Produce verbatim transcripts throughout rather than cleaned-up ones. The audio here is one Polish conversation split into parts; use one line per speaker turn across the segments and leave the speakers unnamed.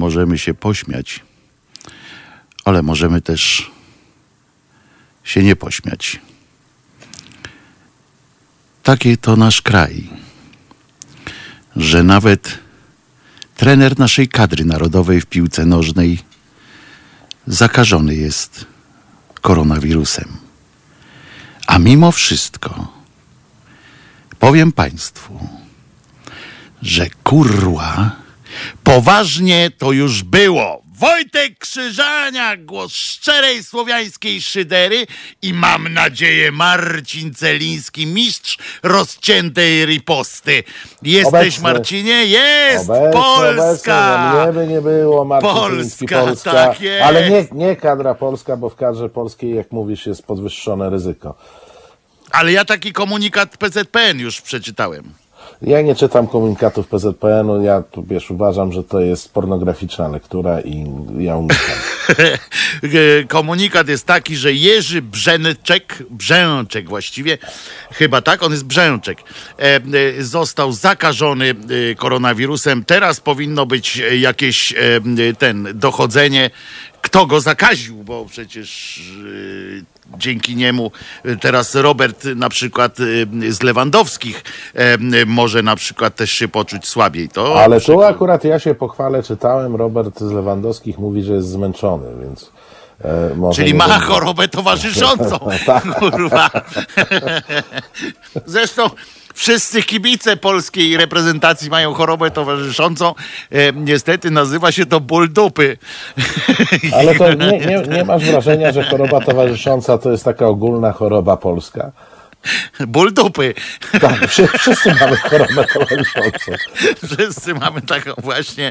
możemy się pośmiać, ale możemy też się nie pośmiać. Taki to nasz kraj, że nawet trener naszej kadry narodowej w piłce nożnej zakażony jest koronawirusem. A mimo wszystko powiem państwu, że kurwa poważnie to już było. Wojtek Krzyżaniak, głos szczerej słowiańskiej szydery i mam nadzieję Marcin Celiński, mistrz rozciętej riposty. Jesteś
Obecny.
Marcinie? Jest!
Obecny,
Polska!
Obecny. Mnie by nie było, Marcin Celiński,
Polska,
Polska,
tak jest.
ale nie, nie kadra polska, bo w kadrze polskiej, jak mówisz, jest podwyższone ryzyko.
Ale ja taki komunikat P Z P N już przeczytałem.
Ja nie czytam komunikatów P Z P N u, ja tu, wiesz, uważam, że to jest pornograficzna lektura i ja unikam.
Komunikat jest taki, że Jerzy Brzęczek, Brzęczek właściwie, chyba tak, on jest Brzęczek, e, e, został zakażony e, koronawirusem. Teraz powinno być jakieś e, ten dochodzenie, kto go zakaził, bo przecież e, dzięki niemu teraz Robert na przykład z Lewandowskich e, może na przykład też się poczuć słabiej. To
Ale
przykład...
tu akurat ja się pochwalę, czytałem, Robert z Lewandowskich mówi, że jest zmęczony, więc e, może
Czyli
nie
ma
będzie...
chorobę towarzyszącą. Kurwa. Zresztą wszyscy kibice polskiej reprezentacji mają chorobę towarzyszącą. E, niestety nazywa się to ból dupy.
Ale to nie, nie, nie masz wrażenia, że choroba towarzysząca to jest taka ogólna choroba polska?
Ból dupy.
Tak, wszyscy mamy chorobę towarzyszącą.
Wszyscy mamy taką właśnie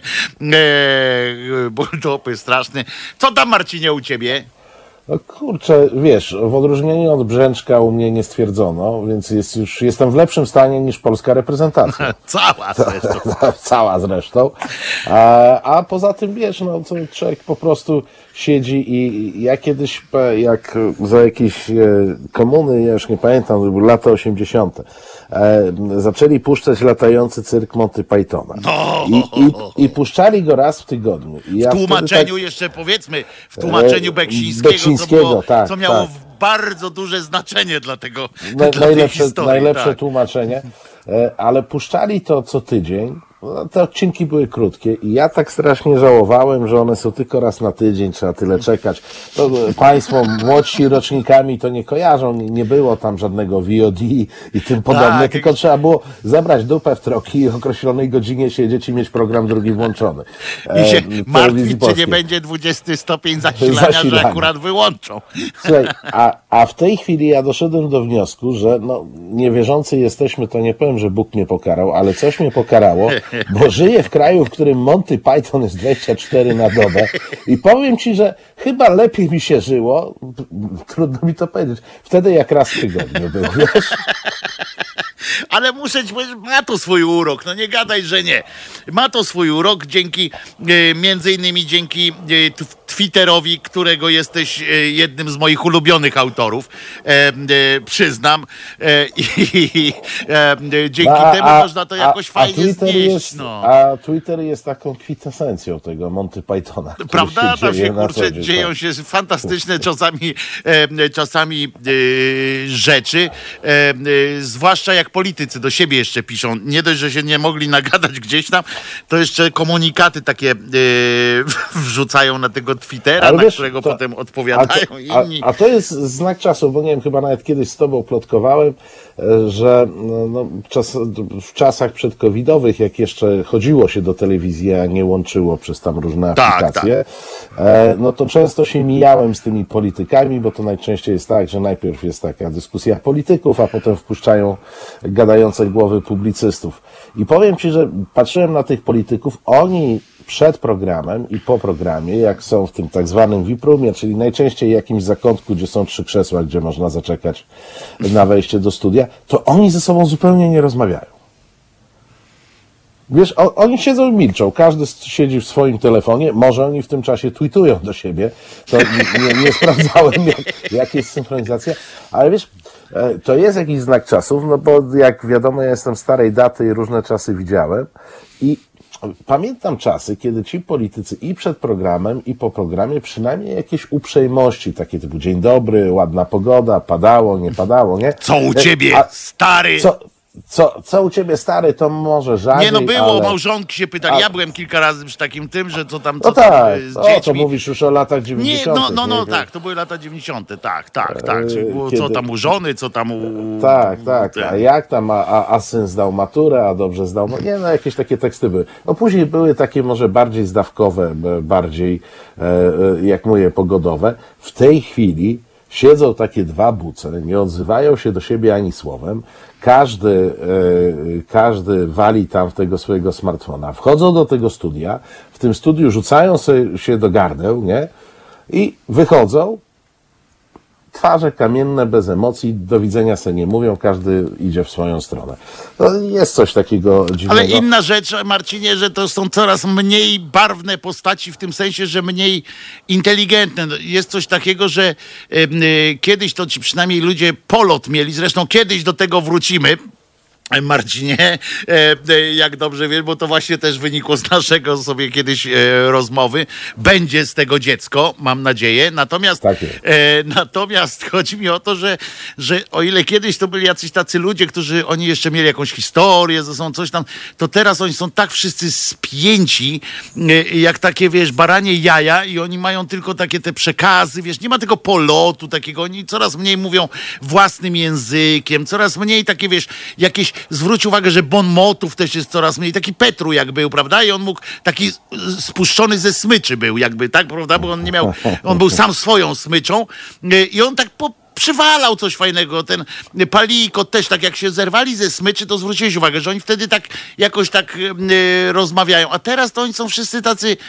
e, ból dupy straszny. Co tam, Marcinie, u ciebie?
No kurczę, wiesz, w odróżnieniu od Brzęczka u mnie nie stwierdzono, więc jest już, jestem w lepszym stanie niż polska reprezentacja.
Cała zresztą.
Cała zresztą. A, a poza tym, wiesz, no to człowiek po prostu siedzi i ja kiedyś, jak za jakieś komuny, ja już nie pamiętam, to były lata osiemdziesiąte, e, zaczęli puszczać latający cyrk Monty Pythona.
No.
I, i, I puszczali go raz w tygodniu. I ja
w tłumaczeniu
tak,
jeszcze powiedzmy, w tłumaczeniu Beksińskiego,
Beksińskiego
co, było,
tak,
co miało
tak.
bardzo duże znaczenie dla tego
Na,
dla
najlepsze,
tej historii,
najlepsze
tak.
tłumaczenie, ale puszczali to co tydzień. Te odcinki były krótkie i ja tak strasznie żałowałem, że one są tylko raz na tydzień, trzeba tyle czekać. To państwo młodsi rocznikami to nie kojarzą, nie, nie było tam żadnego V O D i tym podobne,
Tak,
tylko
jak...
trzeba było zabrać dupę w troki i o określonej godzinie siedzieć i mieć program drugi włączony.
I się
e,
martwić, czy nie będzie dwudziesty stopień zasilania,
Zasilania.
że akurat wyłączą.
Słuchaj, a, a w tej chwili ja doszedłem do wniosku, że no, niewierzący jesteśmy, to nie powiem, że Bóg mnie pokarał, ale coś mnie pokarało, bo żyję w kraju, w którym Monty Python jest dwadzieścia cztery na dobę i powiem ci, że chyba lepiej mi się żyło, trudno mi to powiedzieć, wtedy jak raz w tygodniu był, wiesz?
Ale muszę ci powiedzieć, ma to swój urok, no nie gadaj, że nie. Ma to swój urok dzięki, e, między innymi dzięki e, t- Twitterowi, którego jesteś e, jednym z moich ulubionych autorów, e, e, przyznam. E, I e, dzięki
a,
temu
a,
można to jakoś
a,
fajnie
a Twitter
znieść.
jest,
No.
A Twitter jest taką kwintesencją tego Monty Pythona.
Prawda?
Się
Tam się,
na
kurczę,
co dzień,
dzieją
tak.
się fantastyczne czasami, e, czasami e, rzeczy, e, e, zwłaszcza jak politycy do siebie jeszcze piszą. Nie dość, że się nie mogli nagadać gdzieś tam, to jeszcze komunikaty takie e, wrzucają na tego Twittera,
Ale
na
wiesz,
którego
to,
potem odpowiadają
a to,
inni.
A, a to jest znak czasu, bo nie wiem, chyba nawet kiedyś z tobą plotkowałem, że no, czas, w czasach przedcovidowych, jak jeszcze chodziło się do telewizji, a nie łączyło przez tam różne
Tak,
aplikacje, e, no to często się mijałem z tymi politykami, bo to najczęściej jest tak, że najpierw jest taka dyskusja polityków, a potem wpuszczają gadające głowy publicystów. I powiem ci, że patrzyłem na tych polityków, oni przed programem i po programie, jak są w tym tak zwanym V I P-roomie, czyli najczęściej jakimś zakątku, gdzie są trzy krzesła, gdzie można zaczekać na wejście do studia, to oni ze sobą zupełnie nie rozmawiają. Wiesz, o, oni siedzą i milczą, każdy siedzi w swoim telefonie, może oni w tym czasie tweetują do siebie, to nie, nie, nie sprawdzałem, jak, jak jest synchronizacja, ale wiesz, to jest jakiś znak czasów, no bo jak wiadomo, ja jestem starej daty i różne czasy widziałem i pamiętam czasy, kiedy ci politycy i przed programem, i po programie przynajmniej jakieś uprzejmości, takie typu dzień dobry, ładna pogoda, padało, nie padało, nie?
Co u ciebie,
A,
stary?
co, co, co u ciebie, stary, to może rzadziej,
Nie no było,
ale...
małżonki się pytali.
A-
Ja byłem kilka razy przy takim tym, że co tam, co
No
tam
tak,
e, z
o, to
dziećmi.
mówisz już o latach
Nie,
dziewięćdziesiątych.
no, no, no
nie?
tak, to były lata dziewięćdziesiąte, tak, tak, tak. Czyli było co
kiedy-
tam u żony, co tam u...
Tak, tak.
ten.
A jak tam, a, a, a syn zdał maturę, a dobrze zdał. No nie, no jakieś takie teksty były. No później były takie może bardziej zdawkowe, b- bardziej, e, e, jak mówię, pogodowe. W tej chwili siedzą takie dwa buce, nie odzywają się do siebie ani słowem. Każdy, e, każdy wali tam w tego swojego smartfona. Wchodzą do tego studia, w tym studiu rzucają sobie się do gardeł, nie? I wychodzą, twarze kamienne, bez emocji, do widzenia se nie mówią, każdy idzie w swoją stronę. To jest coś takiego dziwnego.
Ale inna rzecz, Marcinie, że to są coraz mniej barwne postaci, w tym sensie, że mniej inteligentne. No, jest coś takiego, że em, y, kiedyś to ci przynajmniej ludzie polot mieli, zresztą kiedyś do tego wrócimy. Marcinie, e, e, jak dobrze wiesz, bo to właśnie też wynikło z naszego sobie kiedyś e, rozmowy. Będzie z tego dziecko, mam nadzieję. Natomiast,
Tak jest.
e, natomiast chodzi mi o to, że, że o ile kiedyś to byli jacyś tacy ludzie, którzy oni jeszcze mieli jakąś historię ze sobą, coś tam, to teraz oni są tak wszyscy spięci, e, jak takie, wiesz, baranie jaja i oni mają tylko takie te przekazy, wiesz, nie ma tego polotu takiego, oni coraz mniej mówią własnym językiem, coraz mniej takie, wiesz, jakieś zwróć uwagę, że bon motów też jest coraz mniej. Taki Petru jak był, prawda? I on mógł taki spuszczony ze smyczy był jakby, tak? Prawda? Bo on nie miał, on był sam swoją smyczą i on tak po przywalał coś fajnego. Ten Paliko też, tak jak się zerwali ze smyczy, to zwróciłeś uwagę, że oni wtedy tak jakoś tak e, rozmawiają. A teraz to oni są wszyscy tacy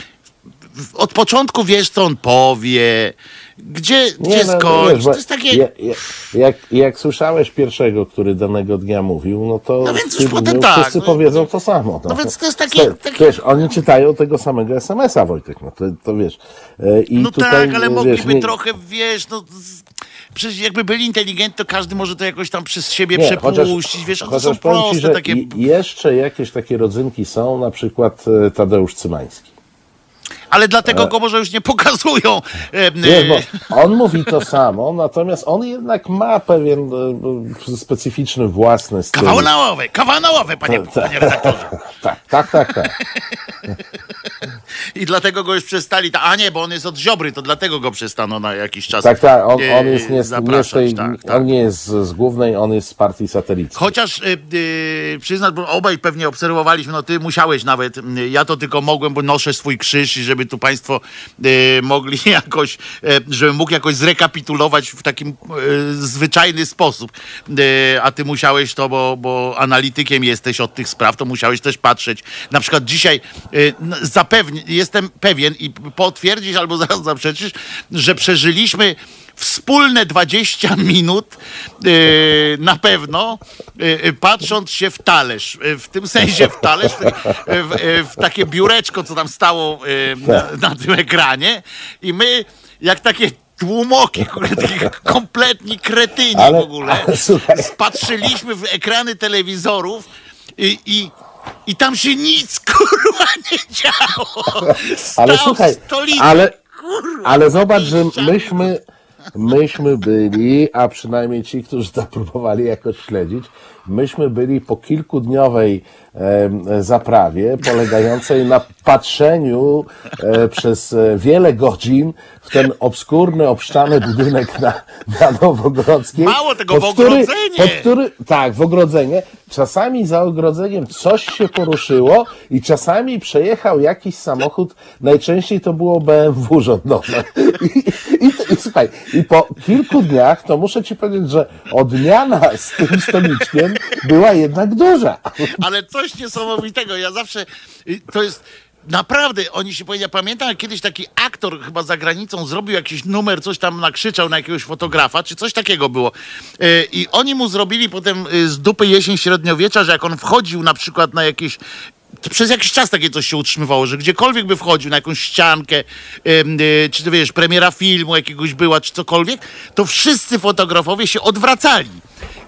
od początku wiesz, co on powie, gdzie, gdzie
Nie, no,
skończy.
wiesz,
To jest takie...
ja, ja, jak, jak słyszałeś pierwszego, który danego dnia mówił, no to
No więc
w tym
już potem
dniu
tak,
wszyscy
no,
powiedzą to samo. No,
no więc to jest takie-
To-
takie-
Wiesz, oni czytają tego samego es em es a, Wojtek, no to, to wiesz. E, I
No
tutaj,
tak, ale
wiesz,
mogliby
nie-
trochę, wiesz, no... z- Przecież jakby byli inteligentni, to każdy może to jakoś tam przez siebie
Nie,
przepuścić, wiesz, a to są
chociaż powiem ci,
proste
że
takie...
i- jeszcze jakieś takie rodzynki są, na przykład e, Tadeusz Cymański.
Ale dlatego go może już nie pokazują. Em,
Wiesz,
e,
bo on mówi to samo, natomiast on jednak ma pewien e, specyficzny własny styl.
Kawałowe, kawałowe, panie, panie redaktorze.
Tak, tak, tak, tak.
I dlatego go już przestali, ta, a nie, bo on jest od Ziobry, to dlatego go przestano na jakiś czas
Tak, tak, on,
e,
on jest nie, z- nie z
zapraszać,
tej,
tak, tak.
on nie jest z, z głównej, on jest z partii satelickiej.
Chociaż y, y, przyznać, bo obaj pewnie obserwowaliśmy, no ty musiałeś nawet, y, ja to tylko mogłem, bo noszę swój krzyż i żeby tu państwo y, mogli jakoś, y, żebym mógł jakoś zrekapitulować w takim y, zwyczajny sposób. Y, a ty musiałeś to, bo, bo analitykiem jesteś od tych spraw, to musiałeś też patrzeć. Na przykład dzisiaj y, n- zapewni, jestem pewien i potwierdzisz albo zaraz zaprzeczysz, że przeżyliśmy wspólne dwadzieścia minut yy, na pewno, yy, patrząc się w talerz. Yy, w tym sensie w talerz, w, w, w takie biureczko, co tam stało yy, na, na tym ekranie. I my, jak takie tłumoki, kurde, takie kompletni kretyni
Ale-
w ogóle,
ale słuchaj.
patrzyliśmy w ekrany telewizorów i, i i tam się nic, kurwa, nie działo. Stał
Ale słuchaj,
stolica,
ale,
kurwa,
ale zobacz, że
ściany.
myśmy, myśmy byli, a przynajmniej ci, którzy to próbowali jakoś śledzić, myśmy byli po kilkudniowej e, zaprawie polegającej na patrzeniu e, przez e, wiele godzin w ten obskurny, obszczany budynek na, na Nowogrodzkiej.
Mało tego,
pod
w
który-
ogrodzenie.
pod który, tak, w ogrodzenie. Czasami za ogrodzeniem coś się poruszyło i czasami przejechał jakiś samochód, najczęściej to było B M W rządowe. I, i, i, słuchaj, i po kilku dniach, to muszę ci powiedzieć, że odmiana z tym stoliczkiem była jednak duża.
Ale coś niesamowitego. Ja zawsze, y, to jest naprawdę, oni się powiedzieli, ja pamiętam, jak kiedyś taki aktor chyba za granicą zrobił jakiś numer, coś tam nakrzyczał na jakiegoś fotografa, czy coś takiego było. Y, I oni mu zrobili potem y, z dupy jesień średniowiecza, że jak on wchodził na przykład na jakieś przez jakiś czas takie coś się utrzymywało, że gdziekolwiek by wchodził na jakąś ściankę, ym, y, czy to wiesz, premiera filmu jakiegoś była, czy cokolwiek, to wszyscy fotografowie się odwracali.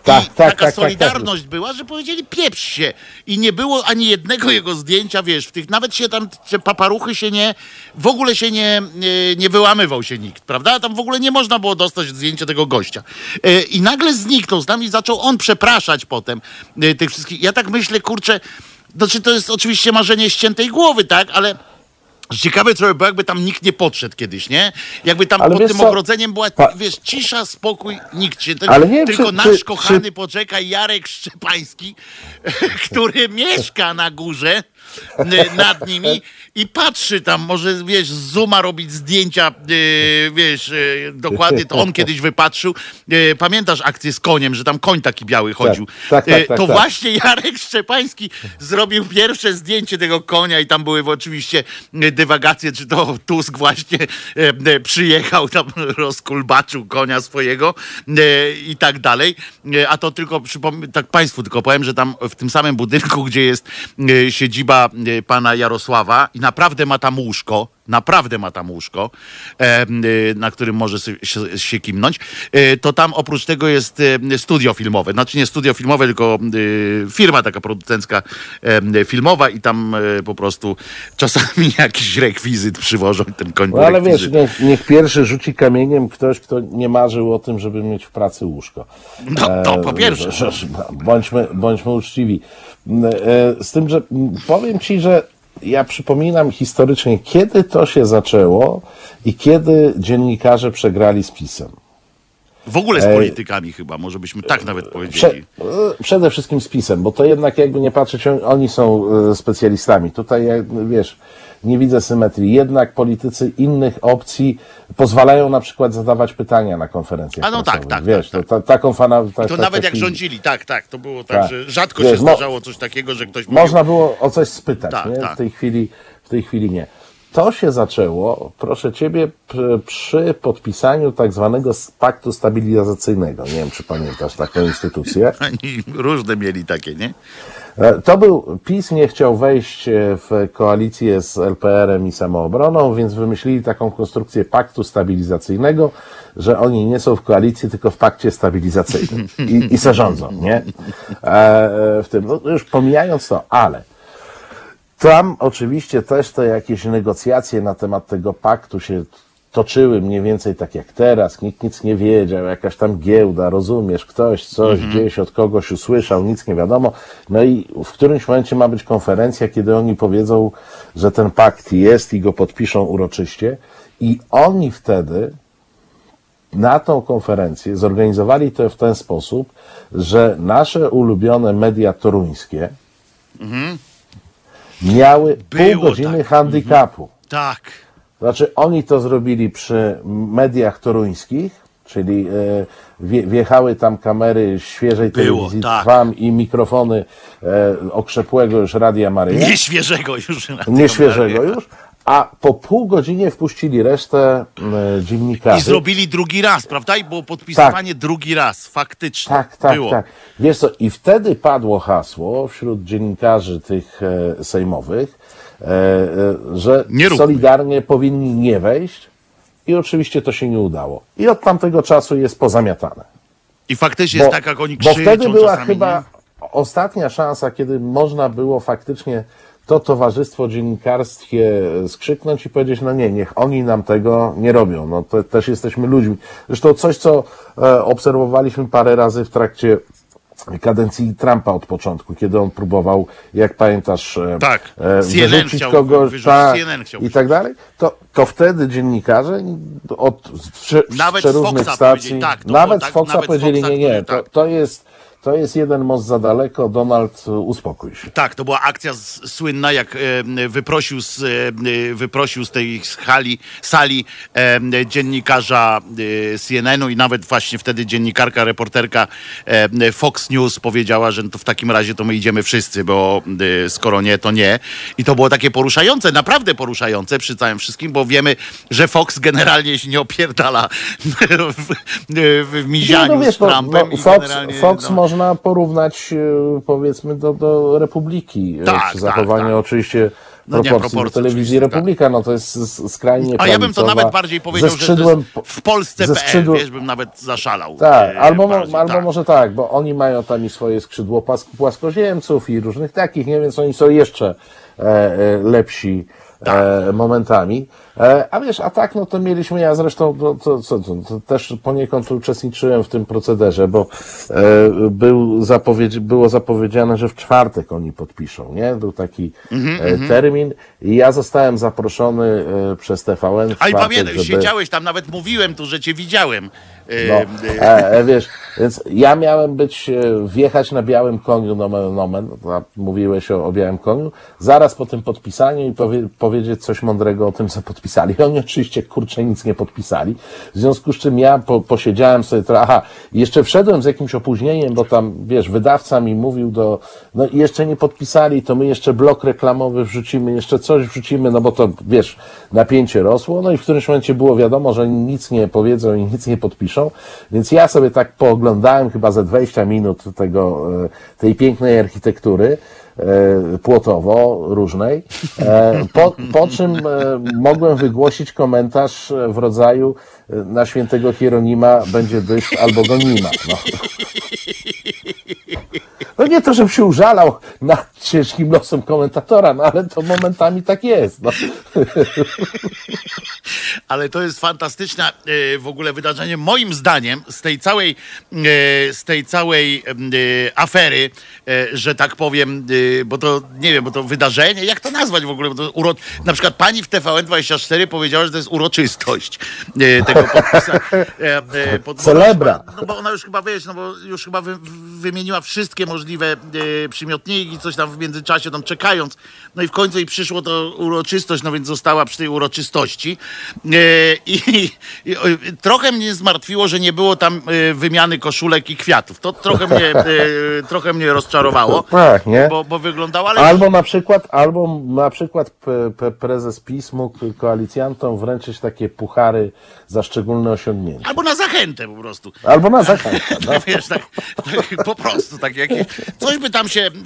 Tak,
I
tak,
taka
tak, tak,
solidarność była, że powiedzieli pieprz się. I nie było ani jednego jego zdjęcia, wiesz, w tych, nawet się tam, te paparuchy się nie, w ogóle się nie, nie, nie wyłamywał się nikt, prawda? Tam w ogóle nie można było dostać zdjęcia tego gościa. E, I nagle zniknął z nami i zaczął on przepraszać potem e, tych wszystkich. Ja tak myślę, kurczę, znaczy to jest oczywiście marzenie ściętej głowy, tak, ale ciekawe trochę, bo jakby tam nikt nie podszedł kiedyś, nie? Jakby tam
Ale
pod
wiesz
tym
co?
ogrodzeniem była,
Pa-
wiesz, cisza, spokój, nikt się... Ten,
Ale nie,
tylko
czy-
nasz
czy-
kochany,
czy-
poczekaj, Jarek Szczepański, który mieszka na górze y, nad nimi i patrzy tam, może, wiesz, z zooma robić zdjęcia, y, wiesz, y, dokładnie, to on kiedyś wypatrzył. Y, pamiętasz akcję z koniem, że tam koń taki biały chodził?
tak, tak,
Y,
tak,
to
tak.
właśnie Jarek Szczepański zrobił pierwsze zdjęcie tego konia i tam były oczywiście dywagacje, czy to Tusk właśnie e, e, przyjechał, tam rozkulbaczył konia swojego e, i tak dalej. E, a to tylko, przypom- tak państwu tylko powiem, że tam w tym samym budynku, gdzie jest e, siedziba e, pana Jarosława i naprawdę ma tam łóżko, naprawdę ma tam łóżko, e, e, na którym może sy- się, się kimnąć, e, to tam oprócz tego jest e, studio filmowe. Znaczy nie studio filmowe, tylko e, firma taka producencka e, filmowa i tam e, po prostu czasami jakiś rekwizyt przywożą i ten koń
No ale wiesz,
rekwizyt.
niech, niech pierwszy rzuci kamieniem ktoś, kto nie marzył o tym, żeby mieć w pracy łóżko.
No to po pierwsze.
że- że- Bądźmy, bądźmy uczciwi. E, Z tym, że powiem ci, że ja przypominam historycznie, kiedy to się zaczęło i kiedy dziennikarze przegrali z PiS-em.
W ogóle z politykami chyba, może byśmy tak nawet
Prze,
powiedzieli.
e, przede wszystkim z PiS-em, bo to jednak jakby nie patrzeć, on- oni są e, specjalistami. Tutaj, jak, wiesz, nie widzę symetrii. Jednak politycy innych opcji pozwalają na przykład zadawać pytania na konferencjach
A no tak,
prasowych.
tak,
Wiesz,
tak,
to, ta, taką fana... Ta,
I to
ta-
nawet jak
taki-
rządzili, tak, tak, to było tak,
Tak.
że rzadko
Wiesz,
się
mo-
zdarzało coś takiego, że ktoś mówił,
Można było o coś spytać,
Tak,
nie?
tak.
W tej chwili, w tej chwili nie. To się zaczęło, proszę ciebie, p- przy podpisaniu tak zwanego s- paktu stabilizacyjnego. Nie wiem, czy pamiętasz taką instytucję.
oni różne mieli takie, nie?
E, To był, PiS nie chciał wejść e, w koalicję z L P R-em i Samoobroną, więc wymyślili taką konstrukcję paktu stabilizacyjnego, że oni nie są w koalicji, tylko w pakcie stabilizacyjnym. I, i se rządzą, nie? E, e, w tym, no, już pomijając to, ale tam oczywiście też te jakieś negocjacje na temat tego paktu się toczyły mniej więcej tak jak teraz. Nikt nic nie wiedział, jakaś tam giełda, rozumiesz, ktoś coś gdzieś od kogoś usłyszał, nic nie wiadomo. No i w którymś momencie ma być konferencja, kiedy oni powiedzą, że ten pakt jest i go podpiszą uroczyście. I oni wtedy na tą konferencję zorganizowali to w ten sposób, że nasze ulubione media toruńskie miały pół
Było
godziny
tak.
handicapu.
Tak.
Znaczy, oni to zrobili przy mediach toruńskich, czyli e, wje, wjechały tam kamery świeżej
Było,
telewizji
tak.
Trwam i mikrofony e, okrzepłego już Radia Maryja,
Nie świeżego już. na
nie
tym
świeżego
razie.
już, a po pół godzinie wpuścili resztę e, dziennikarzy.
I zrobili drugi raz, prawda? I było podpisywanie drugi raz, faktycznie.
Tak, tak,
było.
tak. Wiesz co, i wtedy padło hasło wśród dziennikarzy tych e, sejmowych, e, e, że
Nie róbmy.
solidarnie powinni nie wejść i oczywiście to się nie udało. I od tamtego czasu jest pozamiatane.
I faktycznie jest tak, jak oni
bo
krzyczą
wtedy była
czasami,
chyba
nie?
ostatnia szansa, kiedy można było faktycznie to towarzystwo dziennikarskie skrzyknąć i powiedzieć, no nie, niech oni nam tego nie robią. No to też jesteśmy ludźmi. Zresztą coś, co e, obserwowaliśmy parę razy w trakcie kadencji Trumpa od początku, kiedy on próbował, jak pamiętasz, e,
Tak.
e,
C N N
wyrzucić
chciał
kogoś
wyrzucić,
tak,
C N N chciał
i tak dalej, to, to wtedy dziennikarze od z,
Nawet
z
z
różnych
Foxa
stacji,
powiedzieli, tak, to
nawet
było
z
tak,
Foxa
nawet z
powiedzieli,
Foxa,
nie, nie,
który-
to,
tak.
to jest to jest jeden most za daleko, Donald, uspokój się.
Tak, to była akcja s- słynna, jak e, wyprosił z, e, wyprosił z tej hali, sali e, dziennikarza e, C N N-u i nawet właśnie wtedy dziennikarka, reporterka e, Fox News powiedziała, że to w takim razie to my idziemy wszyscy, bo e, skoro nie, to nie. I to było takie poruszające, naprawdę poruszające przy całym wszystkim, bo wiemy, że Fox generalnie się nie opierdala w, w, w
Nie,
mizianiu
no wiesz,
z
no,
Trumpem.
no,
i
Fox,
generalnie,
Fox
no,
może można porównać e, powiedzmy do, do Republiki, e,
Tak,
przy zachowaniu
tak, tak.
oczywiście
No nie,
proporcji do
proporcji
telewizji
oczywiście, tak.
Republika, no to jest s- skrajnie
A ja bym to
prawicowa,
nawet bardziej powiedział,
ze
że to
skrzydłem,
jest w Polsce
ze
P L,
skrzydłem-
wiesz, bym nawet zaszalał.
tak,
e,
albo, mo-
bardziej,
albo
tak.
może tak, bo oni mają tam i swoje skrzydło płask- płaskoziemców i różnych takich, nie, więc oni są jeszcze e, e, lepsi e, momentami. E, a wiesz, a tak, no to mieliśmy, ja zresztą to, to, to, to, to też poniekąd uczestniczyłem w tym procederze, bo e, był zapowiedź, było zapowiedziane, że w czwartek oni podpiszą, nie? Był taki e, termin i ja zostałem zaproszony e, przez T V N w
A i
czwartek,
pamiętaj,
żeby...
siedziałeś tam, nawet mówiłem tu, że cię widziałem. E,
No,
e,
e, e, wiesz, więc ja miałem być, e, wjechać na białym koniu, nomen nomen, a mówiłeś o, o białym koniu, zaraz po tym podpisaniu i powie, powiedzieć coś mądrego o tym, co podpisali. Oni oczywiście, kurczę, nic nie podpisali, w związku z czym ja po, posiedziałem sobie trochę, aha, jeszcze wszedłem z jakimś opóźnieniem, bo tam, wiesz, wydawca mi mówił do, no i jeszcze nie podpisali, to my jeszcze blok reklamowy wrzucimy, jeszcze coś wrzucimy, no bo to, wiesz, napięcie rosło, no i w którymś momencie było wiadomo, że oni nic nie powiedzą i nic nie podpiszą, więc ja sobie tak pooglądałem chyba ze dwadzieścia minut tego, e, tej pięknej architektury e, płotowo różnej, e, po, po czym e, mogłem wygłosić komentarz w rodzaju e, na świętego Hieronima będzie deszcz albo go nie ma. No. No nie to, żebym się użalał nad ciężkim losem komentatora, no ale to momentami tak jest. No.
Ale to jest fantastyczne e, w ogóle wydarzenie. Moim zdaniem z tej całej, e, z tej całej e, afery, e, że tak powiem, e, bo to nie wiem, bo to wydarzenie, jak to nazwać w ogóle? Bo to uro... Na przykład pani w T V N dwadzieścia cztery powiedziała, że to jest uroczystość e, tego podpisania. E, e, pod...
Celebra.
No bo ona już chyba, wiesz, no bo już chyba wy, wymieniła wszystkie możliwe e, przymiotniki, coś tam w międzyczasie, tam czekając. No i w końcu jej przyszło to uroczystość, no więc została przy tej uroczystości. E, i, i o, trochę mnie zmartwiło, że nie było tam e, wymiany koszulek i kwiatów. To trochę mnie, e, trochę mnie rozczarowało,
Tak, nie?
bo, bo wyglądało, ale...
Albo na przykład, albo na przykład p, p, prezes PiS mógł koalicjantom wręczyć takie puchary za szczególne osiągnięcia.
Albo na zachętę po prostu.
Albo na zachętę. No.
Wiesz, tak, tak po prostu, tak jakieś, coś by tam się e,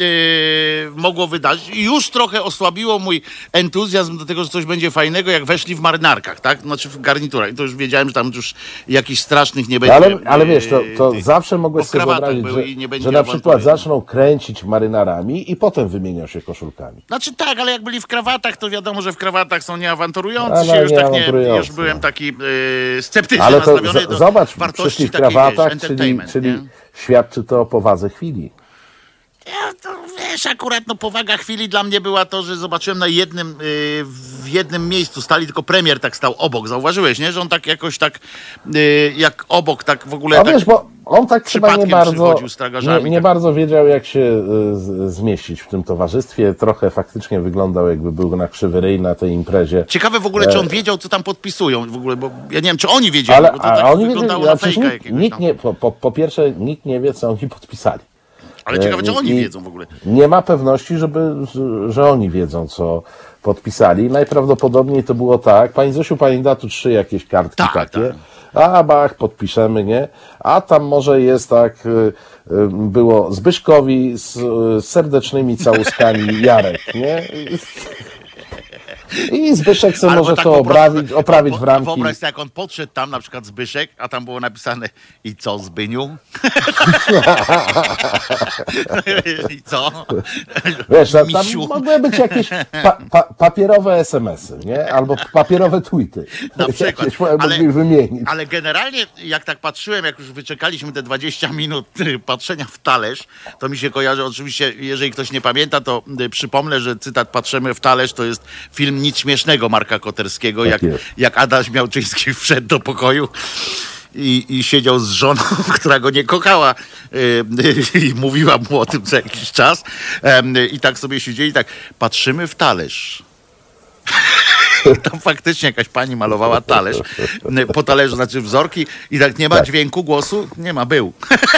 mogło wydarzyć. I już trochę osłabiło mój entuzjazm do tego, że coś będzie fajnego, jak weszli w marynarkach, tak? Znaczy w garniturach. I to już wiedziałem, że tam już jakichś strasznych nie będzie.
Ale, ale wiesz, to, to
tych-
zawsze mogłeś
bo w
sobie
krawatach
wyobrazić,
były
że,
i nie będzie
że na przykład
awantury.
zaczną kręcić marynarami i potem wymienią się koszulkami.
Znaczy tak, ale jak byli w krawatach, to wiadomo, że w krawatach są nieawanturujący
Ale
się. Już
nie
tak nie,
awanturujący,
już byłem
no.
taki e, sceptycznie
Ale to
nastawiony
z,
do
zobacz,
wartości
przyszli w
takiej,
krawatach,
wiesz,
czyli,
entertainment,
czyli
nie?
świadczy to o powadze chwili.
Ja, to wiesz, akurat no, powaga chwili dla mnie była to, że zobaczyłem na jednym, y, w jednym miejscu stali, tylko premier tak stał obok. Zauważyłeś, nie? Że on tak jakoś tak, y, jak obok, tak w ogóle
No
tak...
wiesz, bo on tak chyba nie
przypadkiem
bardzo,
przychodził z tragarzami,
nie, nie
tak.
bardzo wiedział, jak się y, z, zmieścić w tym towarzystwie. Trochę faktycznie wyglądał, jakby był na krzywy ryj na tej imprezie.
Ciekawe w ogóle, czy on wiedział, co tam podpisują w ogóle, bo ja nie wiem, czy oni wiedzieli,
Ale
bo to
a
tak
oni
wyglądało
wiedzieli,
na
a przecież
fejka
nikt,
jakiegoś
nikt
tam.
nie, po, po, po pierwsze, nikt nie wie, co oni podpisali.
Ale ciekawe, czy
I-
oni
i
wiedzą w ogóle.
Nie ma pewności, żeby, że, że oni wiedzą, co podpisali. Najprawdopodobniej to było tak. Pani Zosiu, pani da tu trzy jakieś kartki
Tak,
takie.
tak.
A bach, podpiszemy, nie? A tam może jest tak, y, y, było Zbyszkowi z y, serdecznymi całuskami Jarek, nie? I Zbyszek sobie
Albo
może
tak
to
po prostu-
oprawić, oprawić
po-
w ramki.
Wyobraź sobie, jak on podszedł tam, na przykład Zbyszek, a tam było napisane i co, Zbyniu? I co?
Wiesz, tam
Misiu.
mogły być jakieś pa, pa, papierowe es em esy, nie? Albo papierowe tweety.
Na przykład.
Jakieś mogli
Ale,
wymienić.
ale generalnie, jak tak patrzyłem, jak już wyczekaliśmy te dwadzieścia minut y, patrzenia w talerz, to mi się kojarzy, oczywiście, jeżeli ktoś nie pamięta, to y, przypomnę, że cytat Patrzymy w talerz to jest film Nic śmiesznego Marka Koterskiego,
Tak
jak,
jest.
jak Adaś Miałczyński wszedł do pokoju i, i siedział z żoną, która go nie kochała y, y, i mówiła mu o tym co jakiś czas. Em, I tak sobie siedzieli, tak patrzymy w talerz. Tam faktycznie jakaś pani malowała talerz, po talerzu, znaczy wzorki i tak nie ma
Tak.
dźwięku, głosu, nie ma, był.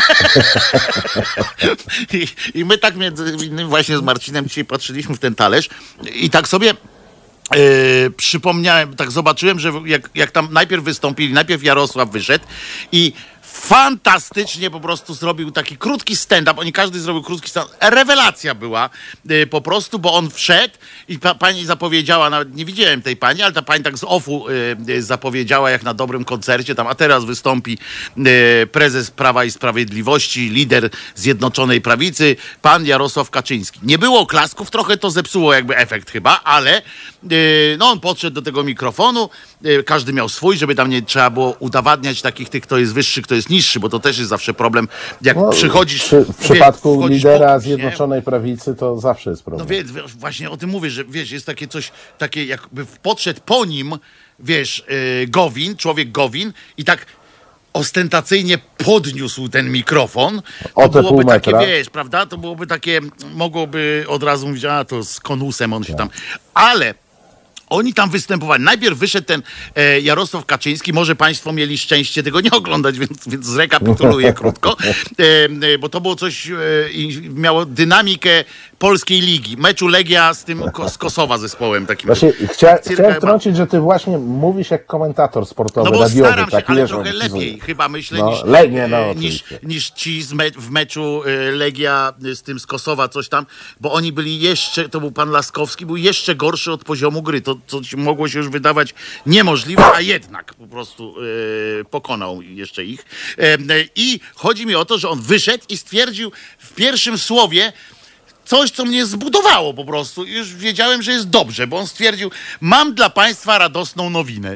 I, I my tak między innymi właśnie z Marcinem dzisiaj patrzyliśmy w ten talerz i tak sobie Yy, przypomniałem, tak zobaczyłem, że jak, jak tam najpierw wystąpili, najpierw Jarosław wyszedł i fantastycznie po prostu zrobił taki krótki stand-up. Oni każdy zrobił krótki stand-up. Rewelacja była y, po prostu, bo on wszedł i pa, pani zapowiedziała, nawet nie widziałem tej pani, ale ta pani tak z offu y, y, zapowiedziała, jak na dobrym koncercie tam, a teraz wystąpi y, prezes Prawa i Sprawiedliwości, lider Zjednoczonej Prawicy, pan Jarosław Kaczyński. Nie było klasków, trochę to zepsuło jakby efekt chyba, ale y, no on podszedł do tego mikrofonu, y, każdy miał swój, żeby tam nie trzeba było udowadniać takich tych, kto jest wyższy, kto jest niższy, bo to też jest zawsze problem, jak no, przychodzisz...
Przy, w przypadku
wie,
lidera
kimś,
Zjednoczonej nie? Prawicy to zawsze jest problem.
No wie, właśnie o tym mówię, że wiesz, jest takie coś, takie jakby podszedł po nim, wiesz, yy, Gowin, człowiek Gowin i tak ostentacyjnie podniósł ten mikrofon, to
o te
byłoby
pół
takie,
metra.
wiesz, prawda, to byłoby takie, mogłoby od razu mówić, a to z konusem on się tam... Ale... Oni tam występowali. Najpierw wyszedł ten e, Jarosław Kaczyński. Może państwo mieli szczęście tego nie oglądać, więc, więc zrekapituluję krótko. E, e, bo to było coś, e, i miało dynamikę polskiej ligi. Meczu Legia z tym z Kosowa zespołem takim.
Właśnie chcia,
Cyrka
chciałem
chyba...
wtrącić, że ty właśnie mówisz jak komentator sportowy,
No bo
radiowy.
staram się,
tak,
ale
wiesz,
trochę
on-
lepiej chyba myślę
No,
niż,
le- nie, no,
e, niż,
oczywiście.
niż ci z me, w meczu e, Legia z tym z Kosowa coś tam, bo oni byli jeszcze, to był pan Laskowski, był jeszcze gorszy od poziomu gry. To, to się mogło się już wydawać niemożliwe, a jednak po prostu e, pokonał jeszcze ich. E, e, I chodzi mi o to, że on wyszedł i stwierdził w pierwszym słowie coś, co mnie zbudowało po prostu. I już wiedziałem, że jest dobrze, bo on stwierdził, mam dla państwa radosną nowinę.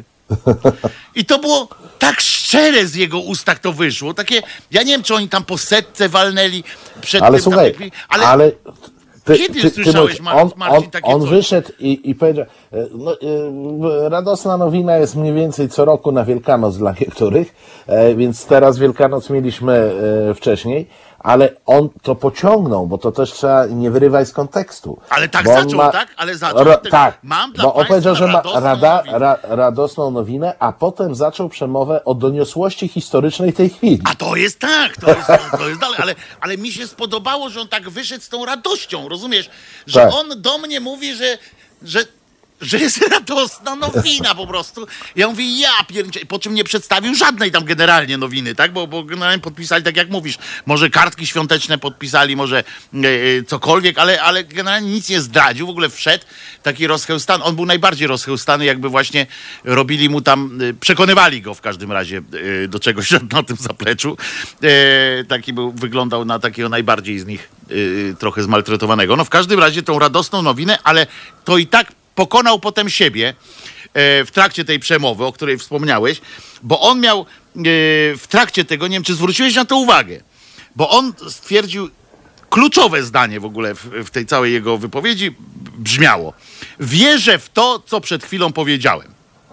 I to było tak szczere z jego ustach to wyszło. Takie, ja nie wiem, czy oni tam po setce walnęli przed
Ale
tym.
słuchaj,
tam,
ale,
ale
ty,
kiedy
ty,
słyszałeś,
ty,
Mar-
on,
Marcin,
on,
takie
on
coś?
wyszedł i, i powiedział, e, no, e, radosna nowina jest mniej więcej co roku na Wielkanoc dla niektórych, e, więc teraz Wielkanoc mieliśmy e, wcześniej, ale on to pociągnął, bo to też trzeba nie wyrywać z kontekstu.
Ale tak
Bo on
zaczął,
ma-
tak? Ale zaczął
Ro,
od tego,
tak,
mam dla
bo on
państwa
powiedział, że ma
radosną
rada,
nowinę.
ra, radosną nowinę, a potem zaczął przemowę o doniosłości historycznej tej chwili.
A to jest tak, to jest, to jest dalej, ale, ale mi się spodobało, że on tak wyszedł z tą radością, rozumiesz? Że
Tak.
on do mnie mówi, że, że, że jest radosna nowina po prostu. Ja mówię, ja pierniczę, po czym nie przedstawił żadnej tam generalnie nowiny, tak? Bo, bo generalnie podpisali, tak jak mówisz, może kartki świąteczne podpisali, może e, e, cokolwiek, ale, ale generalnie nic nie zdradził, w ogóle wszedł taki rozchełstany. On był najbardziej rozchełstany, jakby właśnie robili mu tam, e, przekonywali go w każdym razie e, do czegoś na tym zapleczu. E, taki był, wyglądał na takiego najbardziej z nich e, trochę zmaltretowanego. No w każdym razie tą radosną nowinę, ale to i tak pokonał potem siebie e, w trakcie tej przemowy, o której wspomniałeś, bo on miał e, w trakcie tego, nie wiem, czy zwróciłeś na to uwagę, bo on stwierdził kluczowe zdanie w ogóle w, w tej całej jego wypowiedzi brzmiało: wierzę w to, co przed chwilą powiedziałem.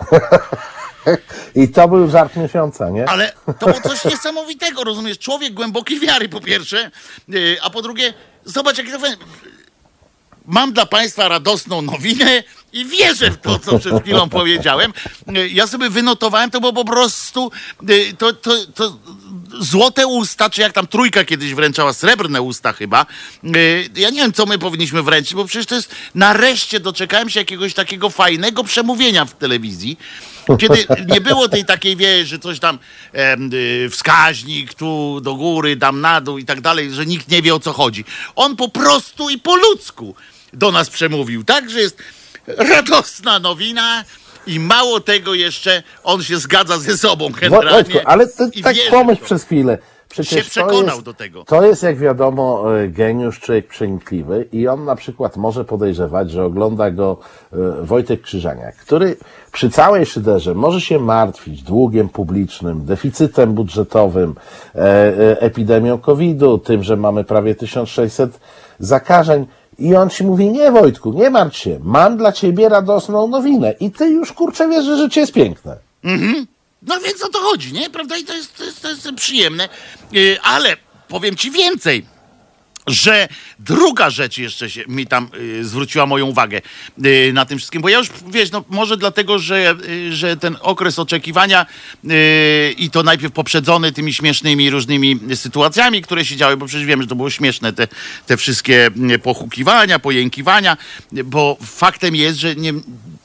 I to był żart miesiąca, nie?
Ale to było coś niesamowitego, rozumiesz? Człowiek głębokiej wiary po pierwsze, yy, a po drugie, zobacz, jak to... Mam dla państwa radosną nowinę i wierzę w to, co przed chwilą powiedziałem. Yy, Ja sobie wynotowałem, to było po prostu yy, to, to, to złote usta, czy jak tam Trójka kiedyś wręczała srebrne usta chyba. Yy, Ja nie wiem, co my powinniśmy wręczyć, bo przecież to jest, nareszcie doczekałem się jakiegoś takiego fajnego przemówienia w telewizji, kiedy nie było tej takiej, wiesz, że coś tam e, y, wskaźnik tu do góry, dam na dół i tak dalej, że nikt nie wie, o co chodzi. On po prostu i po ludzku do nas przemówił, tak? Że jest radosna nowina i mało tego jeszcze on się zgadza ze sobą generalnie.
Wojtku, ale ty,
i
tak
wierzy w
pomyśl
to.
przez chwilę. Przecież
Się przekonał
to jest,
do tego.
To jest, jak wiadomo, e, geniusz, człowiek przenikliwy i on na przykład może podejrzewać, że ogląda go e, Wojtek Krzyżaniak, który przy całej szyderze może się martwić długiem publicznym, deficytem budżetowym, e, e, epidemią kowida, tym, że mamy prawie tysiąc sześćset zakażeń. I on ci mówi: nie, Wojtku, nie martw się, mam dla ciebie radosną nowinę. I ty już, kurczę, wiesz, że życie jest piękne.
Mhm. No więc o to chodzi, nie? Prawda? I to jest, to jest, to jest przyjemne. Yy, ale powiem ci więcej, że druga rzecz jeszcze się mi tam y, zwróciła moją uwagę y, na tym wszystkim, bo ja już, wiesz, no może dlatego, że, y, że ten okres oczekiwania y, i to najpierw poprzedzony tymi śmiesznymi różnymi sytuacjami, które się działy, bo przecież wiemy, że to było śmieszne, te, te wszystkie y, pochukiwania, pojękiwania, y, bo faktem jest, że nie,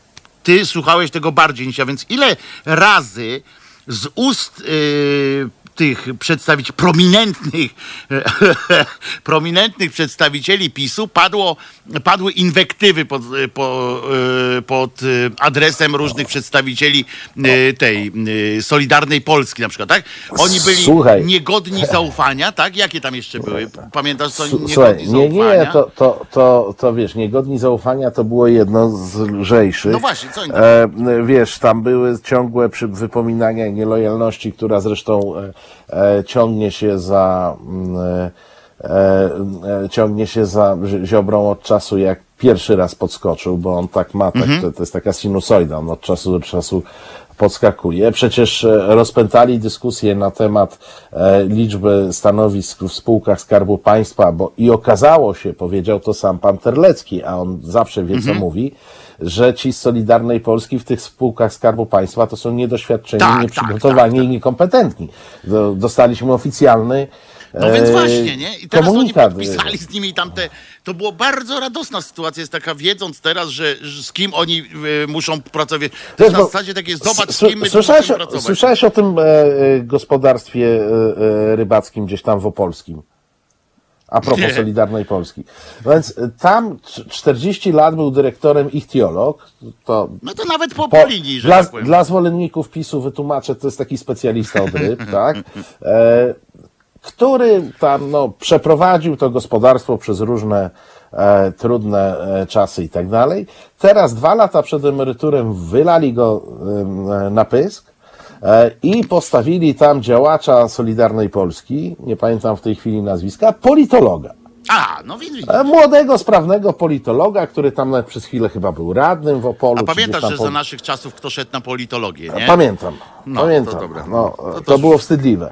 ty słuchałeś tego bardziej niż ja, więc ile razy z ust y, tych przedstawicieli, prominentnych, prominentnych przedstawicieli PiSu padło, padły inwektywy pod, po, pod adresem różnych przedstawicieli tej Solidarnej Polski na przykład, tak? Oni byli
Słuchaj.
niegodni zaufania, tak? Jakie tam jeszcze były? Pamiętasz, co niegodni
Słuchaj, nie,
zaufania?
nie, to, to, to, to wiesz, niegodni zaufania to było jedno z lżejszych.
No właśnie, co oni tam?
E, wiesz, tam były ciągłe przy wypominania nielojalności, która zresztą e, e, ciągnie się za mm, e, e, ciągnie się za Ziobrą od czasu, jak pierwszy raz podskoczył, bo on tak ma, tak,
Mhm.
to, to jest taka sinusoida, on od czasu do czasu podskakuje. Przecież e, rozpętali dyskusję na temat e, liczby stanowisk w spółkach Skarbu Państwa, bo i okazało się, powiedział to sam pan Terlecki, a on zawsze wie, co mówi, że ci z Solidarnej Polski w tych spółkach Skarbu Państwa to są niedoświadczeni,
Tak,
nieprzygotowani
tak, tak,
i niekompetentni. Do, dostaliśmy oficjalny
No więc
e,
właśnie, nie? I teraz
komunikat.
oni podpisali z nimi tamte. To było bardzo radosna sytuacja, jest taka, wiedząc teraz, że, że z kim oni y, muszą pracować. To
Wiesz,
jest na
bo
zasadzie takie, zobacz, z
s-
kim my tu
słyszałeś,
musimy
o-
pracować.
słyszałeś o tym e, e, gospodarstwie e, e, rybackim gdzieś tam w Opolskim? A propos
Nie.
Solidarnej Polski. No więc e, tam cz- czterdzieści lat był dyrektorem ichtiolog. To
No to nawet po,
po,
po linii, że
dla,
tak powiem.
dla zwolenników PiSu wytłumaczę, to jest taki specjalista od ryb, tak? E, który tam no, przeprowadził to gospodarstwo przez różne e, trudne e, czasy i tak dalej. Teraz dwa lata przed emeryturą wylali go e, na pysk e, i postawili tam działacza Solidarnej Polski, nie pamiętam w tej chwili nazwiska, politologa.
A, no widzisz.
E, Młodego, sprawnego politologa, który tam nawet przez chwilę chyba był radnym w Opolu.
A
czy gdzieś
pamiętasz,
tam
że
po-
za naszych czasów kto szedł na politologię, nie?
Pamiętam,
No,
pamiętam.
to dobra.
No,
To-
to,
to-
było wstydliwe.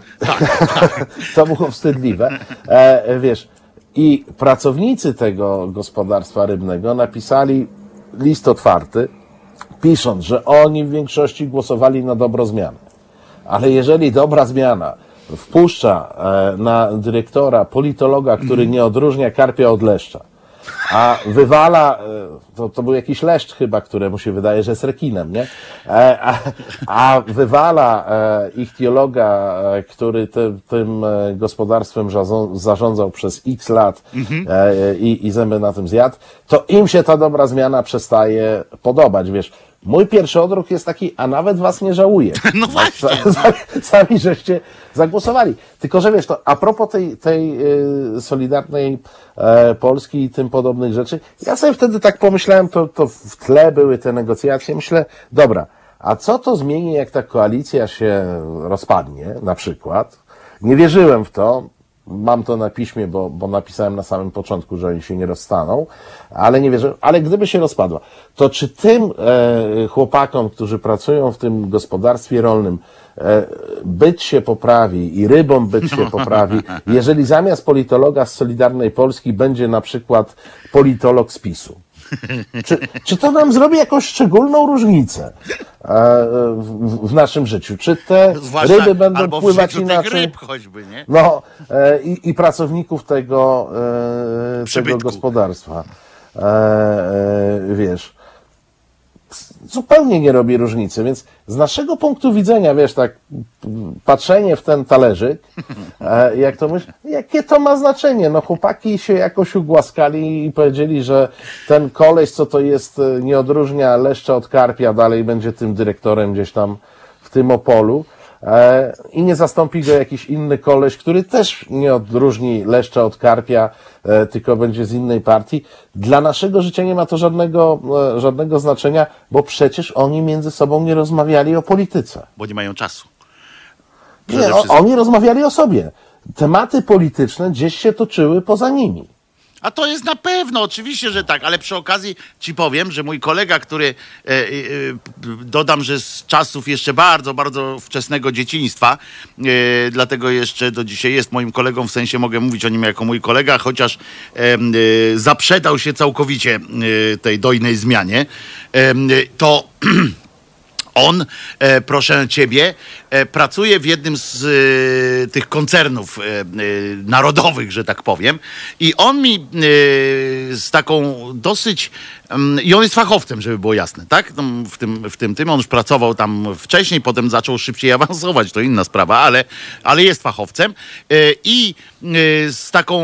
to było wstydliwe. E, wiesz, i pracownicy tego gospodarstwa rybnego napisali list otwarty, pisząc, że oni w większości głosowali na dobrą zmianę. Ale jeżeli dobra zmiana wpuszcza e, na dyrektora politologa, który nie odróżnia karpia od leszcza, a wywala, e, to, to był jakiś leszcz chyba, któremu się wydaje, że jest rekinem, nie? E, a, a wywala e, ichtiologa, e, który te, tym e, gospodarstwem żazą- zarządzał przez x lat e, i, i zęby na tym zjadł, to im się ta dobra zmiana przestaje podobać, wiesz. Mój pierwszy odruch jest taki, a nawet was nie żałuję.
No właśnie.
Sami, sami żeście zagłosowali. Tylko, że wiesz, to a propos tej, tej y, Solidarnej e, Polski i tym podobnych rzeczy, ja sobie wtedy tak pomyślałem, to, to w tle były te negocjacje, myślę, dobra, a co to zmieni, jak ta koalicja się rozpadnie, na przykład? Nie wierzyłem w to, mam to na piśmie, bo, bo napisałem na samym początku, że oni się nie rozstaną, ale nie wierzę, ale gdyby się rozpadła, to czy tym e, chłopakom, którzy pracują w tym gospodarstwie rolnym, e, byt się poprawi i rybom byt się poprawi, jeżeli zamiast politologa z Solidarnej Polski będzie na przykład politolog z PiSu? Czy, czy to nam zrobi jakąś szczególną różnicę e, w, w naszym życiu? Czy te
Zwłaszcza
ryby będą
albo w
pływać
życiu tych
inaczej?
ryb choćby, nie?
No e, i, i pracowników tego, e, tego
Przybytku.
gospodarstwa. E, e, wiesz, zupełnie nie robi różnicy, więc z naszego punktu widzenia, wiesz, tak patrzenie w ten talerzyk, e, jak to myśl, jakie to ma znaczenie? No chłopaki się jakoś ugłaskali i powiedzieli, że ten koleś, co to jest, e, nie odróżnia leszcza od karpia, dalej będzie tym dyrektorem gdzieś tam w tym Opolu. E, I nie zastąpi go jakiś inny koleś, który też nie odróżni leszcza od karpia, e, tylko będzie z innej partii. Dla naszego życia nie ma to żadnego, e, żadnego znaczenia, bo przecież oni między sobą nie rozmawiali o polityce.
Bo nie mają czasu. Przede
Nie, o,
wszystkim.
oni rozmawiali o sobie. Tematy polityczne gdzieś się toczyły poza nimi.
A to jest na pewno, oczywiście, że tak, ale przy okazji ci powiem, że mój kolega, który e, e, dodam, że z czasów jeszcze bardzo, bardzo wczesnego dzieciństwa, e, dlatego jeszcze do dzisiaj jest moim kolegą, w sensie mogę mówić o nim jako mój kolega, chociaż e, e, zaprzedał się całkowicie e, tej dojnej zmianie, e, to On, e, proszę ciebie, e, pracuje w jednym z e, tych koncernów e, e, narodowych, że tak powiem. I on mi e, z taką dosyć... Um, I on jest fachowcem, żeby było jasne, tak? Tam w, tym, w tym, tym on już pracował tam wcześniej, potem zaczął szybciej awansować, to inna sprawa, ale, ale jest fachowcem. E, I e, z taką...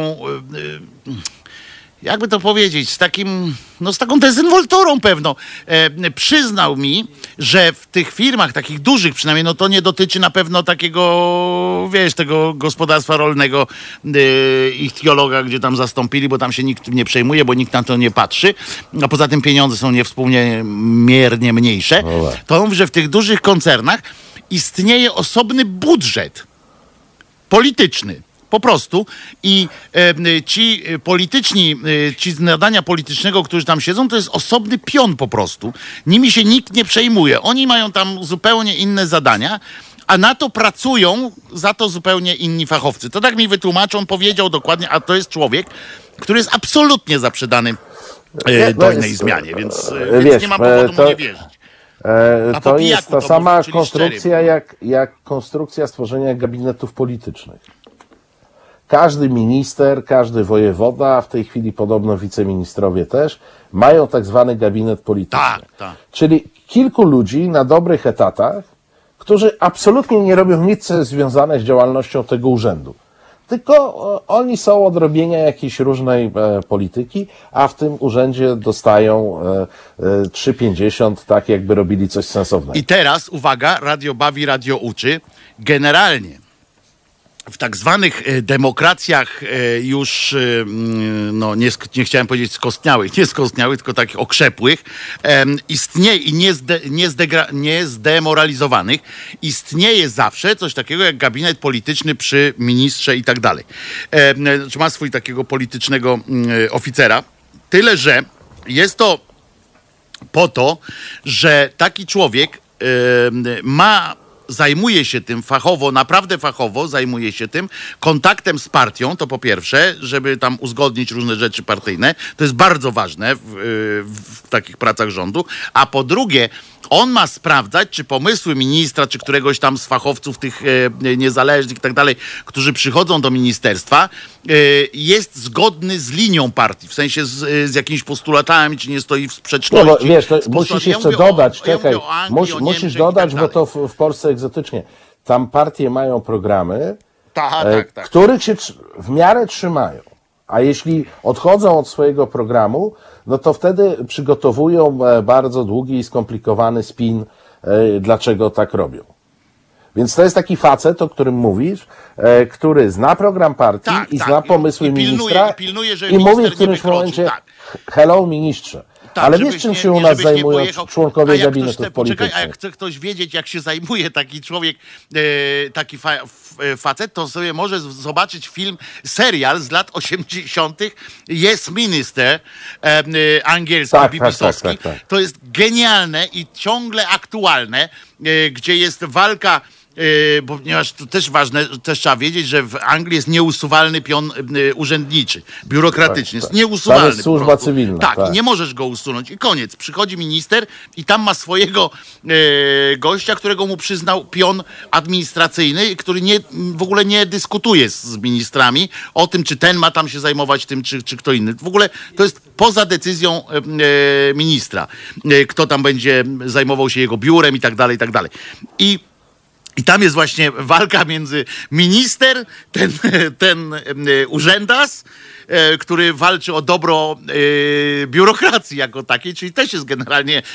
E, jakby to powiedzieć, z takim, no z taką dezynwolturą pewną, e, przyznał mi, że w tych firmach takich dużych przynajmniej, no to nie dotyczy na pewno takiego, wiesz, tego gospodarstwa rolnego, e, ichtiologa, gdzie tam zastąpili, bo tam się nikt tym nie przejmuje, bo nikt na to nie patrzy, a poza tym pieniądze są niewspółmiernie mniejsze. To on mówi, że w tych dużych koncernach istnieje osobny budżet polityczny. Po prostu. I e, ci polityczni, e, ci z nadania politycznego, którzy tam siedzą, to jest osobny pion po prostu. Nimi się nikt nie przejmuje. Oni mają tam zupełnie inne zadania, a na to pracują za to zupełnie inni fachowcy. To tak mi wytłumaczą, on powiedział dokładnie, a to jest człowiek, który jest absolutnie zaprzedany e, dojnej zmianie, więc, e, więc nie mam powodu
to...
mu nie wierzyć.
E, to jest ta sama mówił, konstrukcja jak, jak konstrukcja stworzenia gabinetów politycznych. Każdy minister, każdy wojewoda, w tej chwili podobno wiceministrowie też, mają tak zwany gabinet polityczny.
Tak, tak.
Czyli kilku ludzi na dobrych etatach, którzy absolutnie nie robią nic, co jest związane z działalnością tego urzędu. Tylko oni są od robienia jakiejś różnej e, polityki, a w tym urzędzie dostają e, e, trzy pięćdziesiąt, tak jakby robili coś sensownego.
I teraz, uwaga, radio bawi, radio uczy. Generalnie w tak zwanych demokracjach już, no nie, nie chciałem powiedzieć skostniałych, nie skostniałych, tylko takich okrzepłych, istnieje i nie, zde, nie, zdegra, nie zdemoralizowanych, istnieje zawsze coś takiego jak gabinet polityczny przy ministrze i tak dalej. Czy ma swój takiego politycznego oficera. Tyle, że jest to po to, że taki człowiek ma zajmuje się tym fachowo, naprawdę fachowo zajmuje się tym, kontaktem z partią, to po pierwsze, żeby tam uzgodnić różne rzeczy partyjne, to jest bardzo ważne w, w takich pracach rządu, a po drugie, on ma sprawdzać, czy pomysły ministra, czy któregoś tam z fachowców tych e, niezależnych i tak dalej, którzy przychodzą do ministerstwa, e, jest zgodny z linią partii, w sensie z, z jakimiś postulatami, czy nie stoi w sprzeczności.
No bo wiesz, to musisz
ja
jeszcze
mówię
dodać,
o,
czekaj,
ja Anglii,
mus, musisz dodać, tak bo to w, w Polsce egzotycznie. Tam partie mają programy,
ta,
e,
tak, tak.
których się w miarę trzymają. A jeśli odchodzą od swojego programu, no to wtedy przygotowują bardzo długi i skomplikowany spin, dlaczego tak robią. Więc to jest taki facet, o którym mówisz, który zna program partii
tak,
i
tak.
zna pomysły
I pilnuje,
ministra
i, pilnuje, że
i mówi w którymś
wykroczył,
momencie
tak.
hello ministrze.
Tak,
ale wiesz, czym
nie,
się u
nie,
nas zajmują członkowie gabinetów
chce,
politycznych?
Poczekaj, a jak chce ktoś wiedzieć, jak się zajmuje taki człowiek, e, taki fa, f, facet, to sobie może zobaczyć film, serial z lat osiemdziesiątych. Yes Minister, e, e, angielski,
tak,
B B C-owski.
Tak, tak, tak, tak.
To jest genialne i ciągle aktualne, e, gdzie jest walka. Yy, bo ponieważ to też ważne, też trzeba wiedzieć, że w Anglii jest nieusuwalny pion yy, urzędniczy, biurokratyczny,
tak, tak.
jest nieusuwalny.
Tam jest służba cywilna.
Tak,
tak,
i nie możesz go usunąć. I koniec. Przychodzi minister i tam ma swojego yy, gościa, którego mu przyznał pion administracyjny, który nie, w ogóle nie dyskutuje z, z ministrami o tym, czy ten ma tam się zajmować tym, czy, czy kto inny. W ogóle to jest poza decyzją yy, ministra, yy, kto tam będzie zajmował się jego biurem i tak dalej, i tak dalej. I I tam jest właśnie walka między minister, ten, ten e, urzędas, e, który walczy o dobro e, biurokracji jako takiej, czyli też jest generalnie, e,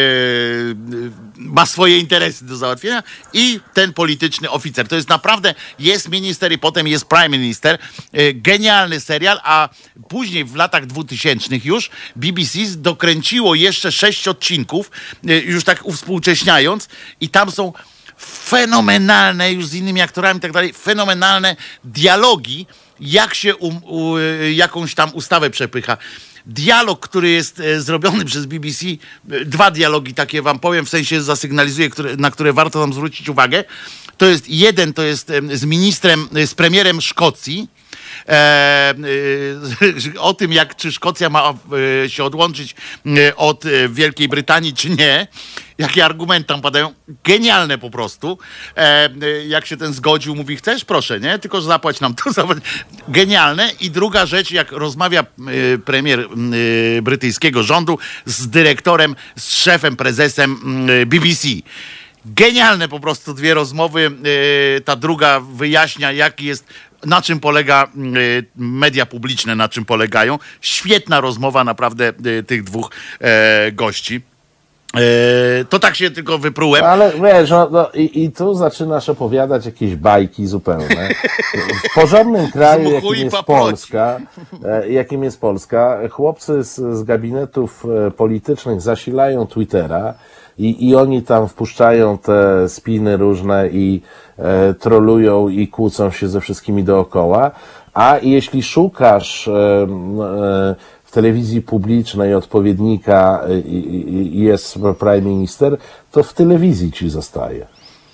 ma swoje interesy do załatwienia, i ten polityczny oficer. To jest naprawdę, jest minister i potem jest prime minister. E, genialny serial, a później w latach dwutysięcznych już B B C dokręciło jeszcze sześć odcinków, e, już tak uwspółcześniając, i tam są fenomenalne, już z innymi aktorami i tak dalej, fenomenalne dialogi, jak się um, u, jakąś tam ustawę przepycha. Dialog, który jest e, zrobiony przez B B C, e, dwa dialogi takie wam powiem, w sensie zasygnalizuję, które, na które warto nam zwrócić uwagę. To jest jeden, to jest e, z ministrem, e, z premierem Szkocji, e, e, o tym, jak czy Szkocja ma e, się odłączyć e, od e, Wielkiej Brytanii, czy nie. Jakie argumenty tam padają, genialne po prostu. E, e, jak się ten zgodził, mówi, chcesz? Proszę, nie? Tylko że zapłać nam to. Genialne. I druga rzecz, jak rozmawia e, premier e, brytyjskiego rządu z dyrektorem, z szefem, prezesem e, B B C. Genialne po prostu dwie rozmowy. E, ta druga wyjaśnia, jaki jest, na czym polega e, media publiczne, na czym polegają. Świetna rozmowa naprawdę e, tych dwóch e, gości. To tak się tylko wyprułem.
Ale wiesz, no, no, i, i tu zaczynasz opowiadać jakieś bajki zupełne. W porządnym kraju, jakim jest Polska, e, jakim jest Polska, chłopcy z, z gabinetów e, politycznych zasilają Twittera i, i oni tam wpuszczają te spiny różne i e, trolują i kłócą się ze wszystkimi dookoła. A jeśli szukasz e, e, w telewizji publicznej odpowiednika jest prime minister, to w telewizji ci zostaje.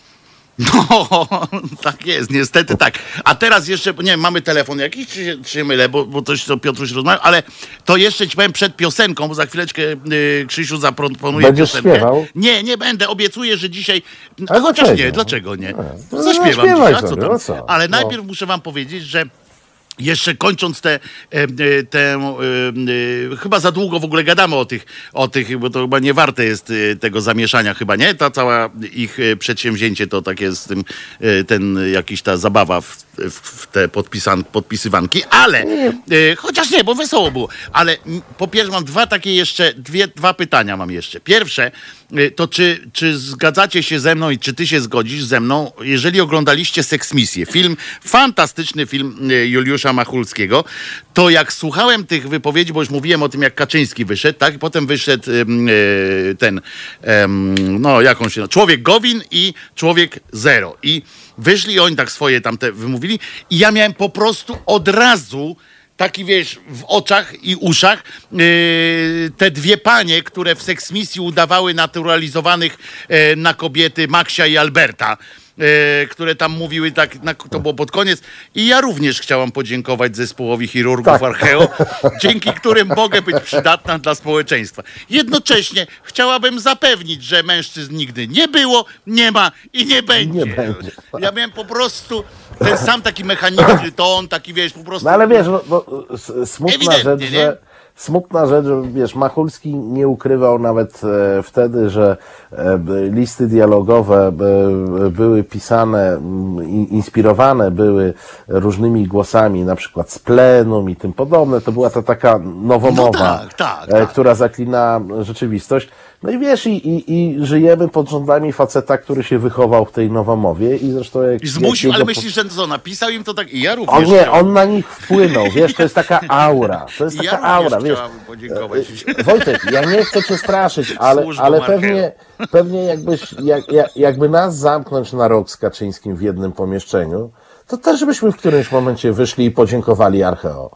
No, tak jest, niestety tak. A teraz jeszcze, nie wiem, mamy telefon jakiś, czy się, czy się mylę, bo, bo coś to Piotruś rozmawiał, ale to jeszcze ci powiem przed piosenką, bo za chwileczkę y, Krzysiu zaproponuje
Będziesz
piosenkę.
Śpiewał?
Nie, nie będę, obiecuję, że dzisiaj...
A
chociaż
dlaczego?
nie, dlaczego nie?
No,
No, zaśpiewam
no,
dzisiaj, a co
sobie,
tam?
no co?
Ale
No.
najpierw muszę wam powiedzieć, że jeszcze kończąc tę, te, te, e, chyba za długo w ogóle gadamy o tych, o tych, bo to chyba nie warte jest tego zamieszania chyba, nie? Ta cała ich przedsięwzięcie to takie z tym, ten jakiś ta zabawa w, w, w te podpisan, podpisywanki, ale, e, chociaż nie, bo wesoło było, ale po pierwsze mam dwa takie jeszcze, dwie, dwa pytania mam jeszcze. Pierwsze, to czy, czy zgadzacie się ze mną i czy ty się zgodzisz ze mną, jeżeli oglądaliście Seksmisję, film, fantastyczny film Juliusza Machulskiego, to jak słuchałem tych wypowiedzi, bo już mówiłem o tym, jak Kaczyński wyszedł, tak, i potem wyszedł yy, ten, yy, no jak on się, Człowiek Gowin i Człowiek Zero. I wyszli oni tak swoje tam te wymówili i ja miałem po prostu od razu taki, wiesz, w oczach i uszach yy, te dwie panie, które w Seksmisji udawały naturalizowanych yy, na kobiety Maksia i Alberta, yy, które tam mówiły tak, na, to było pod koniec. I ja również chciałam podziękować zespołowi chirurgów
Tak.
Archeo, dzięki którym mogę być przydatna dla społeczeństwa. Jednocześnie chciałabym zapewnić, że mężczyzn nigdy nie było, nie ma i nie będzie.
Nie będzie.
Ja miałem po prostu ten sam taki mechaniczny ton, taki, wiesz, po prostu...
No ale wiesz, no, no, s- smutna
Ewidentnie,
rzecz,
nie?
że smutna rzecz, że wiesz, Machulski nie ukrywał nawet e, wtedy, że e, listy dialogowe e, były pisane, m, inspirowane były różnymi głosami, na przykład z plenum i tym podobne. To była to taka nowomowa,
No tak, tak,
e,
tak.
która zaklina rzeczywistość. No i wiesz, i, i, i żyjemy pod rządami faceta, który się wychował w tej nowomowie i zresztą jak...
I zmusił,
jak
ale
jego-
myślisz, że co, napisał im to tak i ja również
On nie,
chciałem.
on na nich wpłynął, wiesz, to jest taka aura, to jest
I ja
taka
również
aura, wiesz.
chciałabym podziękować.
Wojtek, ja nie chcę cię straszyć, ale,
Służbą
ale
Archeo.
pewnie, pewnie jakbyś, jak, jak, jakby nas zamknąć na rok z Kaczyńskim w jednym pomieszczeniu, to też byśmy w którymś momencie wyszli i podziękowali Archeo.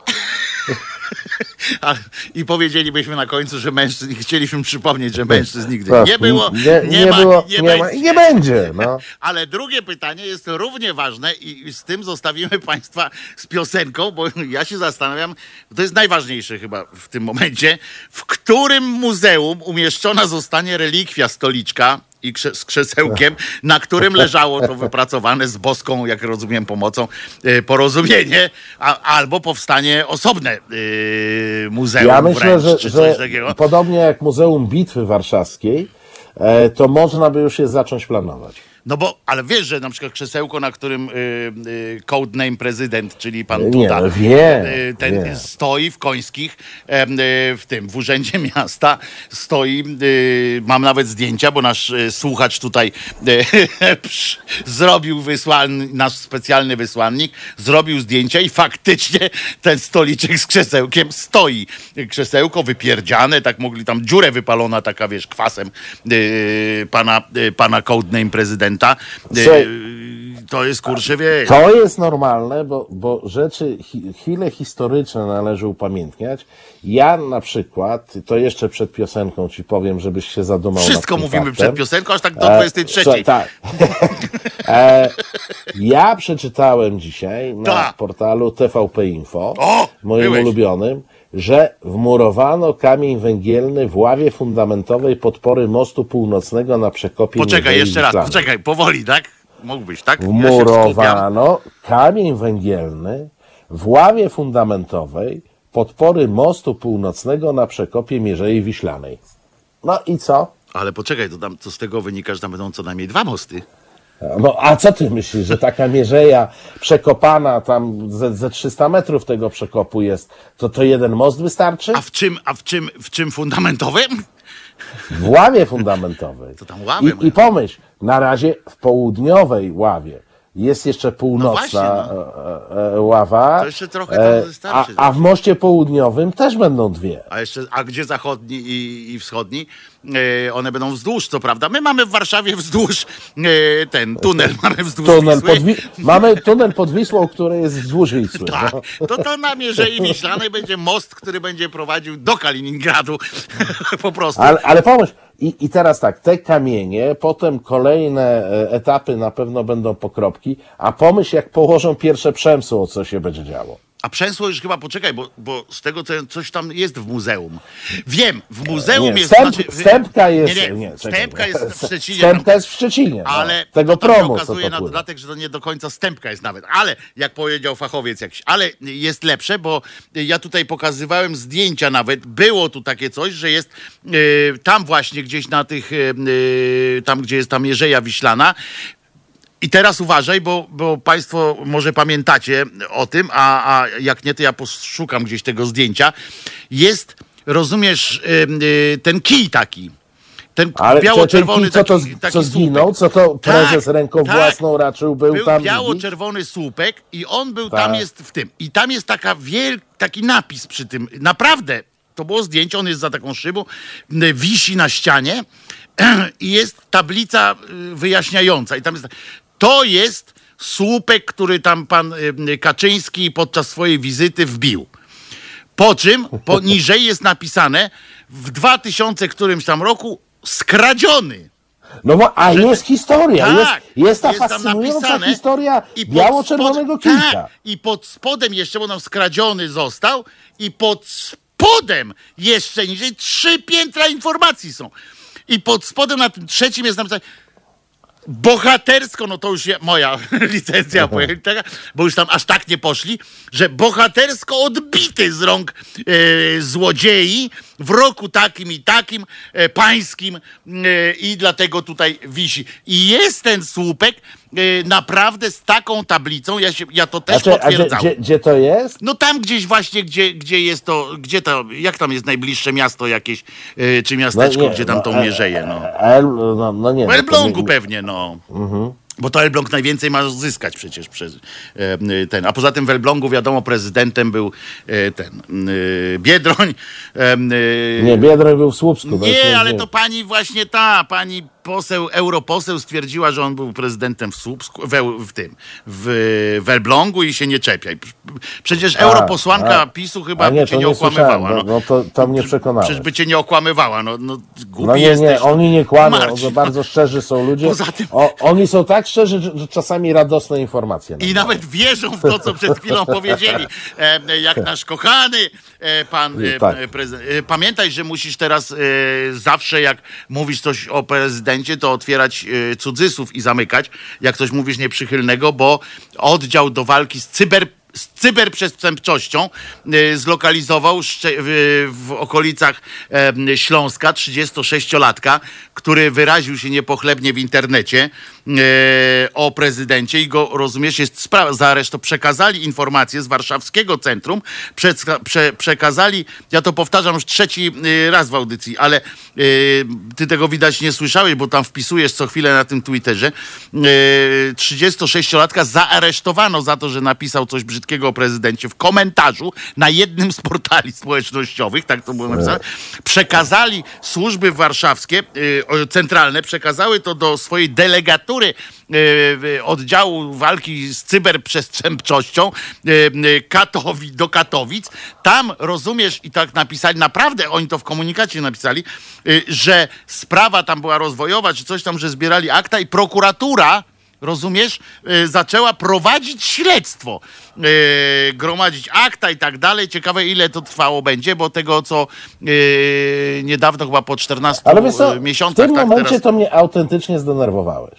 A, I powiedzielibyśmy na końcu, że mężczyzn, i chcieliśmy przypomnieć, że mężczyzn nigdy
Tak,
nie było,
nie,
nie, ma,
było,
nie,
nie
będzie.
ma i nie będzie, no.
Ale drugie pytanie jest równie ważne i z tym zostawimy Państwa z piosenką, bo ja się zastanawiam, to jest najważniejsze chyba w tym momencie, w którym muzeum umieszczona zostanie relikwia stoliczka i krze- z krzesełkiem, na którym leżało to wypracowane z boską, jak rozumiem, pomocą e, porozumienie, a, albo powstanie osobne e, muzeum
Ja myślę,
wręcz,
że,
czy coś
że
takiego.
podobnie jak Muzeum Bitwy Warszawskiej, e, to można by już je zacząć planować.
No bo, ale wiesz, że na przykład krzesełko, na którym y, y, codename prezydent, czyli pan
Nie,
Duda,
no wiem,
y, ten
wiem.
stoi w Końskich, em, y, w tym, w Urzędzie Miasta, stoi, y, mam nawet zdjęcia, bo nasz y, słuchacz tutaj y, psz, zrobił wysłannik, nasz specjalny wysłannik, zrobił zdjęcia i faktycznie ten stoliczek z krzesełkiem stoi. Krzesełko wypierdziane, tak mogli, tam dziurę wypalona taka, wiesz, kwasem y, pana, y, pana codename prezydenta.
Słuchaj,
To jest kurczę wiek.
To jest normalne, bo, bo rzeczy, hi, chwile historyczne należy upamiętniać. Ja na przykład, to jeszcze przed piosenką ci powiem, żebyś się zadumał nad
Wszystko
tym
mówimy
faktem.
przed piosenką, aż tak do dwudziestej trzeciej.
E, co, tak. e, ja przeczytałem dzisiaj na
Ta.
portalu T V P Info,
O,
moim
byłeś.
ulubionym, że wmurowano kamień węgielny w ławie fundamentowej podpory mostu północnego na przekopie
Poczekaj,
Mierzei
jeszcze raz,
Wiślanej.
poczekaj, powoli, tak? Mógłbyś, tak? Ja się skupiam.
Wmurowano kamień węgielny w ławie fundamentowej podpory mostu północnego na przekopie Mierzei Wiślanej. No i co?
Ale poczekaj, to tam, co z tego wynika, że tam będą co najmniej dwa mosty.
No a co ty myślisz, że taka mierzeja przekopana tam ze, ze trzysta metrów tego przekopu jest, to to jeden most wystarczy?
A w czym, a w czym, w czym fundamentowym?
W ławie fundamentowej.
To tam ławy
I, I pomyśl, na razie w południowej ławie jest jeszcze północna
No
e, e, ława,
To jeszcze trochę tam
e,
wystarczy.
a, a w moście południowym też będą dwie.
A jeszcze, a gdzie zachodni i, i wschodni? E, one będą wzdłuż, co prawda. My mamy w Warszawie wzdłuż e, ten tunel, mamy wzdłuż
Tunel
Wisły.
pod Wi- mamy tunel pod Wisłą, który jest wzdłuż Wisły.
Tak,
No.
to to na Mierzei Wiślanej będzie most, który będzie prowadził do Kaliningradu. Po prostu.
Ale, ale pomyśl, i, i teraz tak, te kamienie, potem kolejne e, etapy na pewno będą pokropki, a pomyśl, jak położą pierwsze przemysł, co się będzie działo.
A przęsło już chyba, poczekaj, bo, bo z tego co coś tam jest w muzeum. Wiem, w muzeum
Nie,
jest...
stęp,
znaczy,
stępka jest,
Nie, nie,
nie, czekaj,
stępka
nie.
jest w Szczecinie.
Stępka
tam-
jest w Szczecinie, no,
Ale
tego
to tam
promu,
się
co
okazuje
to
na
pływa.
dodatek, że to nie do końca stępka jest nawet. Ale, jak powiedział fachowiec jakiś, ale jest lepsze, bo ja tutaj pokazywałem zdjęcia nawet. Było tu takie coś, że jest e, tam właśnie gdzieś na tych, e, e, tam gdzie jest ta Mierzeja Wiślana. I teraz uważaj, bo, bo państwo może pamiętacie o tym, a, a jak nie, to ja poszukam gdzieś tego zdjęcia. Jest, rozumiesz, y, y, ten kij taki. Ten
Ale
biało-czerwony
co to,
taki, taki
co zginął,
słupek.
co to prezes
Tak,
ręką
tak.
własną raczył, był,
Był
tam
biało-czerwony słupek i on był,
Tak.
tam jest w tym. I tam jest taka wiel, taki napis przy tym. Naprawdę, to było zdjęcie, on jest za taką szybą, y, wisi na ścianie i jest tablica y, wyjaśniająca. I tam jest... To jest słupek, który tam pan y, Kaczyński podczas swojej wizyty wbił. Po czym poniżej jest napisane w dwa tysiące którymś tam roku skradziony.
No bo, a
Że-
jest historia,
Tak,
jest, jest ta
jest tam
fascynująca
napisane
historia
i pod
biało-czerwonego
spod-
kijka.
Tak, i pod spodem jeszcze, bo nam skradziony został i pod spodem jeszcze niżej trzy piętra informacji są. I pod spodem na tym trzecim jest napisane bohatersko, no to już je, moja licencja pojęcia, bo już tam aż tak nie poszli, że bohatersko odbity z rąk e, złodziei w roku takim i takim, e, pańskim e, i dlatego tutaj wisi. I jest ten słupek e, naprawdę z taką tablicą, ja, się, ja to też
Znaczy, a gdzie,
potwierdzałem.
gdzie, gdzie to jest?
No tam gdzieś właśnie, gdzie, gdzie jest to, gdzie to, jak tam jest najbliższe miasto jakieś, e, czy miasteczko,
nie,
gdzie tam
no,
tą
e-
mierzeję, no.
El, no, no nie.
W
no to
Elblągu
nie-
pewnie, no. Bo to Elbląg najwięcej ma zyskać przecież przez e, ten. A poza tym w Elblągu, wiadomo, prezydentem był e, ten e, Biedroń. E, e,
Nie, Biedroń był w Słupsku. to jest-
nie, ale to pani właśnie ta, pani poseł, europoseł stwierdziła, że on był prezydentem w Słupsku, w, w tym, w, w Elblągu i się nie czepiaj. Przecież
A,
europosłanka
a.
PiSu chyba
A nie,
by cię
to
nie
nie
okłamywała.
słyszałem,
No.
no, no to, to mnie przekonałeś.
Przecież by cię nie okłamywała. No, no, głupi
No nie,
jesteś.
nie, oni nie kłamią,
Marcin,
to bardzo szczerzy są ludzie.
Poza tym-
O, oni są tak szczerzy, że, że czasami radosne informacje.
I nawet wierzą w to, co przed chwilą powiedzieli. E, jak nasz kochany e, pan e,
Tak.
prezydent. E, pamiętaj, że musisz teraz e, zawsze, jak mówisz coś o prezydencie, to otwierać e, cudzysłów i zamykać, jak coś mówisz nieprzychylnego, bo oddział do walki z cyber z cyberprzestępczością e, zlokalizował szcze- w, w okolicach e, Śląska trzydziestosześciolatka, który wyraził się niepochlebnie w internecie e, o prezydencie i go, rozumiesz, jest sprawa, zaareszto przekazali informacje z warszawskiego centrum, przed, prze, przekazali, ja to powtarzam już trzeci e, raz w audycji, ale e, ty tego widać nie słyszałeś, bo tam wpisujesz co chwilę na tym Twitterze, e, trzydziestosześciolatka zaaresztowano za to, że napisał coś brzydkiego o prezydencie w komentarzu na jednym z portali społecznościowych, tak to było napisane, przekazali służby warszawskie, y, centralne, przekazały to do swojej delegatury prokuratury e, oddziału walki z cyberprzestępczością e, Katowi, do Katowic. Tam, rozumiesz, i tak napisali, naprawdę oni to w komunikacie napisali, e, że sprawa tam była rozwojowa, czy coś tam, że zbierali akta i prokuratura, rozumiesz, y, zaczęła prowadzić śledztwo, y, gromadzić akta i tak dalej. Ciekawe, ile to trwało będzie, bo tego, co y, niedawno, chyba po czternastu
Ale wiesz co,
miesiącach.
w tym
tak,
momencie
teraz...
to mnie autentycznie zdenerwowałeś.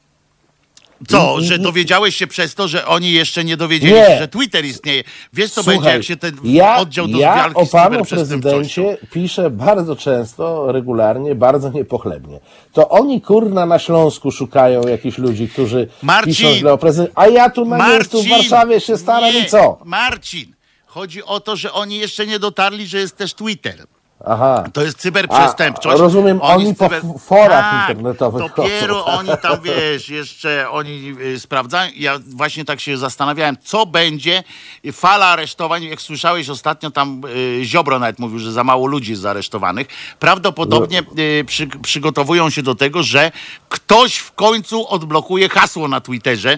Co,
I-
że
i-
dowiedziałeś się przez to, że oni jeszcze nie dowiedzieli
Nie.
się, że Twitter istnieje. Wiesz, co
Słuchaj,
będzie, jak się ten
ja,
oddział do
ja
walki
o
z
panu
cyberprzestępczością.
prezydencie piszę bardzo często, regularnie, bardzo niepochlebnie. To oni, kurna, na Śląsku szukają jakichś ludzi, którzy
Marcin!
piszą źle o prezydencie, a ja tu na miejscu w Warszawie się staram
nie,
i co?
Marcin, chodzi o to, że oni jeszcze nie dotarli, że jest też Twitter.
Aha.
To jest cyberprzestępczość.
A, rozumiem, oni po
cyber...
f- forach
tak,
internetowych
dopiero
chodzą.
oni tam, wiesz, jeszcze oni y, sprawdzają. Ja właśnie tak się zastanawiałem, co będzie fala aresztowań. Jak słyszałeś ostatnio, tam y, Ziobro nawet mówił, że za mało ludzi jest zaaresztowanych. Prawdopodobnie y, przy, przygotowują się do tego, że ktoś w końcu odblokuje hasło na Twitterze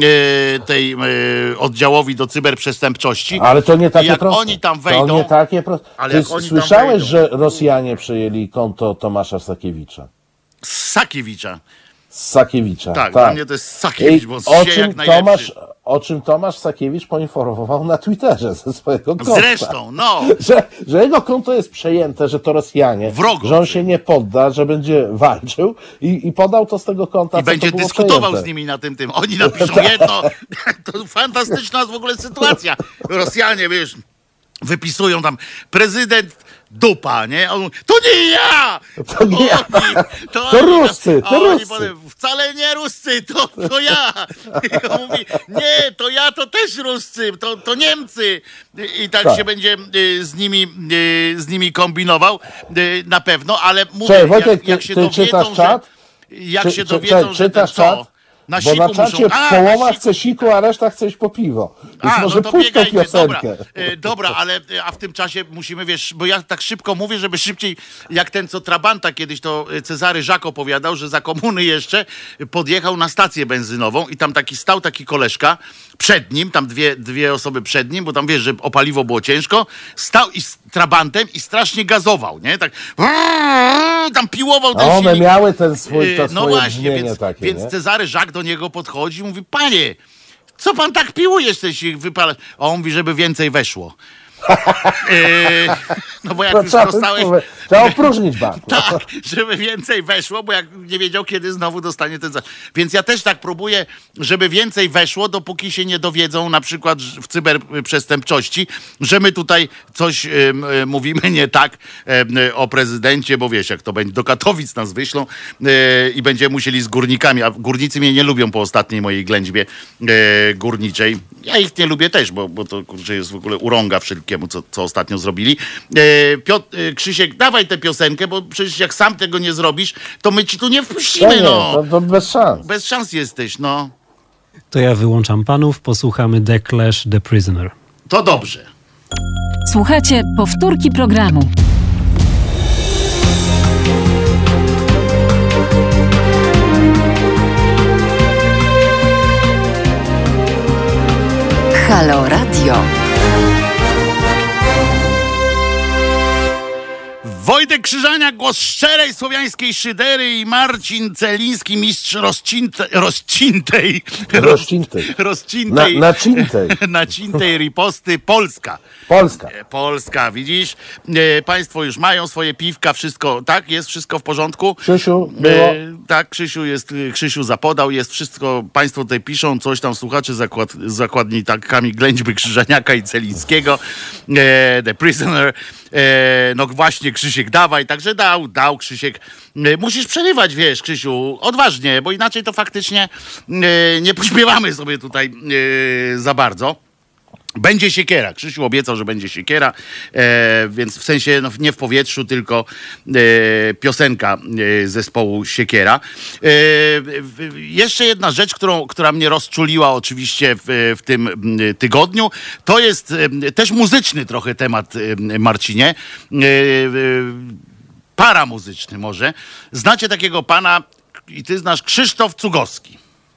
y, tej y, oddziałowi do cyberprzestępczości.
Ale to nie takie
I jak
proste.
oni tam
To
wejdą...
nie takie proste.
Ale
Ty
jak oni tam
słyszałeś,
wejdą?
że Rosjanie przejęli konto Tomasza Sakiewicza?
Z Sakiewicza.
Z Sakiewicza.
Tak,
Tak,
dla mnie to jest Sakiewicz,
I
bo
o
się
czym
jak najlepszy.
Tomasz, o czym Tomasz Sakiewicz poinformował na Twitterze ze swojego konta.
Zresztą, no.
Że, że jego konto jest przejęte, że to Rosjanie,
Wrogo.
że on się nie podda, że będzie walczył i, i podał to z tego konta,
I
co
będzie
to było
dyskutował
przejęte.
z nimi na tym tym. Oni napiszą jedno. To fantastyczna w ogóle sytuacja. Rosjanie, wiesz, wypisują tam prezydent dupa, nie? On mówi, to nie ja!
To nie ja.
Oni,
To
oni-
Ruscy,
a
to
oni
Ruscy.
potem, wcale nie Ruscy, to, to ja. I on mówi, nie, to ja, to też Ruscy, to, to Niemcy. I, i tak,
Tak.
się będzie y, z nimi, y, z nimi kombinował y, na pewno, ale mówię,
Cześć, Wojtek,
jak,
ty-
jak się
ty
dowiedzą,
czytasz
że,
czat?
jak
Czy-
się
czy-
dowiedzą,
czy-
że ten
czytasz
co?
czat?
Na
Bo
siku
na czacie
muszą... A,
połowa
na siku.
chce siku, a reszta chce iść po piwo. Więc
A,
może
no to
puść tą
biegajmy, dobra,
piosenkę.
e, dobra, ale e, a w tym czasie musimy, wiesz, bo ja tak szybko mówię, żeby szybciej, jak ten, co Trabanta kiedyś, to e, Cezary Żak opowiadał, że za komuny jeszcze podjechał na stację benzynową i tam taki stał taki koleżka przed nim, tam dwie, dwie osoby przed nim, bo tam wiesz, że o paliwo było ciężko, stał i z Trabantem i strasznie gazował, nie? Tak tam piłował ten
A one
silnik.
miały ten swój, to
E, No
swoje
właśnie,
brzmienie
więc,
takie,
więc
nie?
Cezary Żak do niego podchodzi i mówi, panie, co pan tak piłujesz, ten się wypala? A on mówi, żeby więcej weszło. Yy, no bo jak
No,
już
trzeba,
dostałeś...
trzeba opróżnić bank.
Tak, żeby więcej weszło, bo jak nie wiedział, kiedy znowu dostanie ten... za- Więc ja też tak próbuję, żeby więcej weszło, dopóki się nie dowiedzą na przykład w cyberprzestępczości, że my tutaj coś ym, y, mówimy nie tak ym, y, o prezydencie, bo wiesz, jak to będzie, do Katowic nas wyślą y, i będziemy musieli z górnikami, a górnicy mnie nie lubią po ostatniej mojej ględźbie y, górniczej. Ja ich nie lubię też, bo, bo to kurczę, jest w ogóle urąga wszelkiemu, co, co ostatnio zrobili. E, Piotr, e, Krzysiek, dawaj tę piosenkę, bo przecież jak sam tego nie zrobisz, to my ci tu nie
To
wpuścimy,
nie,
no.
to, to bez szans.
Bez szans jesteś, no.
To ja wyłączam panów, posłuchamy The Clash, The Prisoner.
To dobrze.
Słuchajcie, powtórki programu. Halo Radio.
Wojtek Krzyżania, głos szczerej słowiańskiej szydery i Marcin Celiński, mistrz rozcinte, rozcintej,
Rozcintej.
rozcintej,
Na- nacintej.
nacintej riposty Polska.
Polska.
E, Polska, widzisz? E, państwo już mają swoje piwka, wszystko, tak? Jest wszystko w porządku?
Krzysiu, było?
E, tak, Krzysiu jest, e, Krzysiu zapodał, jest wszystko, państwo tutaj piszą, coś tam słuchacze zakład, zakładnikami ględźby Krzyżaniaka i Celińskiego, e, The Prisoner, e, no właśnie Krzysiek dawaj, także dał, dał Krzysiek. E, musisz przerywać, wiesz, Krzysiu, odważnie, bo inaczej to faktycznie e, nie pośpiewamy sobie tutaj e, za bardzo. Będzie siekiera. Krzysiu obiecał, że będzie siekiera, e, więc w sensie no, nie w powietrzu, tylko e, piosenka e, zespołu Siekiera. E, w, jeszcze jedna rzecz, którą, która mnie rozczuliła oczywiście w, w tym m, tygodniu, to jest e, też muzyczny trochę temat, e, Marcinie. E, e, paramuzyczny może. Znacie takiego pana, i ty znasz Krzysztof Cugowski.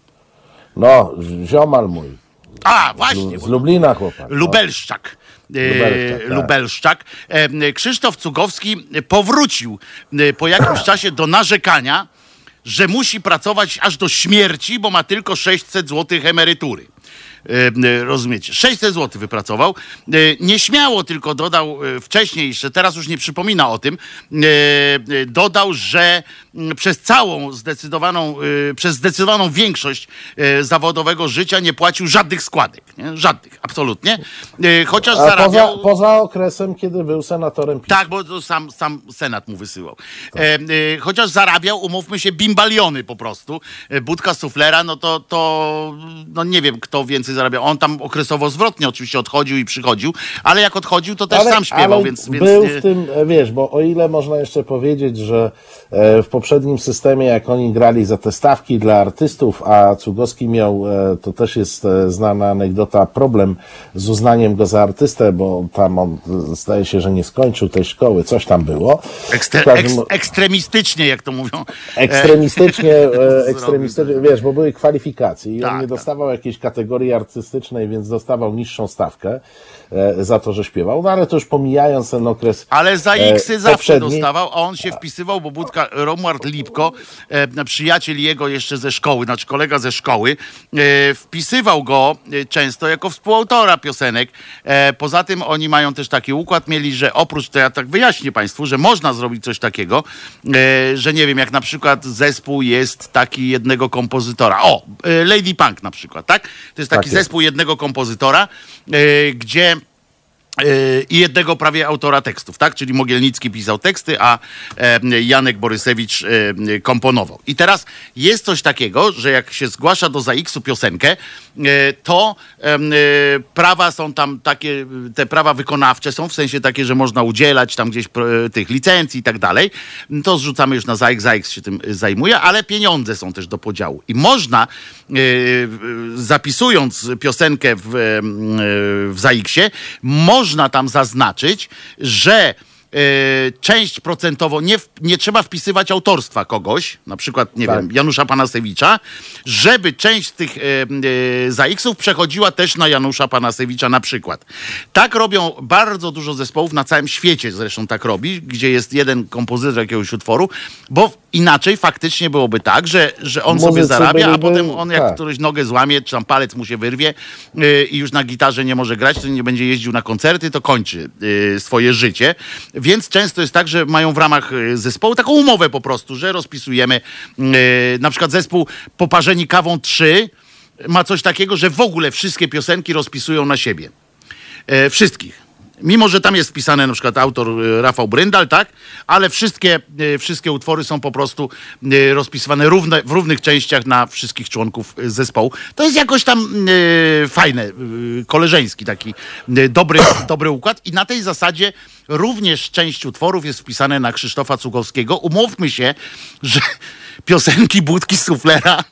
No, ziomal mój.
A, właśnie.
Z Lublina chłopak. No.
Lubelszczak.
Lubelszczak, tak.
Lubelszczak. E, Krzysztof Cugowski powrócił e, po jakimś czasie do narzekania, że musi pracować aż do śmierci, bo ma tylko sześćset złotych emerytury. E, rozumiecie? sześćset złotych wypracował. E, nieśmiało tylko dodał e, wcześniej, jeszcze teraz już nie przypomina o tym, e, e, dodał, że m, przez całą zdecydowaną, e, przez zdecydowaną większość e, zawodowego życia nie płacił żadnych składek. Nie? Żadnych, absolutnie. E, chociaż
A
zarabiał...
poza, poza okresem, kiedy był senatorem PiS.
Tak, bo to sam, sam Senat mu wysyłał. E, e, chociaż zarabiał, umówmy się, bimbaliony po prostu. E, budka suflera, no to, to no nie wiem, kto więcej zarabiał. On tam okresowo zwrotnie oczywiście odchodził i przychodził, ale jak odchodził, to też
ale,
sam śpiewał,
ale
więc... więc
był
nie...
w tym, wiesz, bo o ile można jeszcze powiedzieć, że w poprzednim systemie, jak oni grali za te stawki dla artystów, a Cugowski miał, to też jest znana anegdota, problem z uznaniem go za artystę, bo tam on, zdaje się, że nie skończył tej szkoły, coś tam było.
Ekstre,
każdym...
eks, ekstremistycznie, jak to mówią.
Ekstremistycznie, ekstremistycznie, wiesz, bo były kwalifikacje i
tak,
on nie
tak.
dostawał jakiejś kategorii artystycznej, więc dostawał niższą stawkę e, za to, że śpiewał, no ale to już pomijając ten okres.
Ale za
e,
X-y zawsze
poprzedni.
dostawał, a on się wpisywał, bo Budka, Romuald Lipko, e, przyjaciel jego jeszcze ze szkoły, znaczy kolega ze szkoły, e, wpisywał go e, często jako współautora piosenek. E, poza tym oni mają też taki układ mieli, że oprócz, to ja tak wyjaśnię państwu, że można zrobić coś takiego, e, że nie wiem, jak na przykład zespół jest taki jednego kompozytora. O, e, Lady Punk na przykład, tak? To jest taki
Tak jest.
zespół jednego kompozytora, e, gdzie i jednego prawie autora tekstów, tak? Czyli Mogielnicki pisał teksty, a e, Janek Borysewicz e, komponował. I teraz jest coś takiego, że jak się zgłasza do za X-u piosenkę, e, to e, prawa są tam takie, te prawa wykonawcze są, w sensie takie, że można udzielać tam gdzieś e, tych licencji i tak dalej. To zrzucamy już na za X, za X się tym zajmuje, ale pieniądze są też do podziału. I można, e, zapisując piosenkę w, e, w za X-ie, można Można tam zaznaczyć, że y, część procentowo, nie, w, nie trzeba wpisywać autorstwa kogoś, na przykład, nie
tak.
wiem, Janusza Panasewicza, żeby część z tych y, y, za X-ów przechodziła też na Janusza Panasewicza na przykład. Tak robią bardzo dużo zespołów, na całym świecie zresztą tak robi, gdzie jest jeden kompozytor jakiegoś utworu, bo inaczej faktycznie byłoby tak, że, że on
Muzycy
sobie zarabia, a
byliby-
potem on jak
tak.
któryś nogę złamie, czy tam palec mu się wyrwie yy, i już na gitarze nie może grać, to nie będzie jeździł na koncerty, to kończy yy, swoje życie. Więc często jest tak, że mają w ramach yy, zespołu taką umowę po prostu, że rozpisujemy yy, na przykład zespół Poparzeni Kawą trzy ma coś takiego, że w ogóle wszystkie piosenki rozpisują na siebie. Yy, wszystkich. Mimo że tam jest wpisany na przykład autor y, Rafał Bryndal, tak? Ale wszystkie, y, wszystkie utwory są po prostu y, rozpisywane równe, w równych częściach na wszystkich członków y, zespołu. To jest jakoś tam y, fajne, y, koleżeński taki y, dobry, dobry układ i na tej zasadzie również część utworów jest wpisane na Krzysztofa Cugowskiego. Umówmy się, że piosenki Budki Suflera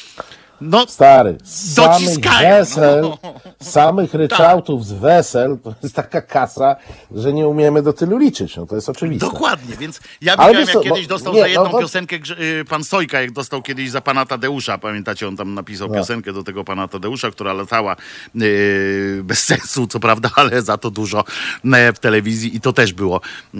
no,
Stary, z samych
dociskają.
wesel,
No.
samych ryczałtów z wesel, to jest taka kasa, że nie umiemy do tylu liczyć, no to jest oczywiste.
Dokładnie, więc ja
Ale
widziałem,
wiesz
jak
co,
kiedyś
bo-
dostał
nie,
za jedną
no, no-
piosenkę grze- y, pan Sojka, jak dostał kiedyś za pana Tadeusza, pamiętacie, on tam napisał
No.
piosenkę do tego pana Tadeusza, która latała y, bez sensu, co prawda, ale za to dużo y, w telewizji i to też było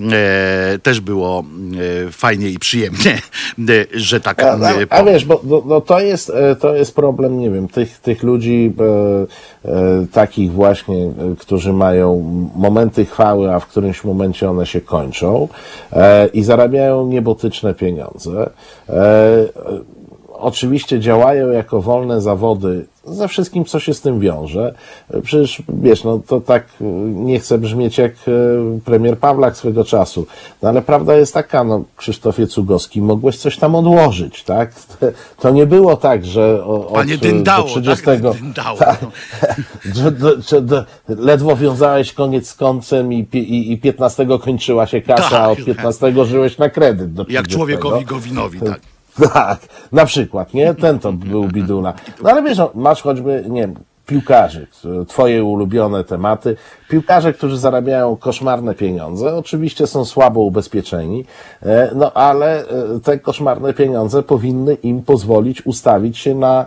y, też było y, fajnie i przyjemnie, y, że tak
A, a,
y,
a wiesz, bo no, no to, jest, e, to jest problem, nie wiem, tych, tych ludzi e, e, takich właśnie, e, którzy mają momenty chwały, a w którymś momencie one się kończą e, i zarabiają niebotyczne pieniądze. E, oczywiście działają jako wolne zawody ze wszystkim, co się z tym wiąże. Przecież, wiesz, no to tak nie chcę brzmieć jak premier Pawlak swego czasu, no ale prawda jest taka, no Krzysztofie Cugowski, mogłeś coś tam odłożyć, tak? To nie było tak, że o- od
Panie dyndało,
do trzydziestego
tak? Dyndało.
Tak, że, że, że do- ledwo wiązałeś koniec z końcem i, pi- i, i piętnastego kończyła się kasa,
Tak,
a od piętnastego żyłeś na kredyt. Do
jak
trzydziestego.
człowiekowi Gowinowi, tak.
Tak, na przykład, nie? Ten to był bidula. No ale wiesz, no, masz choćby, nie wiem, piłkarzy, twoje ulubione tematy, piłkarze, którzy zarabiają koszmarne pieniądze, oczywiście są słabo ubezpieczeni, no ale te koszmarne pieniądze powinny im pozwolić ustawić się na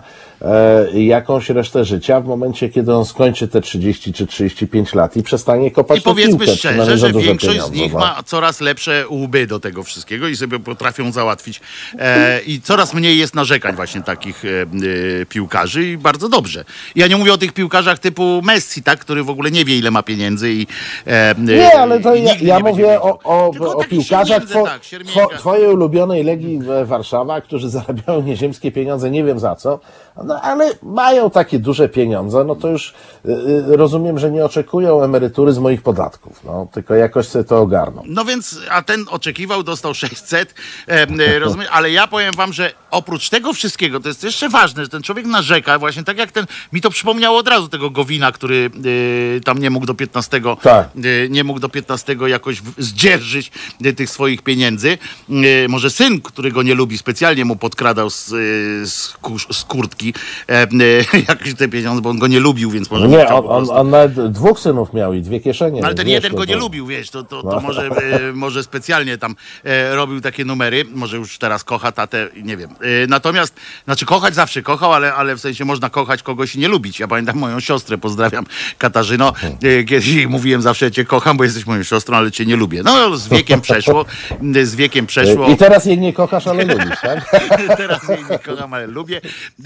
jakąś resztę życia w momencie, kiedy on skończy te trzydzieści czy trzydzieści pięć lat i przestanie kopać
I powiedzmy
piłkę,
szczerze, że większość
pieniądze,
z nich
no.
ma coraz lepsze łby do tego wszystkiego i sobie potrafią załatwić. E, I coraz mniej jest narzekań właśnie takich e, e, piłkarzy i bardzo dobrze. Ja nie mówię o tych piłkarzach typu Messi, tak, który w ogóle nie wie, ile ma pieniędzy i e,
Nie, ale to
i
ja,
nigdy
ja
nie będzie
mówię
wiedział.
o, o,
Tylko
o
taki
piłkarzach
siermiędzy,
two,
tak,
two,
siermięga.
twojej ulubionej Legii Warszawa, którzy zarabiają nieziemskie pieniądze, nie wiem za co, no ale mają takie duże pieniądze, no to już y, y, rozumiem, że nie oczekują emerytury z moich podatków, no tylko jakoś sobie to ogarną.
No więc, a ten oczekiwał, dostał sześćset, e, e, rozumiem, ale ja powiem wam, że oprócz tego wszystkiego, to jest jeszcze ważne, że ten człowiek narzeka, właśnie tak jak ten, mi to przypomniało od razu tego Gowina, który e, tam nie mógł do piętnastego,
Tak.
e, nie mógł do piętnastego jakoś w- zdzierżyć e, tych swoich pieniędzy. E, może syn, który go nie lubi, specjalnie mu podkradał z, e, z, kurz- z kurtki e, e, jakieś te pieniądze, bo on go nie lubił, więc może
No nie,
chciał
on,
po
on,
prostu.
on nawet dwóch synów miał i dwie kieszenie.
No ale ten
wiesz,
jeden
to-
go nie
to-
lubił, wiesz, to, to, to może, e, może specjalnie tam e, robił takie numery, może już teraz kocha tatę, nie wiem. E, natomiast, znaczy kochać zawsze kochał, ale, ale w sensie można kochać kogoś i nie lubić. Ja pamiętam moją siostrę, pozdrawiam Katarzyno, e, kiedyś jej mówiłem zawsze, ja cię kocham, bo jesteś moją siostrą, ale cię nie lubię. No z wiekiem przeszło, e, z wiekiem przeszło.
I teraz jej nie kochasz, ale lubisz, tak?
Teraz jej nie kocham, ale lubię. E,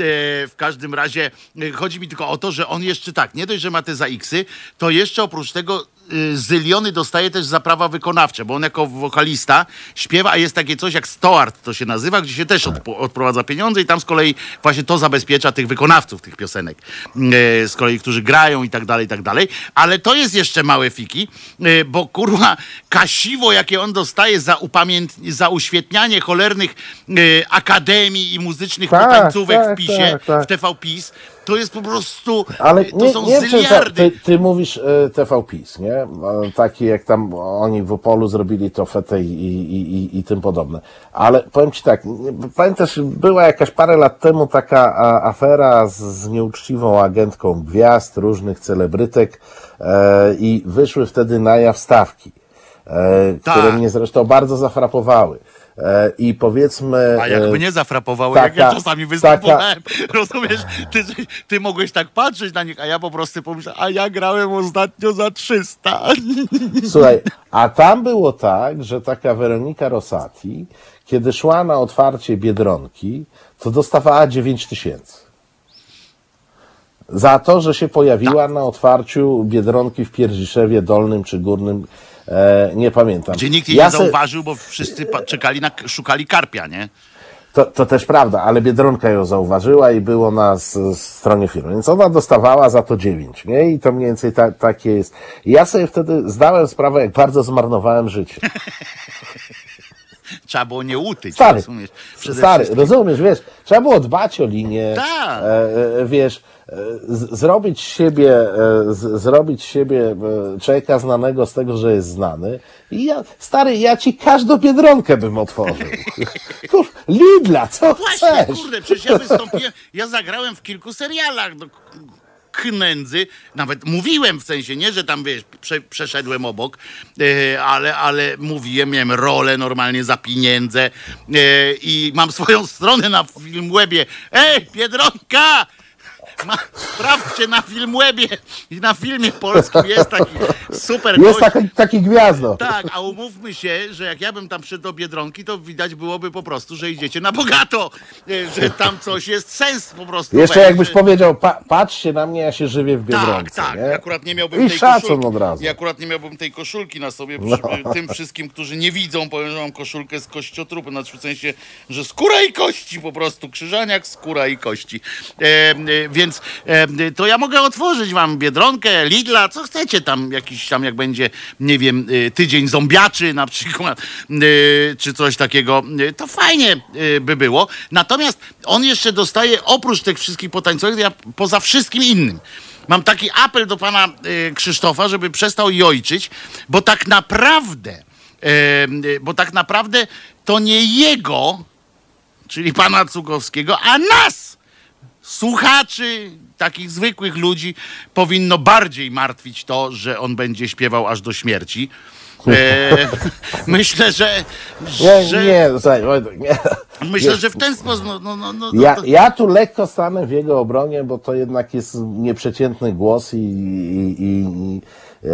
w każdym razie e, chodzi mi tylko o to, że on jeszcze tak, nie dość, że ma te za X-y, to jeszcze oprócz tego y, zyliony dostaje też za prawa wykonawcze, bo on jako wokalista śpiewa, a jest takie coś jak Stoart to się nazywa, gdzie się też odpo- odprowadza pieniądze i tam z kolei właśnie to zabezpiecza tych wykonawców tych piosenek, y, z kolei, którzy grają i tak dalej, i tak dalej. Ale to jest jeszcze małe fiki, y, bo kurwa kasiwo, jakie on dostaje za, upamięt- za uświetnianie cholernych y, akademii i muzycznych
Tak,
potańcówek
tak,
w PiSie,
tak, tak.
w T V PiS, to jest po prostu,
Ale
to
nie,
są
nie wiem, czy to,
zyliardy.
ty, ty mówisz e, T V PiS, nie? E, Taki jak tam oni w Opolu zrobili to fetę i, i, i, i tym podobne. Ale powiem ci tak, nie- pamiętasz, była jakaś parę lat temu taka a, afera z, z nieuczciwą agentką gwiazd, różnych celebrytek e, i wyszły wtedy na jaw stawki, e,
Tak.
które mnie zresztą bardzo zafrapowały. E, I powiedzmy...
A jak
e,
mnie zafrapowało, jak ja
taka-
czasami występowałem, rozumiesz, ty, ty mogłeś tak patrzeć na nich, a ja po prostu pomyślałem, a ja grałem ostatnio za trzysta.
Słuchaj, a tam było tak, że taka Weronika Rosati, kiedy szła na otwarcie Biedronki, to dostawała dziewięć tysięcy. Za to, że się pojawiła na otwarciu Biedronki w Pierdziszewie Dolnym czy Górnym, e, nie pamiętam.
Gdzie nikt jej
Ja
nie
se-
zauważył, bo wszyscy pa- czekali, na, szukali karpia, nie?
To, to też prawda, ale Biedronka ją zauważyła i było na s- stronie firmy. Więc ona dostawała za to dziewięć, nie? I to mniej więcej ta, takie jest. I ja sobie wtedy zdałem sprawę, jak bardzo zmarnowałem życie.
Trzeba było nie utyć,
Stary,
rozumiesz? Przede
stary,
wszystkim.
rozumiesz, wiesz, trzeba było dbać o linię,
Tak.
e, e, wiesz, e, z, zrobić z siebie, e, z, zrobić z siebie e, człowieka znanego z tego, że jest znany. I ja, stary, ja ci każdą Biedronkę bym otworzył. Kur, Lidla, co
Właśnie,
chcesz?
kurde, przecież ja wystąpiłem, ja zagrałem w kilku serialach, no, knędzy, nawet mówiłem w sensie, nie, że tam, wiesz, prze, przeszedłem obok, e, ale, ale mówiłem, miałem rolę normalnie za pieniądze e, i mam swoją stronę na Filmwebie. Ej, Biedronka! Ma, sprawdźcie na Filmwebie i na Filmie Polskim jest taki super
Jest
gość.
taki, taki gwiazdo.
Tak, a umówmy się, że jak ja bym tam wszedł do Biedronki, to widać byłoby po prostu, że idziecie na bogato, e, że tam coś jest sens po prostu.
Jeszcze
wejść,
jakbyś
że-
powiedział, pa, patrzcie na mnie, ja się żywię w
tak,
Biedronce.
tak.
nie?
Ja akurat nie miałbym
I
tej
szacun
koszulki.
od razu.
Ja akurat nie miałbym tej koszulki na sobie.
No.
Przy, tym wszystkim, którzy nie widzą, powiem, że mam koszulkę z kościotrupem. Znaczy w sensie, że skóra i kości po prostu. Krzyżaniak, skóra i kości. E, e, więc e, to ja mogę otworzyć wam Biedronkę, Lidla, co chcecie tam, jakiś tam, jak będzie, nie wiem, e, tydzień zombiaczy na przykład, e, czy coś takiego. E, to fajnie e, by było. Natomiast on jeszcze dostaje, oprócz tych wszystkich potańcowych, ja poza wszystkim innym, mam taki apel do pana y, Krzysztofa, żeby przestał jojczyć, bo tak naprawdę, y, y, bo tak naprawdę to nie jego, czyli pana Cugowskiego, a nas słuchaczy, takich zwykłych ludzi powinno bardziej martwić to, że on będzie śpiewał aż do śmierci. E, myślę, że,
Nie,
że
nie, słuchaj, Wojtek, nie.
myślę, że w ten sposób no, no, no, no,
Ja,
to,
ja tu lekko stanę w jego obronie, bo to jednak jest nieprzeciętny głos i, i, i, i e,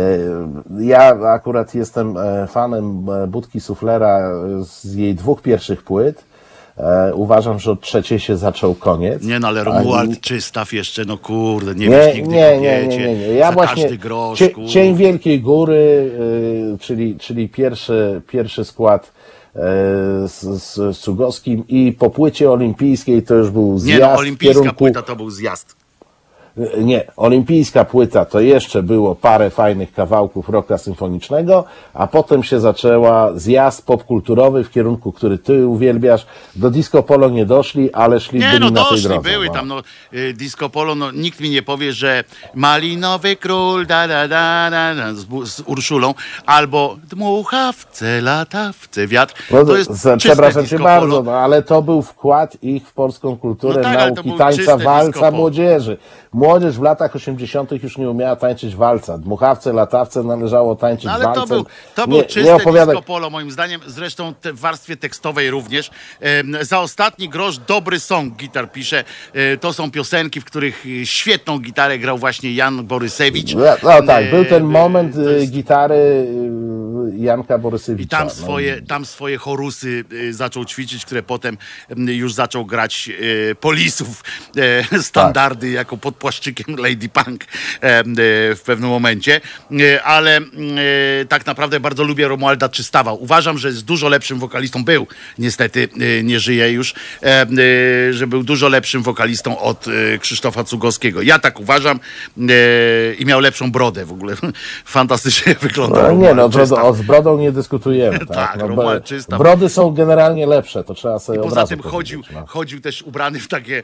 ja akurat jestem e, fanem e, Budki Suflera z jej dwóch pierwszych płyt. E, uważam, że od trzeciej się zaczął koniec.
nie no, ale Romuald Czystaw jeszcze, no kurde, nie,
Nie,
wiesz nigdy
nie, nie,
kobiecie,
nie, nie, nie. Ja
za
właśnie
każdy grosz,
cie,
kurde.
Cień Wielkiej Góry, y, czyli, czyli pierwszy, pierwszy skład y, z, z, z Cugowskim i po płycie olimpijskiej to już był zjazd
Nie no, olimpijska
w kierunku...
płyta to był zjazd.
Nie, olimpijska płyta to jeszcze było parę fajnych kawałków rocka symfonicznego, a potem się zaczęła zjazd popkulturowy w kierunku, który ty uwielbiasz. Do disco polo nie doszli, ale szli
Nie
byli
no,
na tej
doszli,
drodze.
były
no.
tam, no, y, disco polo, no, nikt mi nie powie, że Malinowy Król, da, da, da, da, da z, Bu- z Urszulą, albo Dmuchawce, latawce, wiatr.
No,
To jest
z-
czyste
przepraszam
disco
cię bardzo,
polo.
no, ale to był wkład ich w polską kulturę,
No tak, ale to
nauki
był
tańca,
czyste disco
walca
polo.
młodzieży. Młodzież w latach osiemdziesiątych już nie umiała tańczyć walca. Dmuchawce, latawce należało tańczyć
No, ale
walcem.
to był, to
nie,
był
nie
czyste
opowiadaj.
disco polo, moim zdaniem, zresztą te w warstwie tekstowej również. Em, za ostatni grosz dobry song, Gitar pisze. E, to są piosenki, w których e, świetną gitarę grał właśnie Jan Borysewicz.
No, no tak,
E,
był ten
e,
moment
to
y,
jest-
gitary y, Janka
I
Borysewicza.
tam
no.
swoje, tam swoje chorusy y, zaczął ćwiczyć, które potem y, już zaczął grać y, Polisów, y, standardy jako pod płaszczykiem Lady Punk y, y, w pewnym momencie. Y, ale y, tak naprawdę bardzo lubię Romualda Czystawa. Uważam, że jest dużo lepszym wokalistą. Był, niestety y, nie żyje już, y, y, że był dużo lepszym wokalistą od y, Krzysztofa Cugowskiego. Ja tak uważam y, i miał lepszą brodę w ogóle. Fantastycznie wyglądał.
No, nie, no
Romuald
to,
Czystaw.
o, z brodą nie dyskutujemy. Tak,
Tak,
no,
Romuald
bo-
Czystaw.
brody są generalnie lepsze, to trzeba sobie od
Poza
razu
tym chodził,
powiedzieć, no.
chodził też ubrany w takie, e,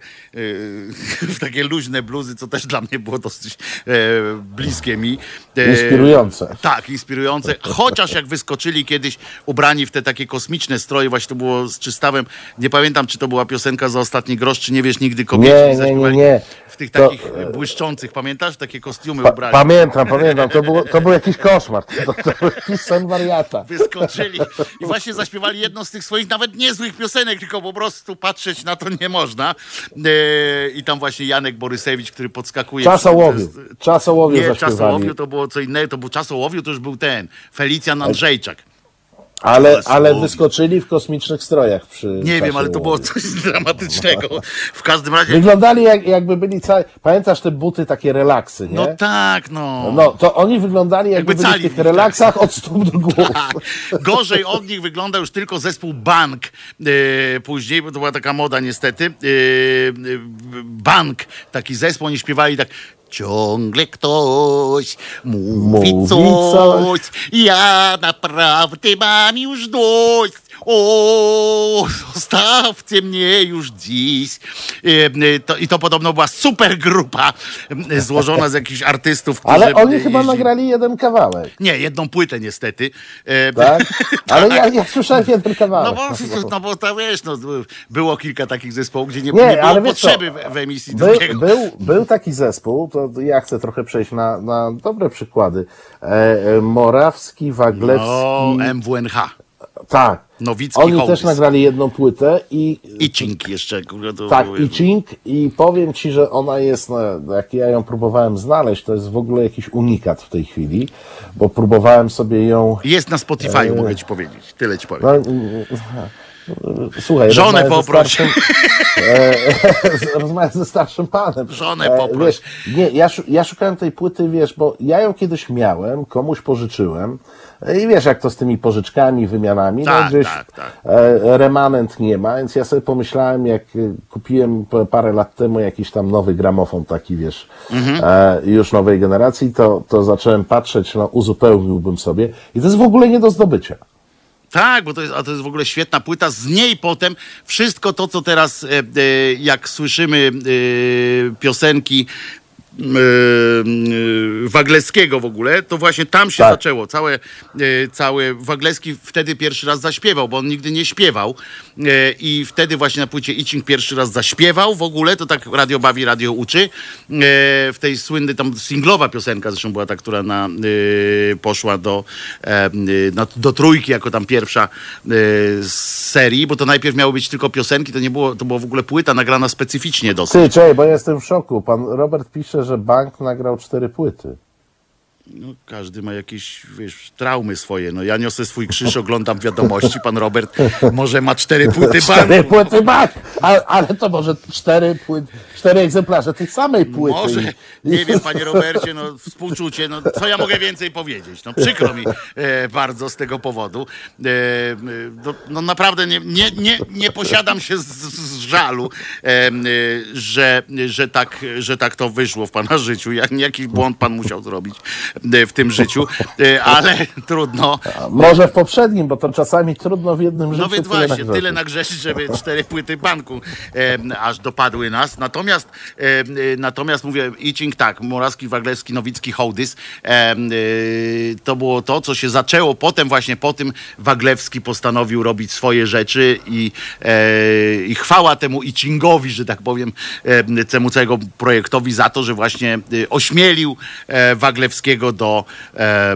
w takie luźne bluzy, co też dla mnie było dosyć e, bliskie mi. E,
Inspirujące.
Tak, inspirujące. Chociaż jak wyskoczyli kiedyś ubrani w te takie kosmiczne stroje, właśnie to było z Czystawem, nie pamiętam, czy to była piosenka za ostatni grosz, czy nie wiesz nigdy kobieci.
Nie,
i
nie, nie,
zaśpiewali
nie.
W tych
To-
takich błyszczących, pamiętasz? Takie kostiumy
Pa,
ubrani.
pamiętam, pamiętam, to, było, to był jakiś koszmar, to, to był jakiś sen wariata.
Wyskoczyli i właśnie zaśpiewali jedną z tych swoich nawet niezłych piosenek, tylko po prostu patrzeć na to nie można. E, I tam właśnie Janek Borysewicz, który podskakuje.
Czasołowiu,
To jest-
Czasołowiu
Nie,
zaśpiewali.
Czasołowiu to było co innego, to był Czasołowiu, to już był ten, Felicjan Andrzejczak.
Ale, ale
Czasołowiu.
wyskoczyli w kosmicznych strojach przy
Nie wiem,
czasie
ale to było
łowiu.
coś dramatycznego. W każdym razie,
Wyglądali jak, jakby byli całe... Pamiętasz te buty, takie relaksy, nie?
no tak, no.
No, to oni wyglądali jakby,
Jakby
byli w
cali
tych
w nich,
relaksach od stóp do głów.
Tak. Gorzej od nich wygląda już tylko zespół Bank e, później, bo to była taka moda niestety. E, e, Bank, taki zespół, oni śpiewali tak. Ciągle ktoś mówi,
Mówi
coś, ja naprawdę mam już dość. O, zostawcie mnie już dziś. E, e, to, I to podobno była super grupa e, złożona z jakichś artystów, którzy
Ale oni
e,
chyba
jeździli-
nagrali jeden kawałek,
Nie, jedną płytę niestety. E,
tak? Ale ja, ja słyszałem jeden
No
kawałek.
bo, no bo to wiesz, no, było kilka takich zespołów, gdzie nie,
Nie,
nie było
ale wiesz co,
potrzeby w, w emisji
Był,
drugiego.
był, był taki zespół, to ja chcę trochę przejść na, na dobre przykłady. E, e, Morawski, Waglewski.
O, M W N H.
Tak.
Nowicki,
Oni
Hołdys.
też nagrali jedną płytę i
I Cink jeszcze. kurde, To
tak,
było-
i Ching, i powiem ci, że ona jest, no, jak ja ją próbowałem znaleźć, to jest w ogóle jakiś unikat w tej chwili, bo próbowałem sobie ją.
Jest na Spotify, mogę ci powiedzieć. Tyle ci powiem.
No, mm, słuchaj,
Żonę
rozmawiam ze
poproś.
starszym- e, rozmawiam ze starszym panem.
Żonę
E,
poproś.
Wiesz, nie, ja, szu- ja szukałem tej płyty, wiesz, bo ja ją kiedyś miałem, komuś pożyczyłem e, i wiesz, jak to z tymi pożyczkami, wymianami, no
Tak,
gdzieś
tak, tak.
e, remanent nie ma, więc ja sobie pomyślałem, jak e, kupiłem p- parę lat temu jakiś tam nowy gramofon taki, wiesz,
Mhm.
e, już nowej generacji, to, to zacząłem patrzeć, no uzupełniłbym sobie i to jest w ogóle nie do zdobycia.
Tak, bo to jest, a to jest w ogóle świetna płyta. Z niej potem wszystko to, co teraz, e, e, jak słyszymy e, piosenki, yy, Wagleckiego w ogóle, to właśnie tam się
Tak.
zaczęło. Całe, yy, cały Waglecki wtedy pierwszy raz zaśpiewał, bo on nigdy nie śpiewał. Yy, I wtedy właśnie na płycie Itching pierwszy raz zaśpiewał w ogóle, to tak radio bawi, radio uczy. Yy, w tej słynnej, tam singlowa piosenka zresztą była ta, która na, yy, poszła do, yy, na, do trójki jako tam pierwsza yy, z serii, bo to najpierw miały być tylko piosenki, to nie było, to była w ogóle płyta nagrana specyficznie dosyć.
Ty, czekaj, bo ja jestem w szoku. Pan Robert pisze, że Bank nagrał cztery płyty.
No, każdy ma jakieś, wiesz, traumy swoje. No, ja niosę swój krzyż, oglądam wiadomości. Pan Robert może ma cztery płyty
Cztery
banku.
płyty Bank! Ale, ale to może cztery płyt, cztery egzemplarze tej samej płyty.
Może, nie wiem, panie Robercie, no współczucie, no co ja mogę więcej powiedzieć? No przykro mi e, bardzo z tego powodu. E, e, no, no naprawdę nie, nie, nie, nie posiadam się z, z żalu, e, e, że, że, tak, że tak to wyszło w pana życiu. Jak, jaki błąd pan musiał zrobić e, w tym życiu, e, ale trudno.
Może w poprzednim, bo to czasami trudno w jednym życiu
No więc
tyle
właśnie,
nagrzeszyć.
tyle nagrzeszyć, żeby cztery płyty banku e, aż dopadły nas. Natomiast, e, e, natomiast mówię, Itching tak, Morawski, Waglecki, Nowicki, Hołdys. E, e, to było to, co się zaczęło potem właśnie po tym Waglewski postanowił robić swoje rzeczy i, e, i chwała temu Itchingowi, że tak powiem, e, temu całego projektowi za to, że właśnie e, ośmielił e, Waglewskiego do, e,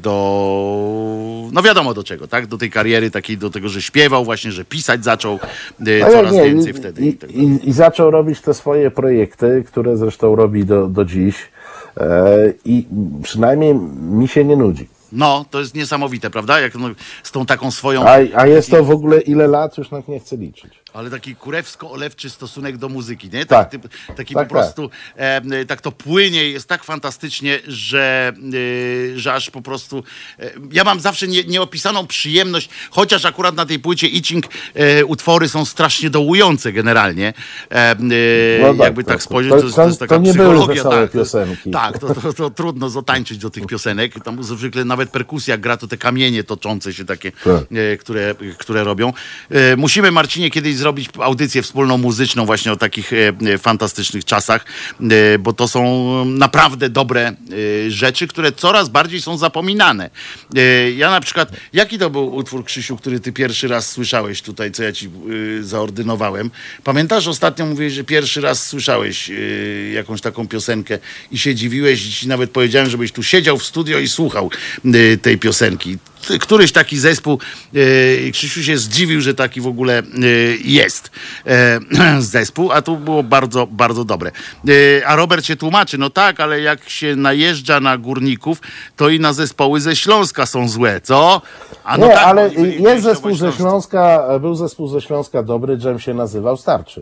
do no wiadomo do czego, tak? Do tej kariery takiej, do tego, że śpiewał właśnie, że pisać zaczął e,
Ale
coraz
nie,
więcej
i,
wtedy.
I,
I tak dalej.
i, I zaczął robić te swoje projekty, które zresztą robi do, do dziś. E, I przynajmniej mi się nie nudzi.
No, to jest niesamowite, prawda? Jak no, z tą taką swoją...
A, a jest to w ogóle ile lat, już nawet nie chcę liczyć.
Ale taki kurewsko-olewczy stosunek do muzyki, nie?
Tak.
Taki, taki
Tak,
po prostu, e, tak to płynie, jest tak fantastycznie, że, e, że aż po prostu... E, ja mam zawsze nie, nieopisaną przyjemność, chociaż akurat na tej płycie Itching e, utwory są strasznie dołujące generalnie. E, e,
No tak,
jakby
to-
tak spojrzeć,
to-
to, jest- to jest
to-
taka
to nie były
psychologia.
wesołe
tak, to-
piosenki.
Tak, to, to, to trudno zatańczyć do tych piosenek. Tam zwykle nawet perkusja gra, to te kamienie toczące się takie,
Tak.
e, które, które robią. E, musimy, Marcinie, kiedyś zrobić audycję wspólną muzyczną właśnie o takich e, e, fantastycznych czasach, e, bo to są naprawdę dobre e, rzeczy, które coraz bardziej są zapominane. E, ja na przykład, jaki to był utwór, Krzysiu, który ty pierwszy raz słyszałeś tutaj, co ja ci e, zaordynowałem? Pamiętasz, ostatnio mówiłeś, że pierwszy raz słyszałeś e, jakąś taką piosenkę i się dziwiłeś i ci nawet powiedziałem, żebyś tu siedział w studio i słuchał e, tej piosenki. Któryś taki zespół, e, Krzysiu się zdziwił, że taki w ogóle e, jest e, zespół, a tu było bardzo, bardzo dobre. E, a Robert się tłumaczy, no tak, ale jak się najeżdża na górników, to i na zespoły ze Śląska są złe, co? A no
nie,
tak,
ale
bo oni byli
jest
częściowo
zespół ze
śląscy.
Śląska, był zespół ze Śląska dobry, Dżem się nazywał, starczy.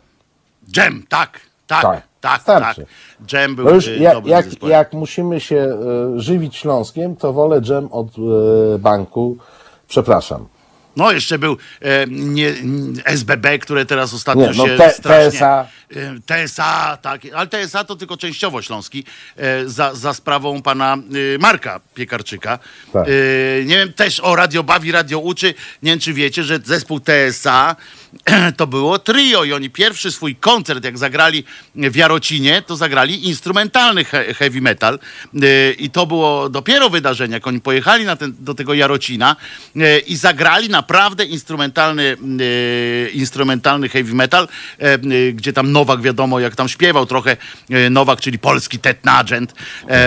Dżem, tak, tak,
Tak,
tak, tak.
starczy.
Dżem był
Bo już
e,
jak,
dobrym
jak,
zespołem.
jak musimy się e, żywić Śląskiem, to wolę dżem od e, banku. Przepraszam.
No, jeszcze był e, nie, n- S B B, które teraz ostatnio
Nie, no
się
T-
strasznie...
T S A.
E, T S A, tak. Ale T S A to tylko częściowo śląski, e, za, za sprawą pana e, Marka Piekarczyka.
Tak.
E, nie wiem, też o Radio Bawi, Radio Uczy. Nie wiem, czy wiecie, że zespół T S A to było trio i oni pierwszy swój koncert, jak zagrali w Jarocinie, to zagrali instrumentalny he- heavy metal. E, I to było dopiero wydarzenie, jak oni pojechali na ten, do tego Jarocina e, i zagrali naprawdę instrumentalny, e, instrumentalny heavy metal, e, e, gdzie tam Nowak, wiadomo, jak tam śpiewał trochę, e, Nowak, czyli polski Ted Nugent, e, e,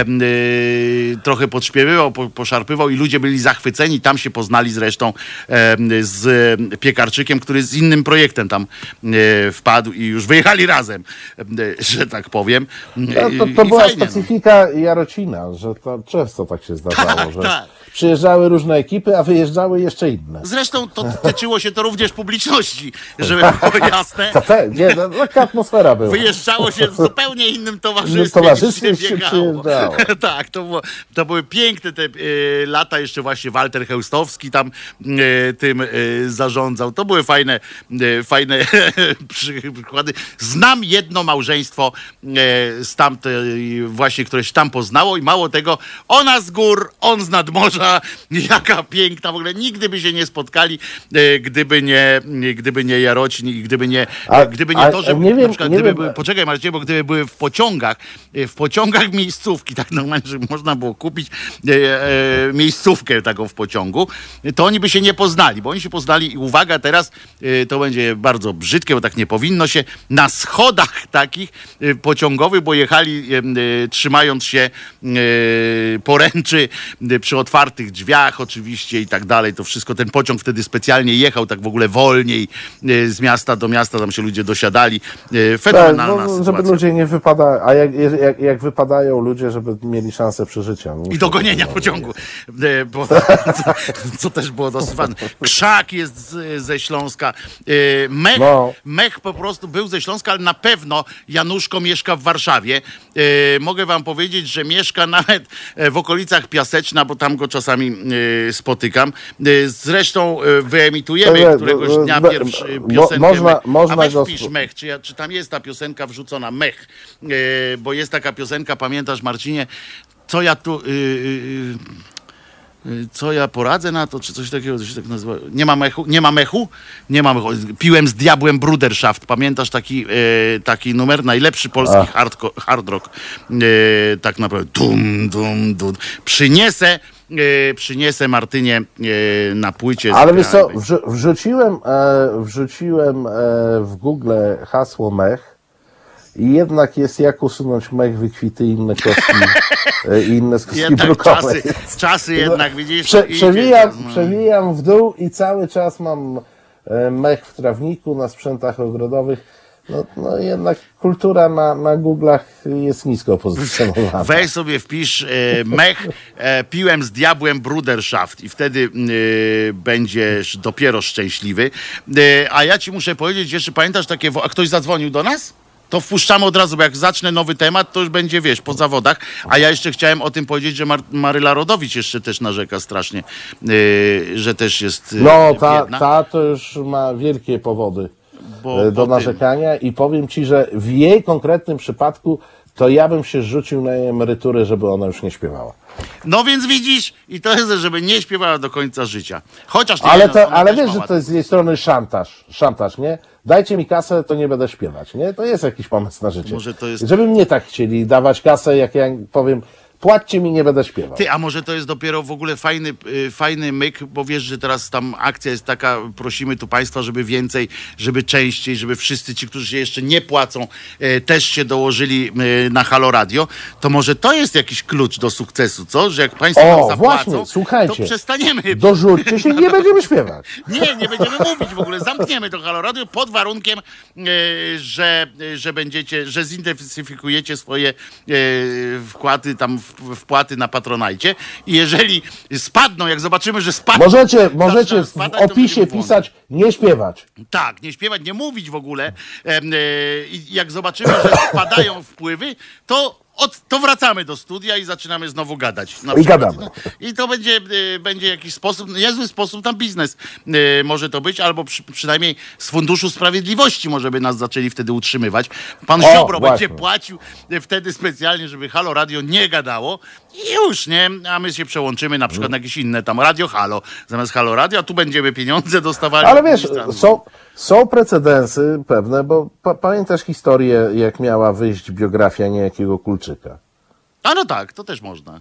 trochę podśpiewywał, po, poszarpywał i ludzie byli zachwyceni. Tam się poznali zresztą e, z Piekarczykiem, który z innym projektem tam e, wpadł i już wyjechali razem, e, że tak powiem.
No, to,
I-
to
i
była
fajnie, no.
specyfika Jarocina, że to często tak się zdarzało,
Tak,
że
tak.
przyjeżdżały różne ekipy, a wyjeżdżały jeszcze inne.
Zresztą to tyczyło się to również publiczności, żeby było jasne.
To te, nie, no, taka atmosfera była.
Wyjeżdżało się w zupełnie innym towarzystwie.
Innym towarzystwie
niż się
się
wjechało.
przyjeżdżało.
Tak, to, było, to były piękne te e, lata. Jeszcze właśnie Walter Chełstowski tam e, tym e, zarządzał. To były fajne, e, fajne przykłady. Znam jedno małżeństwo e, z tamtej właśnie, które się tam poznało i mało tego, ona z gór, on z nadmorza jaka piękna, w ogóle nigdy by się nie spotkali, e, gdyby nie, gdyby nie Jarocin i gdyby nie,
A-
gdyby nie
a-
to, że
nie wiem,
na przykład,
nie
gdyby
wiem.
były, poczekaj Marcinie, bo gdyby były w pociągach, e, w pociągach miejscówki, tak normalnie, że można było kupić e, e, miejscówkę taką w pociągu, to oni by się nie poznali, bo oni się poznali i uwaga, teraz e, to będzie bardzo brzydkie, bo tak nie powinno się, na schodach takich e, pociągowych, bo jechali e, e, trzymając się e, poręczy e, przy otwartych drzwiach oczywiście i tak dalej, to wszystko, ten pociąg wtedy specjalnie jechał tak w ogóle wolniej e, z miasta do miasta, tam się ludzie dosiadali. E,
Tak,
fenomenalna
no, żeby
sytuacja.
ludzie nie wypadają, a jak, jak, jak wypadają ludzie, żeby mieli szansę przeżycia. No,
I dogonienia pociągu, e, bo, co, co też było dosyć ważne. Krzak jest z, ze Śląska. E, Mech,
No.
Mech po prostu był ze Śląska, ale na pewno Januszko mieszka w Warszawie. E, mogę wam powiedzieć, że mieszka nawet e, w okolicach Piaseczna, bo tam go czasami e, spotykam. E, zresztą e, wyemitujemy
To wie,
któregoś
bo-
dnia
bo-
pierwszy
mo-
piosenkę
można-
Mech.
można
A weź
go
wpisz
sp-
Mech, czy, ja, czy tam jest ta piosenka wrzucona Mech. E, bo jest taka piosenka, pamiętasz Marcinie, co ja tu... y, y, y, co ja poradzę na to, czy coś takiego, to się tak nazywa. Nie ma mechu? Nie ma mechu? Nie ma mechu. Piłem z diabłem Bruderschaft. Pamiętasz taki, e, taki numer? Najlepszy polski hardko, hard rock. E, tak naprawdę. Dum, dum, dum. Przyniesę, e, przyniesę Martynie e, na płycie.
Ale wiesz co,
zgranej.
wrzu- wrzuciłem, e, wrzuciłem e, w Google hasło mech i jednak jest jak usunąć mech, wykwity i inne kostki, e, i inne kostki
Jednak
brukowe.
czasy, czasy jednak, widzisz?
Prze,
idzie
przewijam,
teraz, no.
przewijam w dół i cały czas mam e, mech w trawniku, na sprzętach ogrodowych. No, no jednak kultura na, na Google'ach jest nisko pozycjonowana.
Weź sobie wpisz e, mech, e, piłem z diabłem Bruderschaft i wtedy e, będziesz dopiero szczęśliwy. E, a ja ci muszę powiedzieć, jeszcze pamiętasz takie, wo- a ktoś zadzwonił do nas? To wpuszczamy od razu, bo jak zacznę nowy temat, to już będzie, wiesz, po zawodach. A ja jeszcze chciałem o tym powiedzieć, że Mar- Maryla Rodowicz jeszcze też narzeka strasznie, e, że też jest e,
No, ta,
biedna.
ta to już ma wielkie powody
Bo
e, do
po tym-
narzekania i powiem ci, że w jej konkretnym przypadku to ja bym się rzucił na jej emeryturę, żeby ona już nie śpiewała.
No więc widzisz, i to jest, żeby nie śpiewała do końca życia. Chociaż nie,
Ale,
no,
to,
ona
ale
też
wiesz,
ma
że
ładne.
to jest z jej strony szantaż, szantaż, nie? Dajcie mi kasę, to nie będę śpiewać, nie? To jest jakiś pomysł na życie.
Może to jest-
Żeby mnie tak chcieli dawać kasę, jak ja powiem, płaccie mi, nie będę śpiewał.
Ty, a może to jest dopiero w ogóle fajny, y, fajny myk, bo wiesz, że teraz tam akcja jest taka, prosimy tu państwa, żeby więcej, żeby częściej, żeby wszyscy ci, którzy się jeszcze nie płacą, y, też się dołożyli y, na Halo Radio, to może to jest jakiś klucz do sukcesu, co? Że jak państwo
O,
nam zapłacą,
właśnie, słuchajcie.
to przestaniemy.
Dorzućcie się i nie będziemy śpiewać.
Nie, nie będziemy mówić w ogóle. Zamkniemy to Halo Radio pod warunkiem, e, że, że będziecie, że zintensyfikujecie swoje e, wkłady tam, w, wpłaty na Patronajcie. I jeżeli spadną, jak zobaczymy, że spadną...
Możecie, możecie
zaczynają
w
spadać, to
opisie
będziemy
pisać, nie śpiewać.
tak, nie śpiewać, nie mówić w ogóle. Em, e, I jak zobaczymy, że spadają wpływy, to, od, to wracamy do studia i zaczynamy znowu gadać. Na
I
przykład.
gadamy.
No, I to będzie, e, będzie jakiś sposób, niezły sposób na biznes e, może to być, albo przy, przynajmniej z Funduszu Sprawiedliwości może by nas zaczęli wtedy utrzymywać. Pan
O,
Ziobro
właśnie.
będzie płacił e, wtedy specjalnie, żeby Halo Radio nie gadało i już, nie? A my się przełączymy na przykład na jakieś inne tam Radio Halo zamiast Halo Radio, a tu będziemy pieniądze dostawali.
Ale wiesz,
Ministra-
są, są precedensy pewne, bo pa, pamiętasz historię, jak miała wyjść biografia niejakiego Kulczyka.
A no tak, to też można.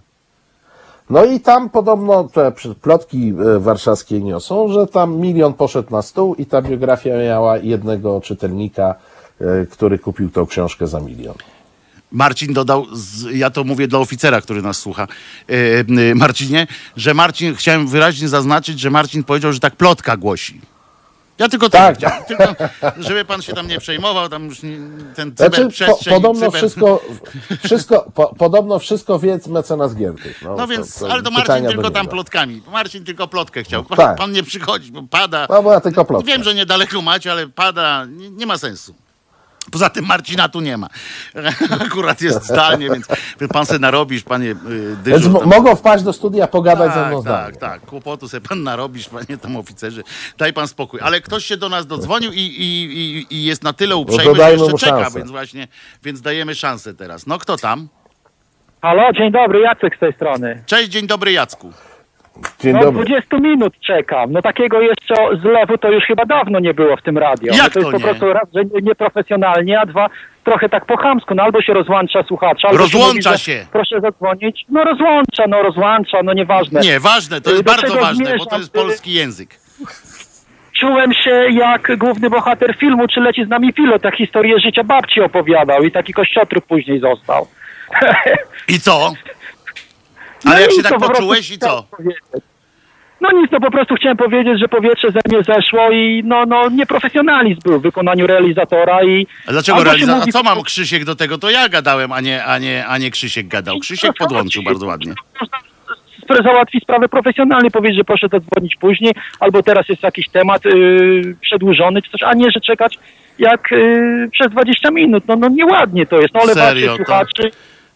No i tam podobno te przy- plotki e, warszawskie niosą, że tam milion poszedł na stół i ta biografia miała jednego czytelnika, e, który kupił tą książkę za milion.
Marcin dodał, z, ja to mówię dla oficera, który nas słucha, e, e, Marcinie, że Marcin, chciałem wyraźnie zaznaczyć, że Marcin powiedział, że tak plotka głosi. Ja tylko
Tak.
tak, chciałem, tylko żeby pan się tam nie przejmował, tam już nie, ten cyber
Znaczy, po,
przestrzeń,
podobno
cyber...
wszystko, wszystko po, podobno wszystko wie mecenas Giertych. No,
No więc,
to- to
ale to Marcin
pytania
tylko
do
tam
niego.
plotkami. Marcin tylko plotkę chciał. Pan,
tak.
pan nie przychodzi, bo pada.
No bo ja tylko plotkę.
Wiem, że niedaleko macie, ale pada, nie, nie ma sensu. Poza tym Marcina tu nie ma. Akurat jest zdalnie, więc pan se narobisz, panie y,
Więc
dyżur.
mo-
tam-
mogą wpaść do studia, pogadać ze mną
tak,
zdalnie.
tak, tak. Kłopotu sobie pan narobisz, panie tam oficerze. Daj pan spokój. Ale ktoś się do nas dodzwonił i, i, i, i jest na tyle uprzejmy, że
dajmy
jeszcze
mu
czeka,
szansę.
więc właśnie, więc dajemy szansę teraz. No kto tam?
Halo, dzień dobry, Jacek z tej strony.
Cześć, dzień dobry Jacku.
Dzień
No
dobry.
dwadzieścia minut czekam. No takiego jeszcze zlewu to już chyba dawno nie było w tym radio.
Jak
no, to jest
to
po
nie?
prostu raz, że nie- nieprofesjonalnie, a dwa, trochę tak po chamsku. No albo się rozłącza słuchacza, albo
Rozłącza
mówi, że
się.
proszę zadzwonić. No rozłącza, no rozłącza, no nieważne.
Nie, ważne, to jest
Y, do
bardzo
czego
ważne, bo
zmierzam?
to jest
Y,
polski język.
Czułem się jak główny bohater filmu, czy leci z nami pilot, tak historię życia babci opowiadał i taki kościotrup później został.
I co?
No
Ale jak
i
się
to
tak
po prostu
poczułeś i co?
chciałem powiedzieć. No nic, no po prostu chciałem powiedzieć, że powietrze ze mnie zeszło i no, no nieprofesjonalizm był w wykonaniu realizatora i...
A dlaczego
albo się
realizator?
mówi-
A co mam Krzysiek do tego? To ja gadałem, a nie, a nie, a nie Krzysiek gadał. Krzysiek
No,
podłączył
to-
bardzo ładnie.
Można spra- załatwić sprawę profesjonalnie, powiedzieć, że proszę zadzwonić później, albo teraz jest jakiś temat yy, przedłużony czy coś, a nie, że czekać jak yy, przez dwadzieścia minut. No, no nieładnie to jest. No ale
Serio,
patrzcie,
to-
słuchaczy...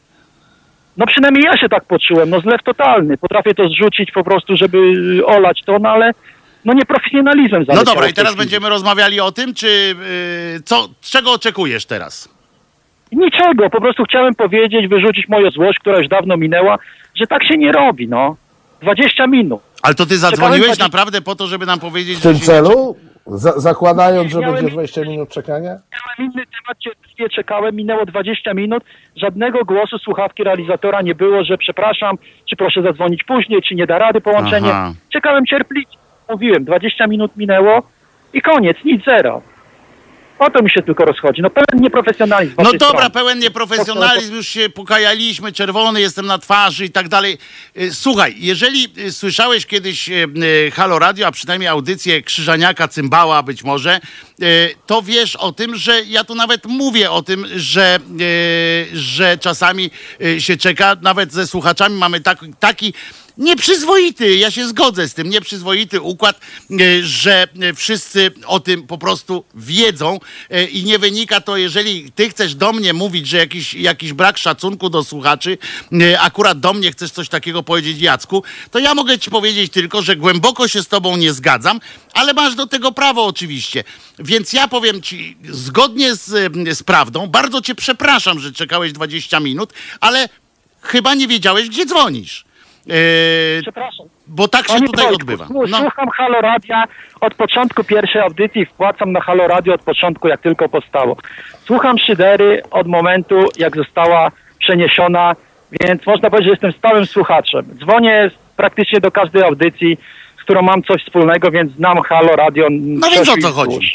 No przynajmniej ja się tak poczułem, no zlew totalny. Potrafię to zrzucić po prostu, żeby olać to, no ale no nieprofesjonalizmem
No
zaleciało
dobra, i
w tej
teraz
chwili.
będziemy rozmawiali o tym, czy yy, co, czego oczekujesz teraz?
Niczego, po prostu chciałem powiedzieć, wyrzucić moją złość, która już dawno minęła, że tak się nie robi, no. dwadzieścia minut.
Ale to ty zadzwoniłeś
dwadzieścia
naprawdę po to, żeby nam powiedzieć,
W tym
że się
celu, za, zakładając, że
Miałem-
będzie dwadzieścia minut czekania?
Miałem inny temat, cierpliwie czekałem, minęło dwadzieścia minut, żadnego głosu słuchawki realizatora nie było, że przepraszam, czy proszę zadzwonić później, czy nie da rady połączenie.
Aha.
Czekałem cierpliwie, mówiłem, dwadzieścia minut minęło i koniec, nic, zero. O to mi się tylko rozchodzi. No pełen nieprofesjonalizm. z
No
waszej
dobra,
strony.
pełen nieprofesjonalizm, już się pokajaliśmy, czerwony jestem na twarzy i tak dalej. Y, Słuchaj, jeżeli y, słyszałeś kiedyś y, y, Halo Radio, a przynajmniej audycję Krzyżaniaka, Cymbała być może, y, to wiesz o tym, że ja tu nawet mówię o tym, że, y, że czasami y, się czeka, nawet ze słuchaczami mamy tak, taki nieprzyzwoity, ja się zgodzę z tym, nieprzyzwoity układ, y, że y, wszyscy o tym po prostu wiedzą y, i nie wynika to, jeżeli ty chcesz do mnie mówić, że jakiś, jakiś brak szacunku do słuchaczy, y, akurat do mnie chcesz coś takiego powiedzieć, Jacku, to ja mogę ci powiedzieć tylko, że głęboko się z tobą nie zgadzam, ale masz do tego prawo oczywiście. Więc ja powiem ci, zgodnie z, y, z prawdą, bardzo cię przepraszam, że czekałeś dwadzieścia minut, ale chyba nie wiedziałeś, gdzie dzwonisz. Yy,
Przepraszam.
bo tak się
Panie
tutaj
Wojtku,
odbywa.
słu-
No,
Słucham Halo Radia od początku pierwszej audycji, wpłacam na Halo Radio od początku, jak tylko powstało. Słucham Szydery od momentu, jak została przeniesiona, więc można powiedzieć, że jestem stałym słuchaczem. Dzwonię praktycznie do każdej audycji, z którą mam coś wspólnego, więc znam Halo Radio.
no więc o co chodzi?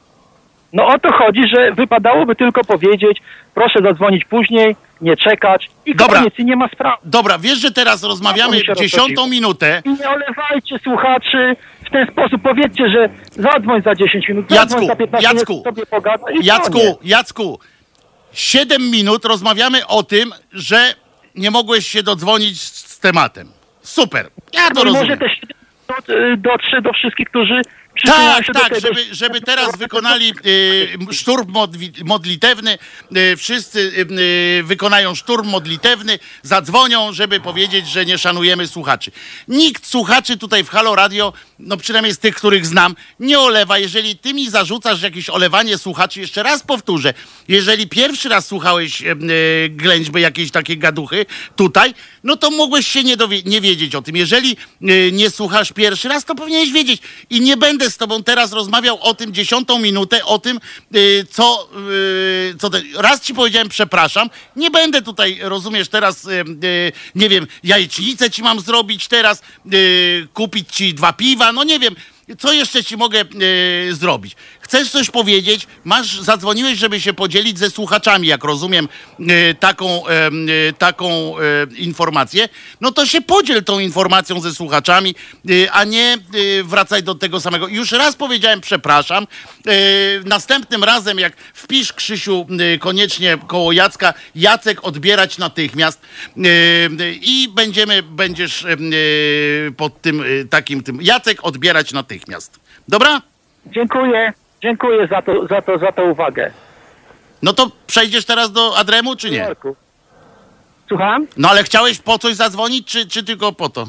No o to chodzi, że wypadałoby tylko powiedzieć, proszę zadzwonić później, nie czekać i
Dobra.
koniec, i nie ma sprawy.
Dobra, wiesz, że teraz rozmawiamy
mi się
dziesiątą
rozchodziło.
minutę.
I nie olewajcie słuchaczy w ten sposób. Powiedzcie, że zadzwoń za dziesięć minut,
Jacku,
zadzwoń za piętnaście
Jacku,
minut, sobie pogada i
Jacku,
koniec.
Jacku, siedem minut rozmawiamy o tym, że nie mogłeś się dodzwonić z, z tematem. Super, ja to
No i
rozumiem.
może też do- dotrze do wszystkich, którzy przyczyniają
Tak,
się do
tak,
tego.
żeby, żeby teraz wykonali y, szturm modwi- modlitewny, y, wszyscy y, y, wykonają szturm modlitewny, zadzwonią, żeby powiedzieć, że nie szanujemy słuchaczy. Nikt słuchaczy tutaj w Halo Radio, no przynajmniej z tych, których znam, nie olewa. Jeżeli ty mi zarzucasz jakieś olewanie słuchaczy, jeszcze raz powtórzę, jeżeli pierwszy raz słuchałeś y, y, ględźby jakiejś takiej gaduchy tutaj, no to mogłeś się nie, dowie- nie wiedzieć o tym. Jeżeli y, nie słuchasz pierwszy raz, to powinieneś wiedzieć. I nie będę z tobą teraz rozmawiał o tym dziesiątą minutę, o tym, y, co, y, co te, raz ci powiedziałem przepraszam, nie będę tutaj, rozumiesz, teraz, y, y, nie wiem, jajecznicę ci mam zrobić teraz, y, kupić ci dwa piwa, no nie wiem, co jeszcze ci mogę y, zrobić? Chcesz coś powiedzieć? Masz, zadzwoniłeś, żeby się podzielić ze słuchaczami, jak rozumiem, y, taką, y, y, taką y, informację. No to się podziel tą informacją ze słuchaczami, y, a nie y, wracaj do tego samego. Już raz powiedziałem przepraszam. Y, następnym razem, jak wpisz, Krzysiu, y, koniecznie koło Jacka, Jacek odbierać natychmiast y, y, i będziemy, będziesz y, y, pod tym y, takim tym, Jacek odbierać natychmiast. Dobra?
Dziękuję, dziękuję za to, za to, za tą uwagę.
No to przejdziesz teraz do Adremu, czy nie?
Jorku. Słucham?
No ale chciałeś po coś zadzwonić, czy, czy tylko po to?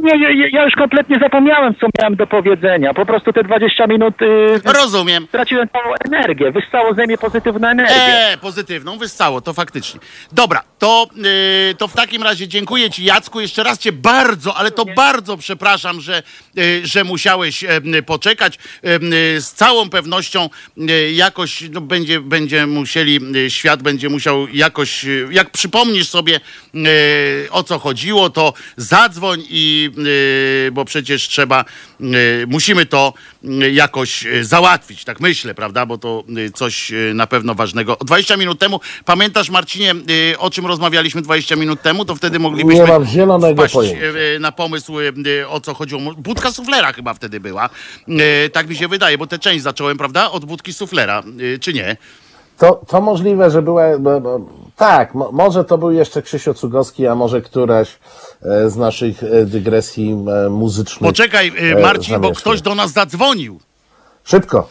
Nie, ja, ja już kompletnie zapomniałem, co miałem do powiedzenia. Po prostu te dwadzieścia minut yy,
Rozumiem.
straciłem całą energię. Wyssało ze mnie pozytywną energię.
E, pozytywną, wyssało, to faktycznie. Dobra, to, yy, to w takim razie dziękuję ci, Jacku. Jeszcze raz cię bardzo, ale to bardzo przepraszam, że, yy, że musiałeś yy, poczekać. Yy, z całą pewnością yy, jakoś no, będzie, będzie musieli, yy, świat będzie musiał jakoś, yy, jak przypomnisz sobie yy, o co chodziło, to zadzwoń i, yy, bo przecież trzeba, yy, musimy to yy, jakoś yy, załatwić, tak myślę, prawda, bo to yy, coś yy, na pewno ważnego. dwadzieścia minut temu, pamiętasz Marcinie, yy, o czym rozmawialiśmy dwadzieścia minut temu, to wtedy moglibyśmy
Nie mam zielonego
wpaść
pojęcia.
yy, na pomysł, yy, o co chodziło. Budka suflera chyba wtedy była, yy, tak mi się wydaje, bo tę część zacząłem, prawda, od budki suflera, yy, czy nie?
To, to możliwe, że była. Bo, bo, tak, mo, może to był jeszcze Krzysio Cugowski, a może któraś e, z naszych e, dygresji e, muzycznych.
Poczekaj, yy,
e,
Marcin, bo
zamieszczeń.
ktoś do nas zadzwonił.
Szybko.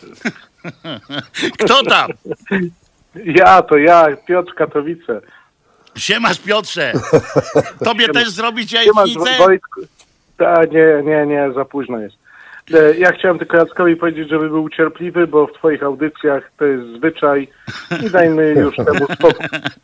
Kto tam?
Ja, to ja, Piotr Katowice.
Siemasz, Piotrze. Tobie też zrobić
Siema,
jajecznicę?
Wojtku. Ta, nie, nie, nie, za późno jest. E, Ja chciałem tylko Jackowi powiedzieć, żeby był cierpliwy, bo w twoich audycjach to jest zwyczaj i dajmy już temu spokój.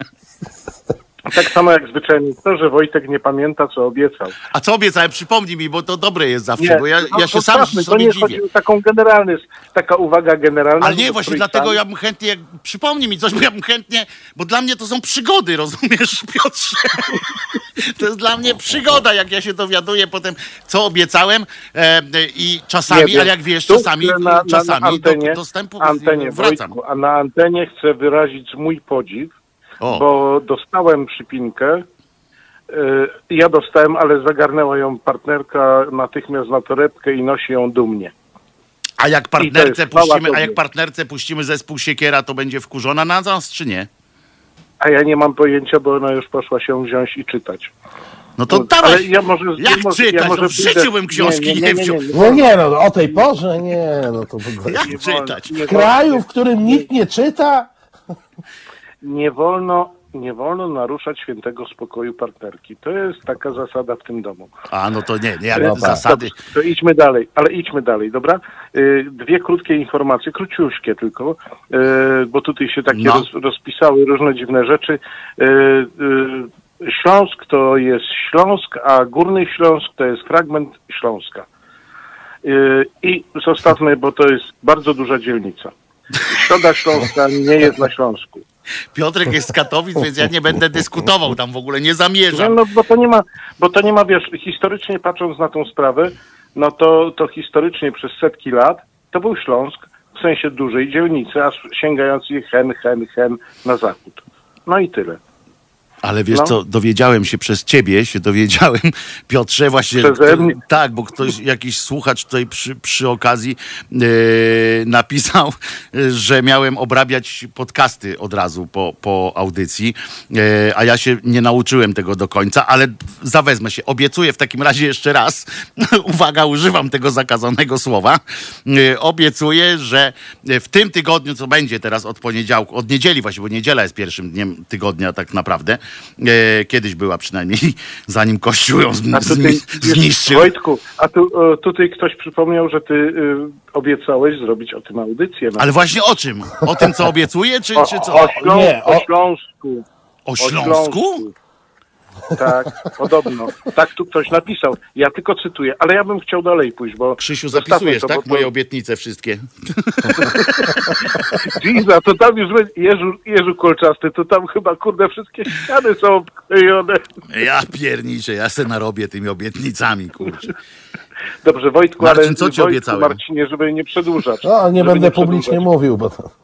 Tak samo jak zwyczajnie to, że Wojtek nie pamięta, co obiecał.
A co obiecałem? Przypomnij mi, bo to dobre jest zawsze, bo ja,
no,
ja się
to
sam
sprawmy, to
sobie
nie
dziwię.
chodzi o taką generalną, taka uwaga generalna.
Ale nie,
do
właśnie
której
dlatego
sam-
ja bym chętnie, jak, przypomnij mi coś, bo ja bym chętnie, bo dla mnie to są przygody, rozumiesz, Piotrze? To jest dla mnie przygoda, jak ja się dowiaduję potem, co obiecałem e, i czasami,
Nie wiem.
ale jak wiesz,
Tu
czasami,
chcę na, na,
czasami
na antenie,
do, dostępu
antenie
wracam.
Wojtku, a na antenie chcę wyrazić mój podziw,
O.
bo dostałem przypinkę. y, Ja dostałem, ale zagarnęła ją partnerka natychmiast na torebkę i nosi ją dumnie.
A jak
I to
partnerce
jest chwała
puścimy, a
Tobie.
jak partnerce puścimy zespół Siekiera, to będzie wkurzona na nas, czy nie?
A ja nie mam pojęcia, bo ona już poszła się wziąć i czytać.
No to
No,
dawaj,
ale ja może,
jak
może,
czytać?
Ja może
No w
pójdę-
życiu bym książki nie wziął.
No nie, no o tej porze nie, no to w ogóle.
Jak
Nie wolno,
czytać?
nie
W kraju, w którym
nie-
nikt nie czyta?
Nie wolno, nie wolno naruszać świętego spokoju partnerki. To jest taka zasada w tym domu.
A no to nie, nie, jak
No tak.
zasady.
Dobrze, to idźmy dalej, ale idźmy dalej, dobra? Y, Dwie krótkie informacje, króciuśkie tylko, y, bo tutaj się takie
No.
roz, rozpisały różne dziwne rzeczy. Y, y, Śląsk to jest Śląsk, a Górny Śląsk to jest fragment Śląska. Y, I zostawmy, bo to jest bardzo duża dzielnica. Środa Śląska nie jest na Śląsku.
Piotrek jest z Katowic, więc ja nie będę dyskutował tam w ogóle, nie
No,
zamierzam.
no bo to nie ma, bo to nie ma, wiesz, historycznie patrząc na tą sprawę, no to, to historycznie przez setki lat to był Śląsk w sensie dużej dzielnicy, aż sięgający hen, hen, hen na zachód. No i tyle.
Ale wiesz
No.
co, dowiedziałem się przez ciebie, się dowiedziałem, Piotrze, właśnie,
Przeze mnie?
tak, bo ktoś, jakiś słuchacz tutaj przy, przy okazji e, napisał, e, że miałem obrabiać podcasty od razu po, po audycji, e, a ja się nie nauczyłem tego do końca, ale zawezmę się, obiecuję w takim razie jeszcze raz, uwaga, używam tego zakazanego słowa, e, obiecuję, że w tym tygodniu, co będzie teraz od poniedziałku, od niedzieli właśnie, bo niedziela jest pierwszym dniem tygodnia tak naprawdę, e, kiedyś była przynajmniej, zanim Kościół ją
A
zmi-
tutaj,
zmi- zniszczył.
Wojtku, a tu, e, tutaj ktoś przypomniał, że ty y, obiecałeś zrobić o tym audycję. No.
Ale właśnie o czym? O tym, co obiecuję, czy,
o,
czy co?
o, Ślą-
Nie, o-
o Śląsku.
O
O
Śląsku?
Tak, podobno. Tak tu ktoś napisał. Ja tylko cytuję, ale ja bym chciał dalej pójść, bo...
Krzysiu,
zostawmy
zapisujesz,
to,
tak?
bo to-
Moje obietnice wszystkie.
Giza, to tam już będzie- Jeżu, Jeżu Kolczasty, to tam chyba, kurde, wszystkie ściany są obklejone.
Ja pierniczę, ja se narobię tymi obietnicami, kurczę.
Dobrze, Wojtku,
Marcin,
ale...
co ci
Wojtku,
obiecałem?
Marcinie, żeby nie przedłużać.
No, nie
żeby
będę publicznie
przedłużać.
mówił, bo to...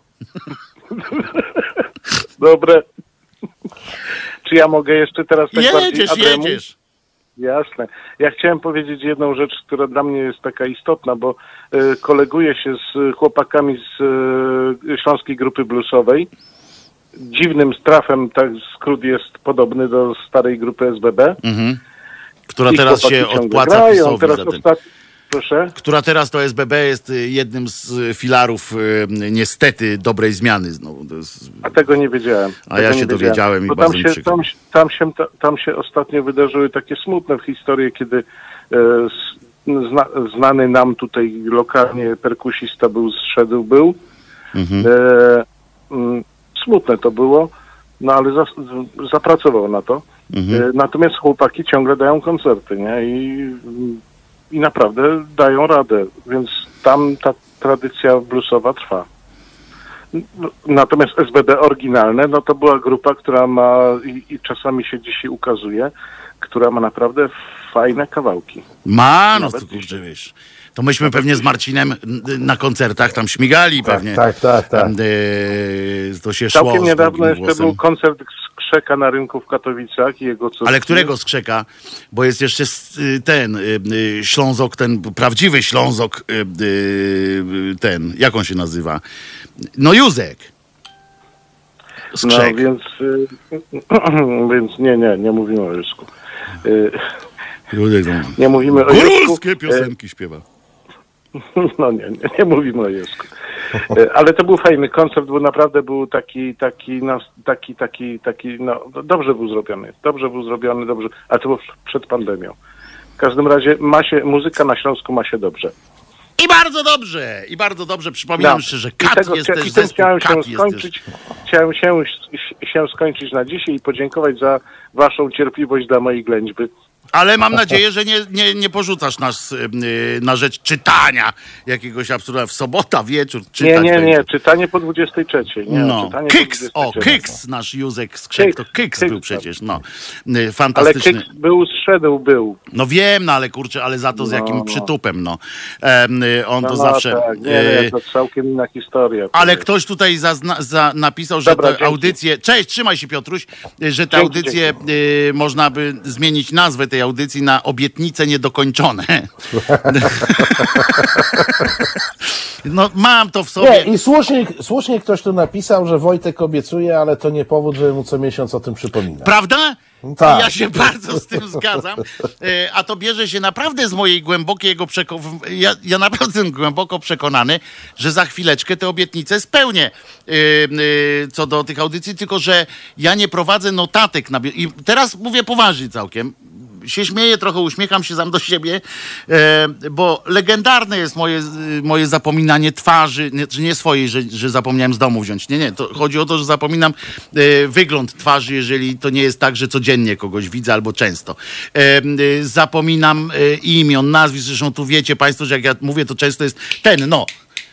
Dobre. Czy ja mogę jeszcze teraz tak bardziej
Jedziesz,
adremu?
jedziesz.
Jasne. Ja chciałem powiedzieć jedną rzecz, która dla mnie jest taka istotna, bo y, koleguję się z chłopakami z y, Śląskiej Grupy Bluesowej. Dziwnym strafem, tak skrót jest podobny do starej grupy S B B.
Mhm. Która
I
teraz
chłopaki
się
ciągle
odpłaca
grają.
PiS-owi
Teraz
za ten.
ostat... Proszę?
Która teraz to S B B jest y, jednym z y, filarów y, niestety dobrej zmiany. Znowu, to jest...
A tego nie wiedziałem.
A
Tego
ja
nie
się
wiedziałem.
dowiedziałem i
Bo
bardzo
tam
mi
się,
przykro.
tam, się- tam, się, tam się ostatnio wydarzyły takie smutne historie, kiedy Zna, znany nam tutaj lokalnie perkusista był, zszedł był. Mhm. E, m, smutne to było, no ale za, zapracował na to. Mhm. E, natomiast chłopaki ciągle dają koncerty, nie? I, I naprawdę dają radę, więc tam ta tradycja bluesowa trwa. Natomiast S B D oryginalne, no to była grupa, która ma, i, i czasami się dzisiaj ukazuje, która ma naprawdę fajne kawałki.
Ma, no to kurczę, wiesz. To myśmy pewnie z Marcinem na koncertach tam śmigali
tak,
pewnie.
Tak, tak, tak. Tam,
e, to się szło.
Całkiem niedawno jeszcze
głosem.
był koncert Skrzeka na rynku w Katowicach i jego córki.
Ale którego Skrzeka? Bo jest jeszcze ten Ślązok, ten prawdziwy Ślązok, ten, jak on się nazywa? No Józek. Skrzek.
No więc, więc nie, nie, nie mówimy o Józku. Nie mówimy o Józku.
Góralskie piosenki śpiewa.
No nie, nie, nie mówimy o Józku. Ale to był fajny koncert, bo naprawdę był taki, taki, no, taki, taki, taki, no dobrze był zrobiony, dobrze był zrobiony, dobrze, ale to było przed pandemią. W każdym razie ma się, muzyka na Śląsku ma się dobrze.
I bardzo dobrze, i bardzo dobrze. Przypominam
no.
jeszcze, że Kat
tego,
jest też
i
zespół.
Chciałem
Kat
się skończyć, chciałem się, się skończyć na dzisiaj i podziękować za waszą cierpliwość dla mojej ględźby.
Ale mam nadzieję, że nie, nie, nie porzucasz nas yy, na rzecz czytania jakiegoś absurdu. W sobota wieczór czytać.
Nie, nie,
będzie.
nie. Czytanie po dwudziestej trzeciej. Nie,
no.
czytanie
Kiks,
po
o, Kiks, nasz Józek Skrzek, to Kiks był przecież, no. Yy, fantastyczny.
Ale Kiks był, zszedł, był.
No wiem, no ale kurczę, ale za to z
No,
jakim
no.
przytupem, no. Ehm, on
no,
to
no,
zawsze...
Tak. Nie,
yy,
nie, to całkiem inna historia.
Ale ktoś tutaj zazna, za, napisał, że
Dobra,
te
dzięki.
audycje... Cześć, trzymaj się Piotruś, że te
Dzięki,
audycje y, można by zmienić nazwę tej audycji na obietnice niedokończone. No mam to w sobie.
Nie, i słusznie, słusznie ktoś tu napisał, że Wojtek obiecuje, ale to nie powód, żeby mu co miesiąc o tym przypominać.
Prawda?
Tak.
Ja się bardzo z tym zgadzam, e, a to bierze się naprawdę z mojej głębokiego przekonania. Ja, ja naprawdę jestem głęboko przekonany, że za chwileczkę te obietnice spełnię e, e, co do tych audycji, tylko że ja nie prowadzę notatek. Na, I teraz mówię poważnie całkiem. Się śmieję, trochę uśmiecham się sam do siebie, e, bo legendarne jest moje, moje zapominanie twarzy, nie, nie swojej, że, że zapomniałem z domu wziąć. Nie, nie, to chodzi o to, że zapominam e, wygląd twarzy, jeżeli to nie jest tak, że codziennie kogoś widzę albo często. E, e, zapominam e, imion, nazwisk, zresztą tu wiecie państwo, że jak ja mówię, to często jest ten, no.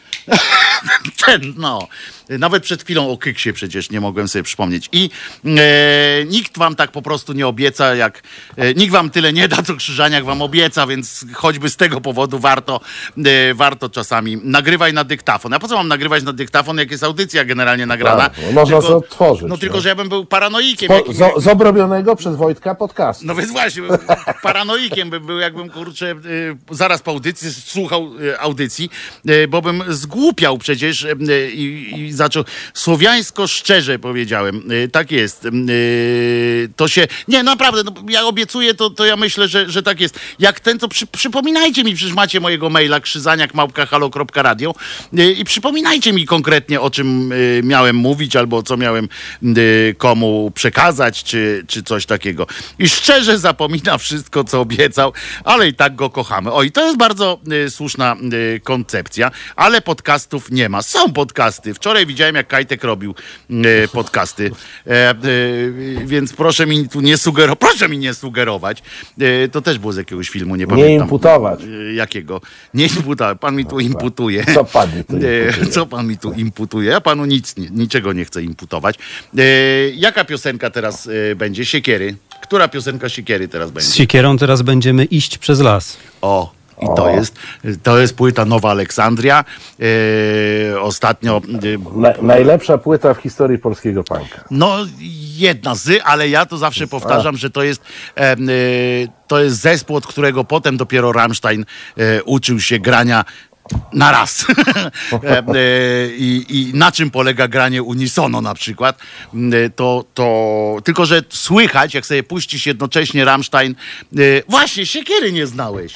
Ten, no. Nawet przed chwilą o Kyksie przecież nie mogłem sobie przypomnieć. I e, nikt wam tak po prostu nie obieca, jak e, nikt wam tyle nie da, co Krzyżaniak wam obieca, więc choćby z tego powodu warto, e, warto czasami nagrywaj na dyktafon. A po co mam nagrywać na dyktafon, jak jest audycja generalnie nagrana?
Tak, no, można
tylko,
to odtworzyć.
No tylko,
no.
że ja bym był paranoikiem.
Po,
jakim,
z, z obrobionego przez Wojtka podcastu.
no więc właśnie, paranoikiem bym był, jakbym, kurczę, y, zaraz po audycji słuchał y, audycji, y, bo bym zgłupiał przecież y, i, i zaczął. Słowiańsko szczerze powiedziałem, y, tak jest. Y, to się, nie, naprawdę, no, ja obiecuję, to, to ja myślę, że, że tak jest. Jak ten, to przy, przypominajcie mi, przecież macie mojego maila krzyzaniak małpka halo kropka radio y, i przypominajcie mi konkretnie, o czym y, miałem mówić, albo co miałem y, komu przekazać, czy, czy coś takiego. I szczerze zapomina wszystko, co obiecał, ale i tak go kochamy. O, i to jest bardzo y, słuszna y, koncepcja, ale podcastów nie ma. Są podcasty. Wczoraj widziałem, jak Kajtek robił y, podcasty, e, y, więc proszę mi tu nie sugerować, proszę mi nie sugerować. Y, to też było z jakiegoś filmu, nie pamiętam.
Nie imputować.
Y, jakiego? Nie imputować. Pan mi tu imputuje.
Co pan mi tu imputuje?
Y, co pan mi tu imputuje? Ja panu nic, niczego nie chcę imputować. Y, jaka piosenka teraz y, będzie? Siekiery. Która piosenka Siekiery teraz będzie?
Z siekierą teraz będziemy iść przez las.
O, i to jest, to jest płyta Nowa Aleksandria. Yy, ostatnio... Yy,
Na, najlepsza płyta w historii polskiego punka.
no, jedna z, ale ja to zawsze powtarzam, że to jest, e, yy, to jest zespół, od którego potem dopiero Rammstein yy, uczył się grania na raz. e, e, i, I na czym polega granie unisono na przykład. E, to, to tylko, że słychać, jak sobie puścisz jednocześnie Rammstein, e, właśnie, Siekiery nie znałeś.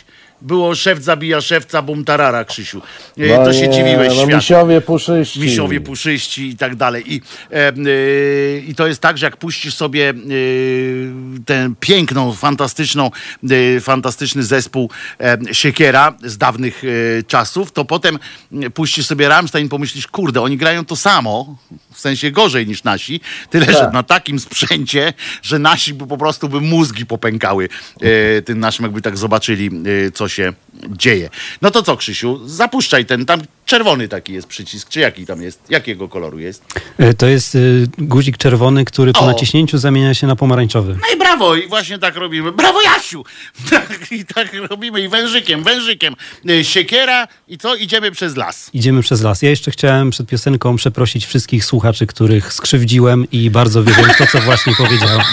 było szef zabija szewca, bum tarara, Krzysiu. E,
No
to się
nie,
dziwiłeś
no
świat.
misiowie puszyści.
Misiowie puszyści i tak dalej. I, e, e, I to jest tak, że jak puścisz sobie e, tę piękną, fantastyczną, e, fantastyczny zespół e, Siekiera z dawnych e, czasów, to potem puścisz sobie Rammstein i pomyślisz, kurde, oni grają to samo, w sensie gorzej niż nasi, tyle,
Tak.
że na takim sprzęcie, że nasi by po prostu by mózgi popękały e, tym naszym, jakby tak zobaczyli, e, co się dzieje. No to co, Krzysiu, zapuszczaj ten, tam czerwony taki jest przycisk, czy jaki tam jest, jakiego koloru jest?
E, To jest y, guzik czerwony, który po
O.
naciśnięciu zamienia się na pomarańczowy.
No i brawo, i właśnie tak robimy. Brawo, Jasiu! Tak, i tak robimy i wężykiem, wężykiem. E, Siekiera i co? Idziemy przez las.
Idziemy przez las. Ja jeszcze chciałem przed piosenką przeprosić wszystkich słuchaczy, których skrzywdziłem i bardzo wierzę w to, co właśnie powiedziałem.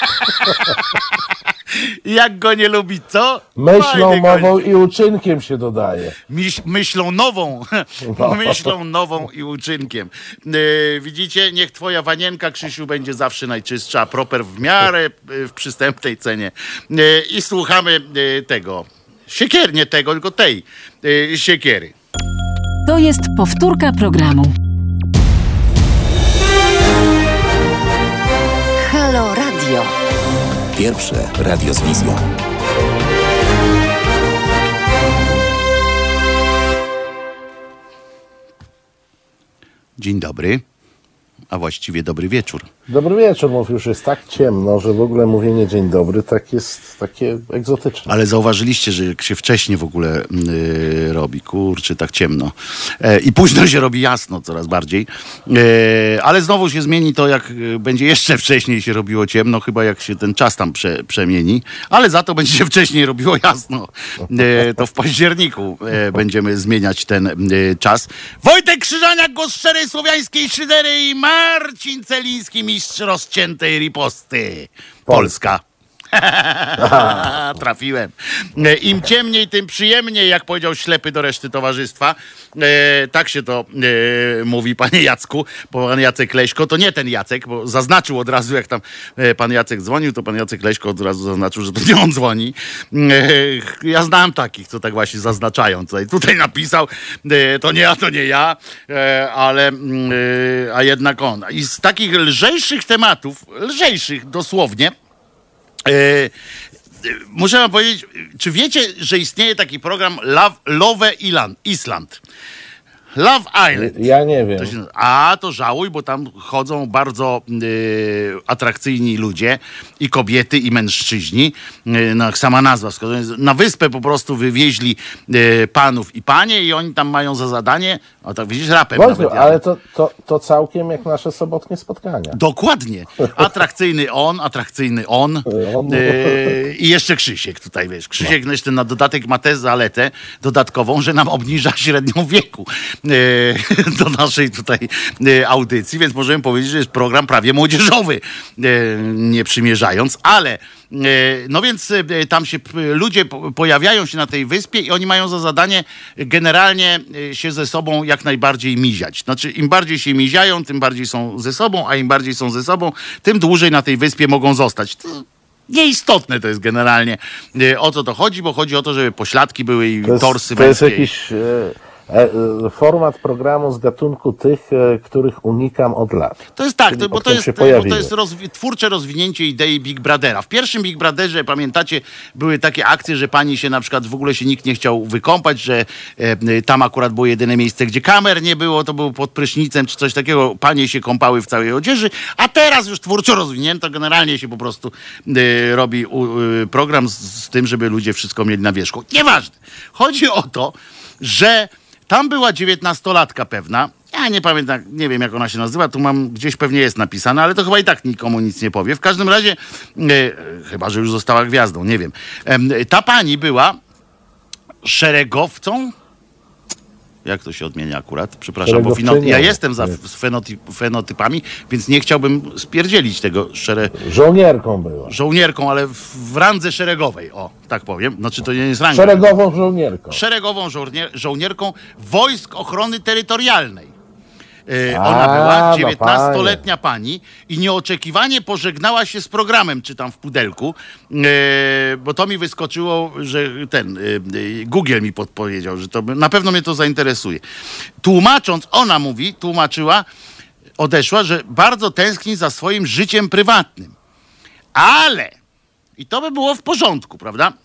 Jak go nie lubić, co?
Myślą,
Fajnie go-
mową i uczynkiem się dodaje.
Miś, myślą nową,
No.
myślą nową i uczynkiem. E, widzicie, niech twoja wanienka, Krzysiu, będzie zawsze najczystsza, a proper w miarę e, w przystępnej cenie. E, I słuchamy e, tego, siekier, nie tego, tylko tej e, siekiery.
To jest powtórka programu. Halo Radio.
Pierwsze radio z wizją.
Dzień dobry, a właściwie dobry wieczór.
Dobry wieczór, mów, już jest tak ciemno, że w ogóle mówienie dzień dobry tak jest takie egzotyczne.
Ale zauważyliście, że jak się wcześniej w ogóle yy, robi, kurczę, tak ciemno. E, I późno się robi jasno coraz bardziej. E, ale znowu się zmieni to, jak y, będzie jeszcze wcześniej się robiło ciemno, chyba jak się ten czas tam prze, przemieni. Ale za to będzie się wcześniej robiło jasno. E, to w październiku e, będziemy zmieniać ten e, czas. Wojtek Krzyżaniak, głos szczerej słowiańskiej szydery i Marcin Celiński, mistrz rozciętej riposty. Polska. Trafiłem. E, Im ciemniej, tym przyjemniej, jak powiedział ślepy do reszty towarzystwa. E, tak się to e, mówi, panie Jacku, bo pan Jacek Leśko, to nie ten Jacek, bo zaznaczył od razu, jak tam e, pan Jacek dzwonił, to pan Jacek Leśko od razu zaznaczył, że to nie on dzwoni. E, ja znam takich, co tak właśnie zaznaczają. Tutaj, tutaj napisał, e, to nie ja, to nie ja, e, ale mm, e, a jednak on. I z takich lżejszych tematów, lżejszych dosłownie, E, muszę wam powiedzieć, czy wiecie, że istnieje taki program Love, Love Island, Island? Love Island.
Ja nie wiem.
To się, a to żałuj, bo tam chodzą bardzo y, atrakcyjni ludzie, i kobiety, i mężczyźni. Y, no, sama nazwa wskazuje. Na wyspę po prostu wywieźli y, panów i panie i oni tam mają za zadanie, o tak widzisz, rapem
Wojtku,
nawet.
ale to, to, to całkiem jak nasze sobotnie spotkania.
Dokładnie. Atrakcyjny on, atrakcyjny on.
On.
Yy, I jeszcze Krzysiek tutaj, wiesz. Krzysiek jeszcze na dodatek ma tę zaletę dodatkową, że nam obniża średnią wieku yy, do naszej tutaj yy, audycji, więc możemy powiedzieć, że jest program prawie młodzieżowy, yy, nie przymierzając, ale yy, no więc yy, tam się p- ludzie po- pojawiają się na tej wyspie i oni mają za zadanie generalnie yy, się ze sobą jak najbardziej miziać. Znaczy im bardziej się miziają, tym bardziej są ze sobą, a im bardziej są ze sobą, tym dłużej na tej wyspie mogą zostać. To nieistotne to jest generalnie, yy, o co to chodzi, bo chodzi o to, żeby pośladki były i
To jest,
torsy
to jest
męskie.
jakiś e, e, e, format programu z gatunku tych, e, których unikam od lat.
To jest tak,
Czyli
to, bo,
od
to
tym
jest,
się
bo to
pojawiły.
jest rozwi- twórcze rozwinięcie idei Big Brothera. W pierwszym Big Brotherze, pamiętacie, były takie akcje, że pani się na przykład w ogóle się nikt nie chciał wykąpać, że e, tam akurat było jedyne miejsce, gdzie kamer nie było, to był pod prysznicem czy coś takiego. Panie się kąpały w całej odzieży, a teraz już twórczo rozwinięto, generalnie się po prostu e, robi u, e, program z, z tym, żeby ludzie wszystko mieli na wierzchu. Nieważne. Chodzi o to, że tam była dziewiętnastolatka pewna. Ja nie pamiętam, nie wiem jak ona się nazywa, tu mam, gdzieś pewnie jest napisane, ale to chyba i tak nikomu nic nie powie. W każdym razie, e, chyba że już została gwiazdą, nie wiem. E, ta pani była szeregowcą. Jak to się odmienia akurat? Przepraszam, bo fino-
Szeregowczynią.
ja jestem za f- fenotyp- fenotypami, więc nie chciałbym spierdzielić tego szere-
Żołnierką była.
żołnierką, ale w, w randze szeregowej, o, tak powiem. Znaczy to nie jest ranga.
Szeregową żołnierką.
Szeregową żołnier- żołnierką Wojsk Ochrony Terytorialnej. E,
A,
ona była
no
dziewiętnastoletnia pani i nieoczekiwanie pożegnała się z programem, czytam w pudelku, e, bo to mi wyskoczyło, że ten e, Google mi podpowiedział, że to na pewno mnie to zainteresuje. Tłumacząc, ona mówi, tłumaczyła, odeszła, że bardzo tęskni za swoim życiem prywatnym. Ale, i to by było w porządku, prawda?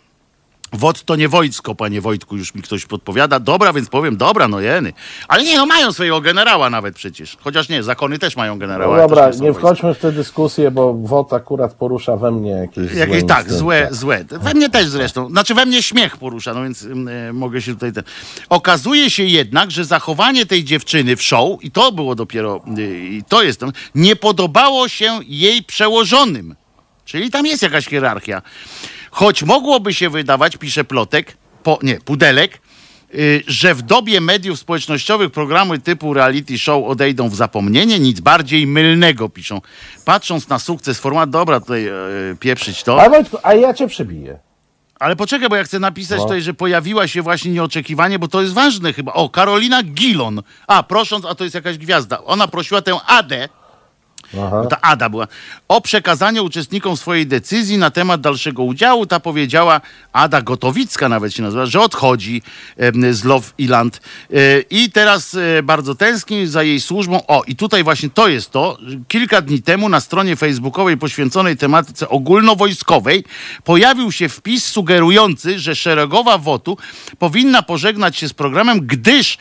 Wod to nie wojsko, panie Wojtku, już mi ktoś podpowiada. Dobra, więc powiem, dobra, no jeny. Ale nie, no mają swojego generała nawet przecież. Chociaż nie, zakony też mają generała.
No dobra,
nie,
nie wchodźmy w tę dyskusję, bo W O T akurat porusza we mnie jakieś
Jakieś,
złe
tak,
instynkty.
złe, złe. We mnie też zresztą. Znaczy we mnie śmiech porusza, no więc y, mogę się tutaj... Ten... Okazuje się jednak, że zachowanie tej dziewczyny w show, i to było dopiero, y, i to jest, nie podobało się jej przełożonym. Czyli tam jest jakaś hierarchia. Choć mogłoby się wydawać, pisze Plotek, po, nie, Pudelek, yy, że w dobie mediów społecznościowych programy typu reality show odejdą w zapomnienie, nic bardziej mylnego, piszą. Patrząc na sukces format, dobra, tutaj yy, pieprzyć to.
A Wojtku, a ja cię przebiję.
Ale poczekaj, bo ja chcę napisać
No.
tutaj, że pojawiła się właśnie nieoczekiwanie, bo to jest ważne chyba. O, Karolina Gilon. A, prosząc, a to jest jakaś gwiazda. Ona prosiła tę Adę,
Aha.
ta Ada była, o przekazanie uczestnikom swojej decyzji na temat dalszego udziału. Ta powiedziała, Ada Gotowicka nawet się nazywa, że odchodzi e, z Love Island. E, I teraz e, bardzo tęskni za jej służbą. O, i tutaj właśnie to jest to. Kilka dni temu na stronie facebookowej poświęconej tematyce ogólnowojskowej pojawił się wpis sugerujący, że szeregowa W O T-u powinna pożegnać się z programem, gdyż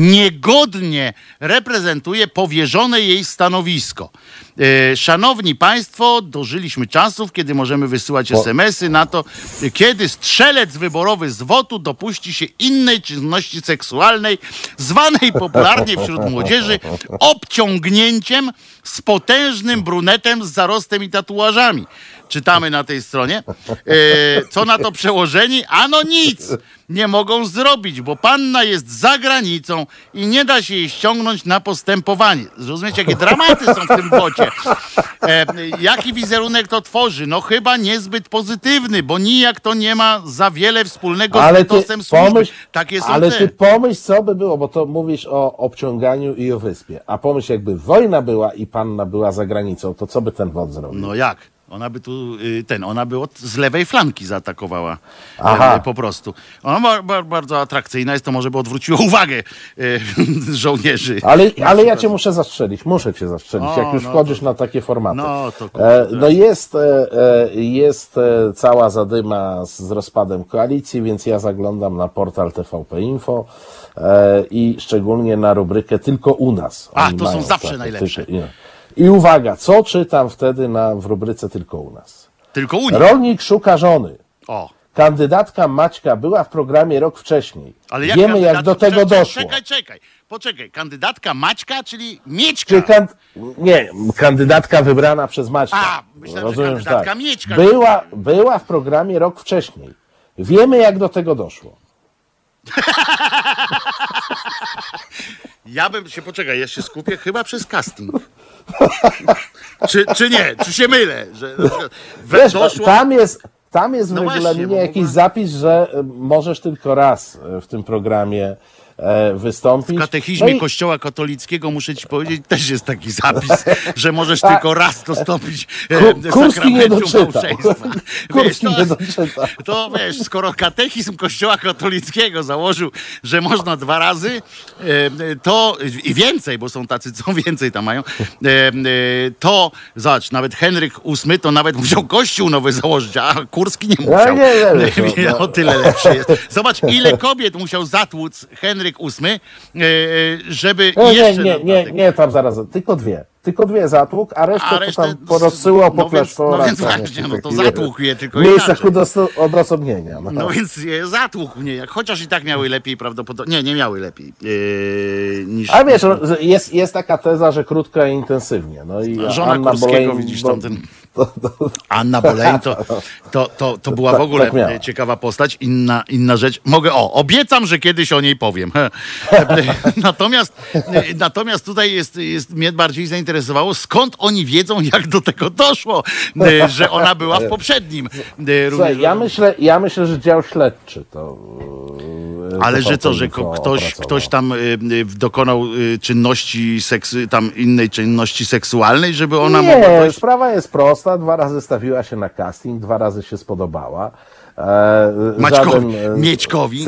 niegodnie reprezentuje powierzone jej stanowisko. E, szanowni Państwo, dożyliśmy czasów, kiedy możemy wysyłać es em esy na to, kiedy strzelec wyborowy z W O T-u dopuści się innej czynności seksualnej, zwanej popularnie wśród młodzieży obciągnięciem z potężnym brunetem z zarostem i tatuażami. Czytamy na tej stronie. E, co na to przełożeni? Ano nic nie mogą zrobić, bo panna jest za granicą i nie da się jej ściągnąć na postępowanie. Zrozumiecie, jakie dramaty są w tym wocie. E, jaki wizerunek to tworzy? No chyba niezbyt pozytywny, bo nijak to nie ma za wiele wspólnego
Ale
z
ty
etosem służby.
pomyśl,
Takie są
ale
te.
ty pomyśl, co by było, bo to mówisz o obciąganiu i o wyspie. A pomyśl, jakby wojna była i panna była za granicą, to co by ten W O T zrobił?
No jak? Ona by tu, y, ten, ona by od, z lewej flanki zaatakowała.
Aha.
E, po prostu. Ona ba, ba, bardzo atrakcyjna jest, to może by odwróciło uwagę e, żołnierzy.
Ale, ale ja cię muszę zastrzelić, muszę cię zastrzelić,
O,
jak już
no
wchodzisz
to-
na takie formaty.
no to
e,
kurde.
no jest, e, e, jest e, cała zadyma z, z rozpadem koalicji, więc ja zaglądam na portal T V P Info e, i szczególnie na rubrykę Tylko u nas.
A,
Oni
to są
mają
zawsze
takie,
najlepsze.
tylko- I uwaga, co czytam wtedy na, w rubryce Tylko u nas?
Tylko Unia.
Rolnik szuka żony.
O.
Kandydatka Maćka była w programie rok wcześniej.
Ale jak
Wiemy, jak
kandydat-
do tego
czekaj,
doszło.
Czekaj, czekaj. Poczekaj. Kandydatka Maćka, czyli Mieczka.
Czy kan... Nie, kandydatka wybrana przez Maćka.
A, myślałem, że
Rozumiem,
kandydatka
tak.
Mieczka.
Była, była w programie rok wcześniej. Wiemy, jak do tego doszło.
Ja bym się, poczekaj, ja się skupię chyba przez casting. czy, czy nie? Czy się mylę? Że, że
Wiesz,
doszło...
tam jest, tam jest w
No właśnie,
regulaminie
bo w
jakiś
ogóle-
zapis, że e, możesz tylko raz e, w tym programie e, wystąpić.
W katechizmie
No i-
Kościoła katolickiego, muszę ci powiedzieć, też jest taki zapis, że możesz
Tak.
tylko raz dostąpić e,
Ku- Kurski nie
sakramentu
doczytał.
małżeństwa.
Kurski
Wiesz,
nie
to,
doczytał.
to wiesz, skoro katechizm Kościoła katolickiego założył, że można dwa razy, e, to i więcej, bo są tacy, co więcej tam mają, e, e, to zobacz, nawet Henryk ósmy to nawet musiał kościół nowy założyć, a Kurski nie musiał.
nie, nie, nie, no.
O tyle lepszy jest. Zobacz, ile kobiet musiał zatłuc Henryk ósmy, e, żeby
Nie, nie,
jeszcze...
nie,
nam
nie,
tak-
nie, tam zaraz, tylko dwie. Tylko dwie zatłuk, a resztę,
A
to
resztę
tam
z-
porozsyłał,
no
po
więc- no
klasztorach.
więc
tam
właśnie,
jakieś
no to
takie,
zatłukł je tylko
W miejscach
inaczej.
udosto- odosobnienia. No.
No więc je zatłukł mnie, jak, chociaż i tak miały lepiej prawdopodobnie. Nie, nie miały lepiej yy, niż...
A wiesz, że jest, jest taka teza, że krótko i intensywnie. No i
Żona
Anna
Kurskiego,
Boleyn-
widzisz,
bo-
tamten... Anna Boleyn to, to, to, to była w
Tak-
ogóle
tak miała.
ciekawa postać. Inna, inna rzecz. Mogę, o, obiecam, że kiedyś o niej powiem. natomiast, natomiast tutaj jest, jest, mnie bardziej zainteresowało, skąd oni wiedzą, jak do tego doszło, że ona była w poprzednim.
Słuchaj, ja myślę, ja myślę, że dział śledczy to
Ale
T V P
że co, że
Info
ko- ktoś,
opracował.
ktoś tam y, y, dokonał y, czynności seksy, tam innej czynności seksualnej, żeby ona mogła
Nie,
dojść...
sprawa jest prosta. Dwa razy stawiła się na casting, dwa razy się spodobała. E,
Maćkowi,
żaden, e,
Mieczkowi.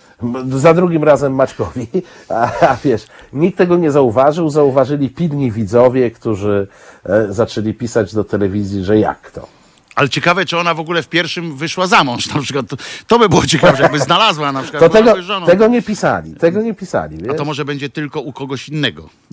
Za drugim razem Maćkowi, a, a wiesz, nikt tego nie zauważył, zauważyli pilni widzowie, którzy e, zaczęli pisać do telewizji, że jak to.
Ale ciekawe, czy ona w ogóle w pierwszym wyszła za mąż na przykład. To, to by było ciekawe, że jakby znalazła na przykład.
To tego,
byłaby żoną.
tego nie pisali, tego nie pisali, wiesz?
A to może będzie tylko u kogoś innego. Yy,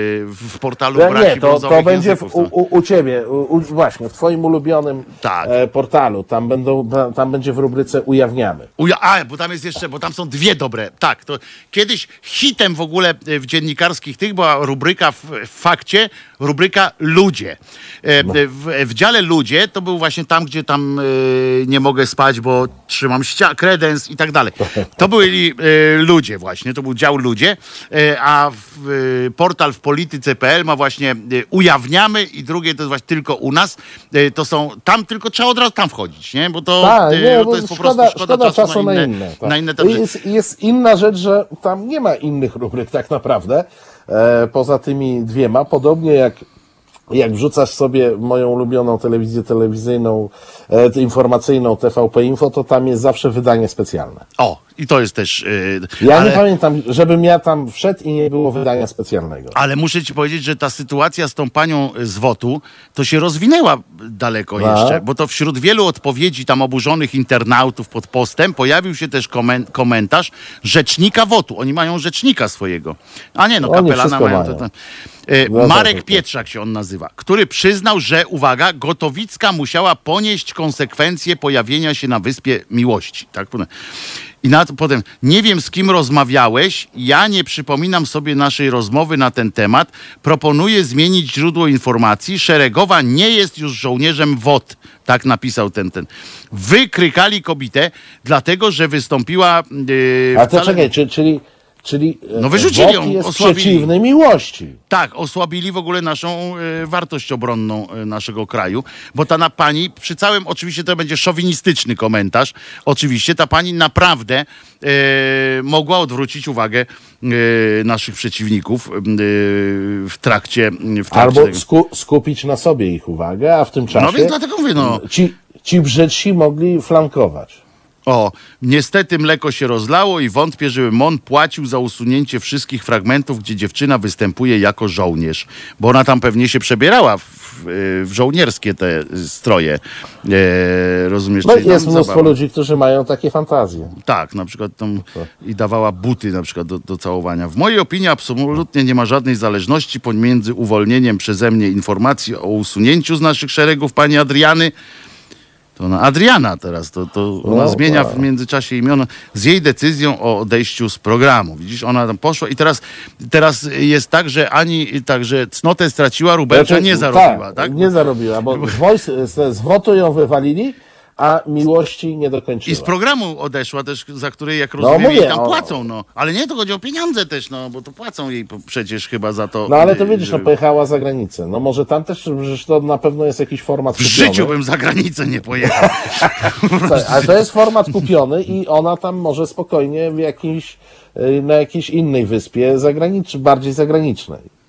w portalu
No
braci
nie, to,
brązowych
to będzie w,
języków,
u, u, u ciebie, u, u, właśnie, w twoim ulubionym
Tak.
e, portalu. Tam, będą, tam będzie w rubryce ujawniamy.
Uja- A, bo tam jest jeszcze, bo tam są dwie dobre. Tak, to kiedyś hitem w ogóle w dziennikarskich tych była rubryka w, w fakcie, rubryka ludzie. E, w, w dziale ludzie to był właśnie tam, gdzie tam e, nie mogę spać, bo trzymam ścia- kredens i tak dalej. To byli e, ludzie właśnie, to był dział ludzie, e, a w, e, portal w polityce kropka p l ma właśnie e, ujawniamy i drugie to jest właśnie tylko u nas. E, to są, tam tylko trzeba od razu tam wchodzić, nie? Bo to,
Tak,
e,
nie,
to
bo
jest po
szkoda,
prostu szkoda,
szkoda
czasu,
czasu
na inne,
na inne. Tak.
na inne tam,
jest, jest inna rzecz, że tam nie ma innych rubryk tak naprawdę, e, poza tymi dwiema. Podobnie jak jak wrzucasz sobie moją ulubioną telewizję telewizyjną, e, informacyjną T V P Info, to tam jest zawsze wydanie specjalne.
O, i to jest też... Yy,
Ja
ale,
nie pamiętam, żebym ja tam wszedł i nie było wydania specjalnego.
ale muszę ci powiedzieć, że ta sytuacja z tą panią z W O T-u to się rozwinęła daleko
No.
jeszcze, bo to wśród wielu odpowiedzi tam oburzonych internautów pod postem pojawił się też komen- komentarz rzecznika W O T-u. Oni mają rzecznika swojego. A nie, no
Oni
kapelana
wszystko
mają...
mają.
To, to, yy,
No tak,
Marek
tak.
Pietrzak się on nazywa, który przyznał, że, uwaga, Gotowicka musiała ponieść konsekwencje pojawienia się na Wyspie Miłości. Tak? I na to potem, nie wiem z kim rozmawiałeś, ja nie przypominam sobie naszej rozmowy na ten temat, proponuję zmienić źródło informacji, Szeregowa nie jest już żołnierzem W O T. Tak napisał ten, ten. Wykrykali kobietę, dlatego, że wystąpiła... Yy,
A to
wcale-
czekaj, czy, czyli, czyli
No wyrzucili
W O T
ją,
jest
osłabili.
przeciwny miłości.
Tak, osłabili w ogóle naszą y, wartość obronną y, naszego kraju, bo ta na pani, przy całym, oczywiście to będzie szowinistyczny komentarz, oczywiście ta pani naprawdę y, mogła odwrócić uwagę y, naszych przeciwników y, w trakcie, w trakcie
Albo
tego.
sku, skupić na sobie ich uwagę, a w tym czasie
No więc dlatego mówię, no.
ci, ci brzydsi mogli flankować.
O, niestety mleko się rozlało i wątpię, żeby M O N płacił za usunięcie wszystkich fragmentów, gdzie dziewczyna występuje jako żołnierz. Bo ona tam pewnie się przebierała w, w, w żołnierskie te stroje. E, rozumiesz?
No
Czyli
jest
tam
mnóstwo
zabawa.
ludzi, którzy mają takie fantazje.
Tak, na przykład tam i dawała buty na przykład do, do całowania. W mojej opinii absolutnie nie ma żadnej zależności pomiędzy uwolnieniem przeze mnie informacji o usunięciu z naszych szeregów pani Adriany. To ona Adriana teraz, to, to ona
O,
zmienia
wow.
w międzyczasie imiona z jej decyzją o odejściu z programu. Widzisz, ona tam poszła i teraz, teraz jest tak, że ani także cnotę straciła, rubelka
Znaczy,
nie zarobiła, tak?
Nie zarobiła, bo z, wojs- z, z W O T-u ją wywalili, a miłości nie
I
dokończyła.
z programu odeszła też, za który, jak rozumiem,
mówię,
jej tam
o-
płacą, no. Ale nie, to chodzi o pieniądze też, no, bo to płacą jej po- przecież chyba za to.
No ale to widzisz,
że-
no pojechała za granicę. No może tam też, że to na pewno jest jakiś format
W
kupiony.
życiu bym za granicę nie pojechał.
Słuchaj, ale to jest format kupiony i ona tam może spokojnie w jakiejś, y, na jakiejś innej wyspie zagranicz- bardziej zagranicznej.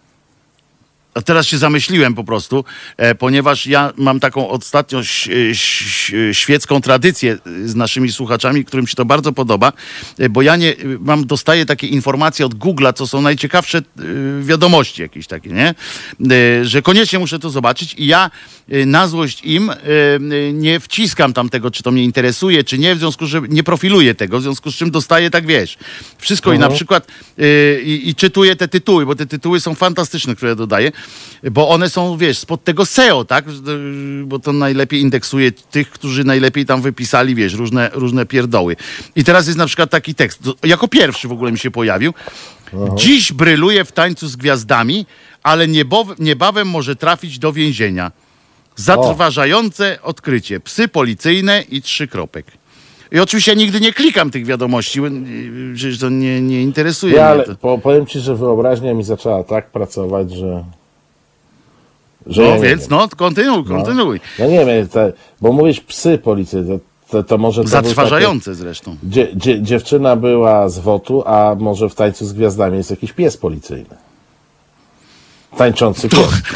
A teraz się zamyśliłem po prostu, e, ponieważ ja mam taką ostatnio ś, ś, świecką tradycję z naszymi słuchaczami, którym się to bardzo podoba, e, bo ja nie mam, dostaję takie informacje od Google'a, co są najciekawsze e, wiadomości jakieś takie, nie? E, że koniecznie muszę to zobaczyć i ja e, na złość im e, nie wciskam tam tego, czy to mnie interesuje, czy nie, w związku z czym nie profiluję tego, w związku z czym dostaję, tak wiesz, wszystko i na przykład e, i, i czytuję te tytuły, bo te tytuły są fantastyczne, które dodaję, bo one są, wiesz, spod tego S E O, tak? Bo to najlepiej indeksuje tych, którzy najlepiej tam wypisali, wiesz, różne, różne pierdoły. I teraz jest na przykład taki tekst, jako pierwszy w ogóle mi się pojawił. Dziś bryluje w tańcu z gwiazdami, ale niebow- niebawem może trafić do więzienia. Zatrważające odkrycie. Psy policyjne i trzy kropek. I oczywiście ja nigdy nie klikam tych wiadomości, bo, y, przecież to nie, nie interesuje
Ja,
mnie
ale
to.
po, powiem ci, że wyobraźnia mi zaczęła tak pracować, że... że
No
ja nie
więc
wiem.
no, kontynuuj, kontynuuj.
No nie wiem, te, bo mówisz psy policyjne, To, to może to
Zatrważające zresztą.
Dzie, dzie, dziewczyna była z wotu, a może w Tańcu z Gwiazdami jest jakiś pies policyjny. Tańczący pies.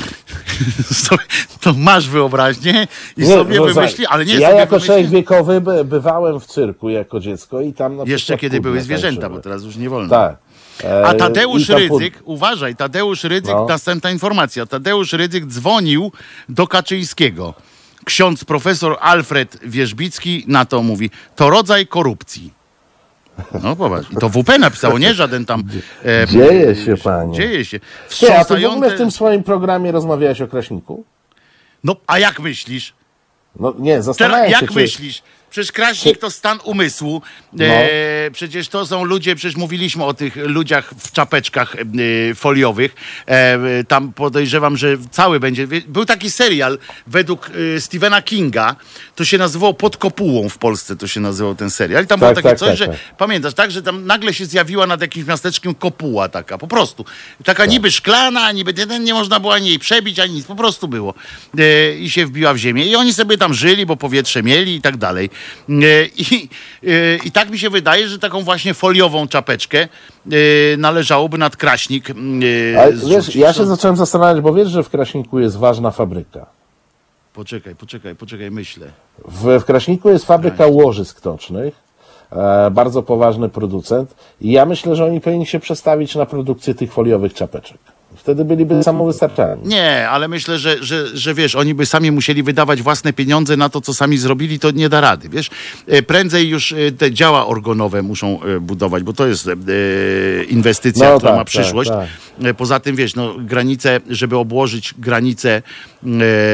To, to masz wyobraźnię i
Nie,
sobie
no,
wymyśli, ale nie
ja
sobie
jako
wymyśli...
człowiek wiekowy by, bywałem w cyrku jako dziecko i tam na
Jeszcze
przykład
kiedy
pudle
były zwierzęta,
tańczyły.
bo teraz już nie wolno.
Tak. E,
A Tadeusz
i tam pud-
Rydzyk, uważaj, Tadeusz Rydzyk,
No.
następna informacja. Tadeusz Rydzyk dzwonił do Kaczyńskiego. Ksiądz profesor Alfred Wierzbicki na to mówi, to rodzaj korupcji. No popatrz, i to W P napisało, nie żaden tam... E,
Dzieje się, panie.
Dzieje się.
Ty, a ty w ogóle w
Wstrząsające...
tym swoim programie rozmawiałeś o Kraśniku?
No, a jak myślisz?
No nie,
Teraz,
zastanawiam
jak
się, czy...
myślisz? Przecież Kraśnik to stan umysłu.
No.
E, przecież to są ludzie, przecież mówiliśmy o tych ludziach w czapeczkach e, foliowych. E, tam podejrzewam, że cały będzie. Był taki serial według e, Stephena Kinga. To się nazywało Pod kopułą w Polsce, to się nazywał ten serial. I tam
Tak,
było takie
tak,
coś,
tak,
że
tak.
pamiętasz, tak, że tam nagle się zjawiła nad jakimś miasteczkiem kopuła taka, po prostu. Taka
Tak.
niby szklana, niby ten, nie można było ani jej przebić, ani nic, po prostu było. E, I się wbiła w ziemię. I oni sobie tam żyli, bo powietrze mieli i tak dalej. E, I, e, I tak mi się wydaje, że taką właśnie foliową czapeczkę e, należałoby nad Kraśnik e,
Ale wiesz,
zrzucić.
ja się
To-
zacząłem zastanawiać, bo wiesz, że w Kraśniku jest ważna fabryka.
Poczekaj, poczekaj, poczekaj, myślę.
W, w Kraśniku jest fabryka łożysk tocznych, e, bardzo poważny producent i ja myślę, że oni powinni się przestawić na produkcję tych foliowych czapeczek. Wtedy byliby samowystarczalni.
Nie, ale myślę, że, że, że wiesz, oni by sami musieli wydawać własne pieniądze na to, co sami zrobili, to nie da rady, wiesz. E, Prędzej już e, te działa organowe muszą e, budować, bo to jest e, inwestycja,
No
która
tak,
ma przyszłość.
tak,
E, Poza tym, wiesz, no granice, żeby obłożyć granice e,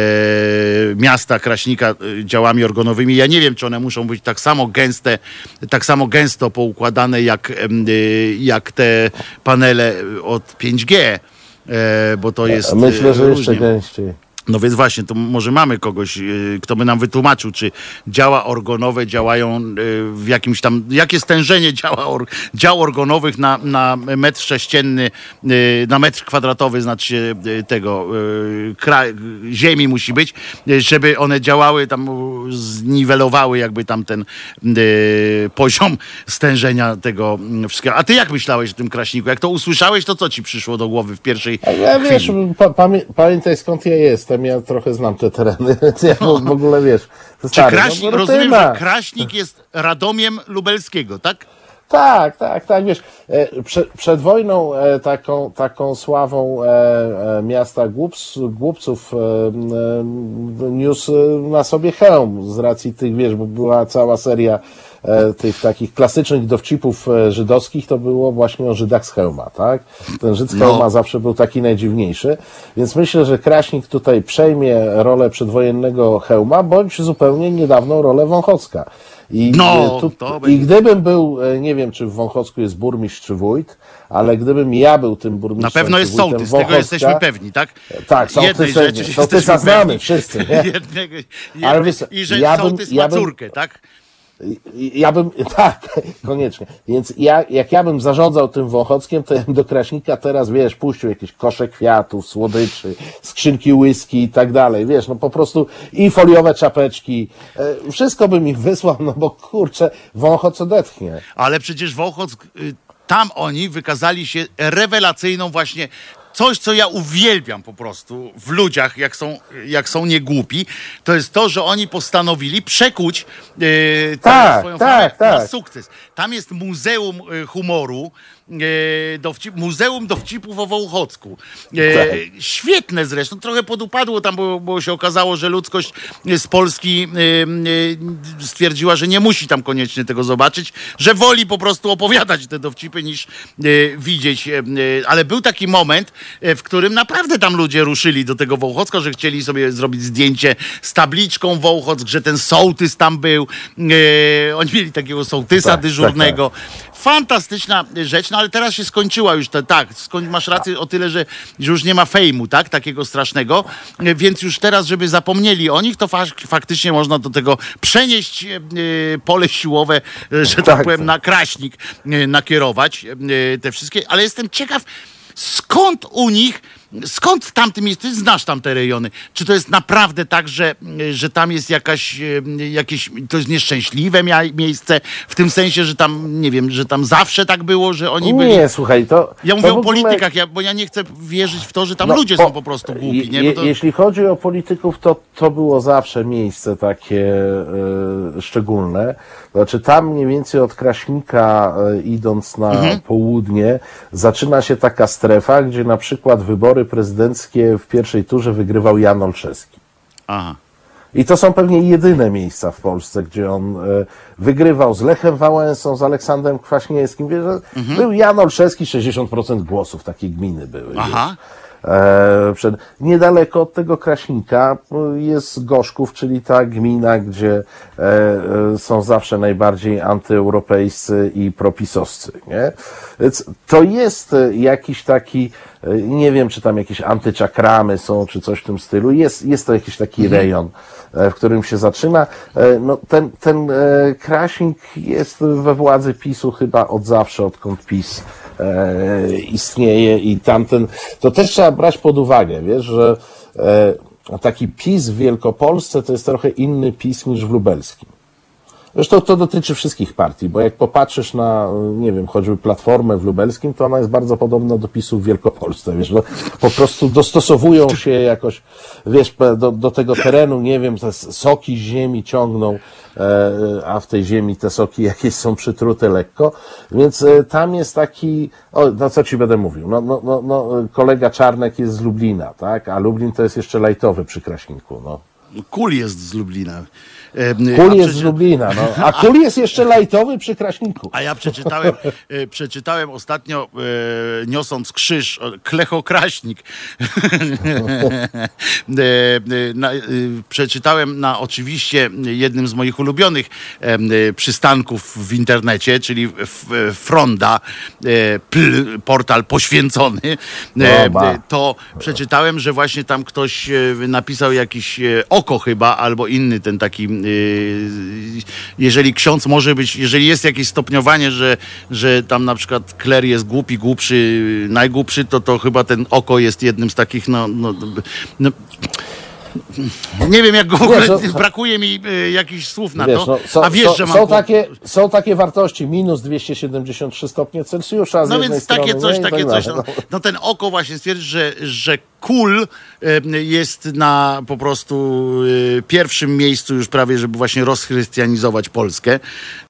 miasta Kraśnika e, działami organowymi, ja nie wiem, czy one muszą być tak samo gęste, tak samo gęsto poukładane jak, em, e, jak te panele od pięć G. E, bo to jest.
Myślę, że
e,
jeszcze
różnie.
gęściej.
No więc właśnie, to może mamy kogoś, e, kto by nam wytłumaczył, czy działa organowe działają e, w jakimś tam, jakie stężenie działa or, dział organowych na, na metr sześcienny, e, na metr kwadratowy, znaczy się e, tego e, kra, ziemi musi być, e, żeby one działały, tam e, zniwelowały jakby tam ten e, poziom stężenia tego m, wszystkiego. A ty jak myślałeś o tym Kraśniku? Jak to usłyszałeś, to co ci przyszło do głowy w pierwszej
Ja wiesz,
chwili?
pa, pamię, pamiętaj skąd ja jestem, ja trochę znam te tereny, więc ja w ogóle wiesz.
Czy
stary,
Kraśnik,
no,
rozumiem,
rutyna.
że Kraśnik jest Radomiem Lubelskiego, tak?
Tak, tak, tak, wiesz, e, prze, przed wojną e, taką, taką sławą e, e, miasta głups, głupców e, e, niósł na sobie hełm z racji tych, wiesz, bo była cała seria e, tych takich klasycznych dowcipów e, żydowskich, to było właśnie o Żydach z hełma, tak? Ten Żyd z
No.
hełma zawsze był taki najdziwniejszy, więc myślę, że Kraśnik tutaj przejmie rolę przedwojennego hełma, bądź zupełnie niedawną rolę Wąchocka. I,
No,
e, tu,
to
I
będzie-
gdybym był, e, nie wiem, czy w Wąchocku jest burmistrz czy wójt, ale gdybym ja był tym burmistrzem.
Na pewno
czy
jest
wójtem
sołtys, tego
Wąchocka-
jesteśmy pewni, tak?
Tak, sołtys
Jednej
pewnie.
rzeczy
Sołtysa
jesteśmy
znamy
pewni.
wszyscy, nie?
Jednego,
Ale
jednej,
wiesz,
I że
ja bym-
sołtys
ja
ma
bym-
córkę, tak?
I- Ja bym, tak, koniecznie. Więc ja, jak ja bym zarządzał tym Wąchockiem, to ja bym do Kraśnika teraz, wiesz, puścił jakieś kosze kwiatów, słodyczy, skrzynki whisky i tak dalej, wiesz, no po prostu i foliowe czapeczki, e, wszystko bym ich wysłał, no bo kurczę, Wąchoc odetchnie.
Ale przecież Wołchoc, y, tam oni wykazali się rewelacyjną właśnie coś, co ja uwielbiam po prostu w ludziach, jak są, jak są niegłupi, to jest to, że oni postanowili przekuć yy, tę
Tak,
swoją
tak,
firmę na
tak.
sukces. Tam jest Muzeum y, Humoru, e, dowcip, Muzeum Dowcipów o Wołchocku. E,
Tak.
Świetne zresztą, trochę podupadło tam, bo, bo się okazało, że ludzkość z Polski e, e, stwierdziła, że nie musi tam koniecznie tego zobaczyć, że woli po prostu opowiadać te dowcipy niż e, widzieć. E, ale był taki moment, e, w którym naprawdę tam ludzie ruszyli do tego Wołchocka, że chcieli sobie zrobić zdjęcie z tabliczką Wołchock, że ten sołtys tam był. E, oni mieli takiego sołtysa
Tak,
dyżurnego. Fantastyczna rzecz, no ale teraz się skończyła już, te, tak, skoń, masz rację o tyle, że, że już nie ma fejmu, tak, takiego strasznego, e, więc już teraz, żeby zapomnieli o nich, to fa faktycznie można do tego przenieść e, pole siłowe, e, że tak,
Tak,
powiem,
tak.
na Kraśnik e, nakierować e, te wszystkie, ale jestem ciekaw, skąd u nich skąd w tamtym miejscu, ty znasz tamte rejony, czy to jest naprawdę tak, że, że tam jest jakaś, jakieś, to jest nieszczęśliwe mia- miejsce, w tym sensie, że tam, nie wiem, że tam zawsze tak było, że oni byli...
Nie, słuchaj, to...
Ja
to
mówię
w
o
ogóle-
politykach, ja, bo ja nie chcę wierzyć w to, że tam
No,
ludzie
po-
są po prostu głupi, nie?
Je,
Bo to...
Jeśli chodzi o polityków, to to było zawsze miejsce takie e, szczególne. Znaczy tam mniej więcej od Kraśnika e, idąc na
Mhm.
południe zaczyna się taka strefa, gdzie na przykład wybory prezydenckie w pierwszej turze wygrywał Jan Olszewski.
Aha.
I to są pewnie jedyne miejsca w Polsce, gdzie on e, wygrywał z Lechem Wałęsą, z Aleksandrem Kwaśniewskim. Wiesz, że
Mhm.
był Jan Olszewski, sześćdziesiąt procent głosów, takie gminy były.
Aha.
Wiesz. E, przed, niedaleko od tego Kraśnika jest Gorzków, czyli ta gmina, gdzie e, e, są zawsze najbardziej antyeuropejscy i propisowscy, nie? Więc to jest jakiś taki, e, nie wiem, czy tam jakieś antyczakramy są, czy coś w tym stylu. Jest, jest to jakiś taki rejon, e, w którym się zaczyna. E, no, ten, ten e, Kraśnik jest we władzy PiSu chyba od zawsze, odkąd PiS e, istnieje i tamten, to też trzeba brać pod uwagę, wiesz, że e, taki PiS w Wielkopolsce to jest trochę inny PiS niż w lubelskim. Zresztą to dotyczy wszystkich partii, bo jak popatrzysz na, nie wiem, choćby Platformę w lubelskim, to ona jest bardzo podobna do PiSu w Wielkopolsce, wiesz, no, po prostu dostosowują się jakoś, wiesz, do, do tego terenu, nie wiem, te soki z ziemi ciągną, e, a w tej ziemi te soki jakieś są przytrute lekko, więc e, tam jest taki, o, no co ci będę mówił, no, no, no, no kolega Czarnek jest z Lublina, tak, a Lublin to jest jeszcze lajtowy przy Kraśniku, no.
Kul jest z Lublina. E,
Kul
a
jest z
przecież-
Lublina, no. A Kul jest jeszcze lajtowy przy Kraśniku.
A ja przeczytałem, e, przeczytałem ostatnio, e, niosąc krzyż, o, Klechokraśnik. e, e, na, e, przeczytałem na oczywiście jednym z moich ulubionych e, e, przystanków w internecie, czyli f, e, Fronda, e, pl, portal poświęcony. E,
O, ba.
e, to przeczytałem, że właśnie tam ktoś e, napisał jakiś e, oko chyba, albo inny ten taki, e, jeżeli ksiądz może być, jeżeli jest jakieś stopniowanie, że, że tam na przykład kler jest głupi, głupszy, najgłupszy, to to chyba ten oko jest jednym z takich, no, no, no nie wiem, jak go w ogóle,
Wiesz, no,
brakuje mi y, jakichś słów na
Wiesz,
to,
no, są,
a wiesz,
są,
że mam...
są,
po-
takie, są takie wartości, minus dwieście siedemdziesiąt trzy stopnie Celsjusza z
No
jednej
więc
strony,
takie coś,
nie? I
takie
tak
coś.
dalej.
No, no ten oko właśnie stwierdzi, że, że Kul y, jest na po prostu y, pierwszym miejscu już prawie, żeby właśnie rozchrystianizować Polskę.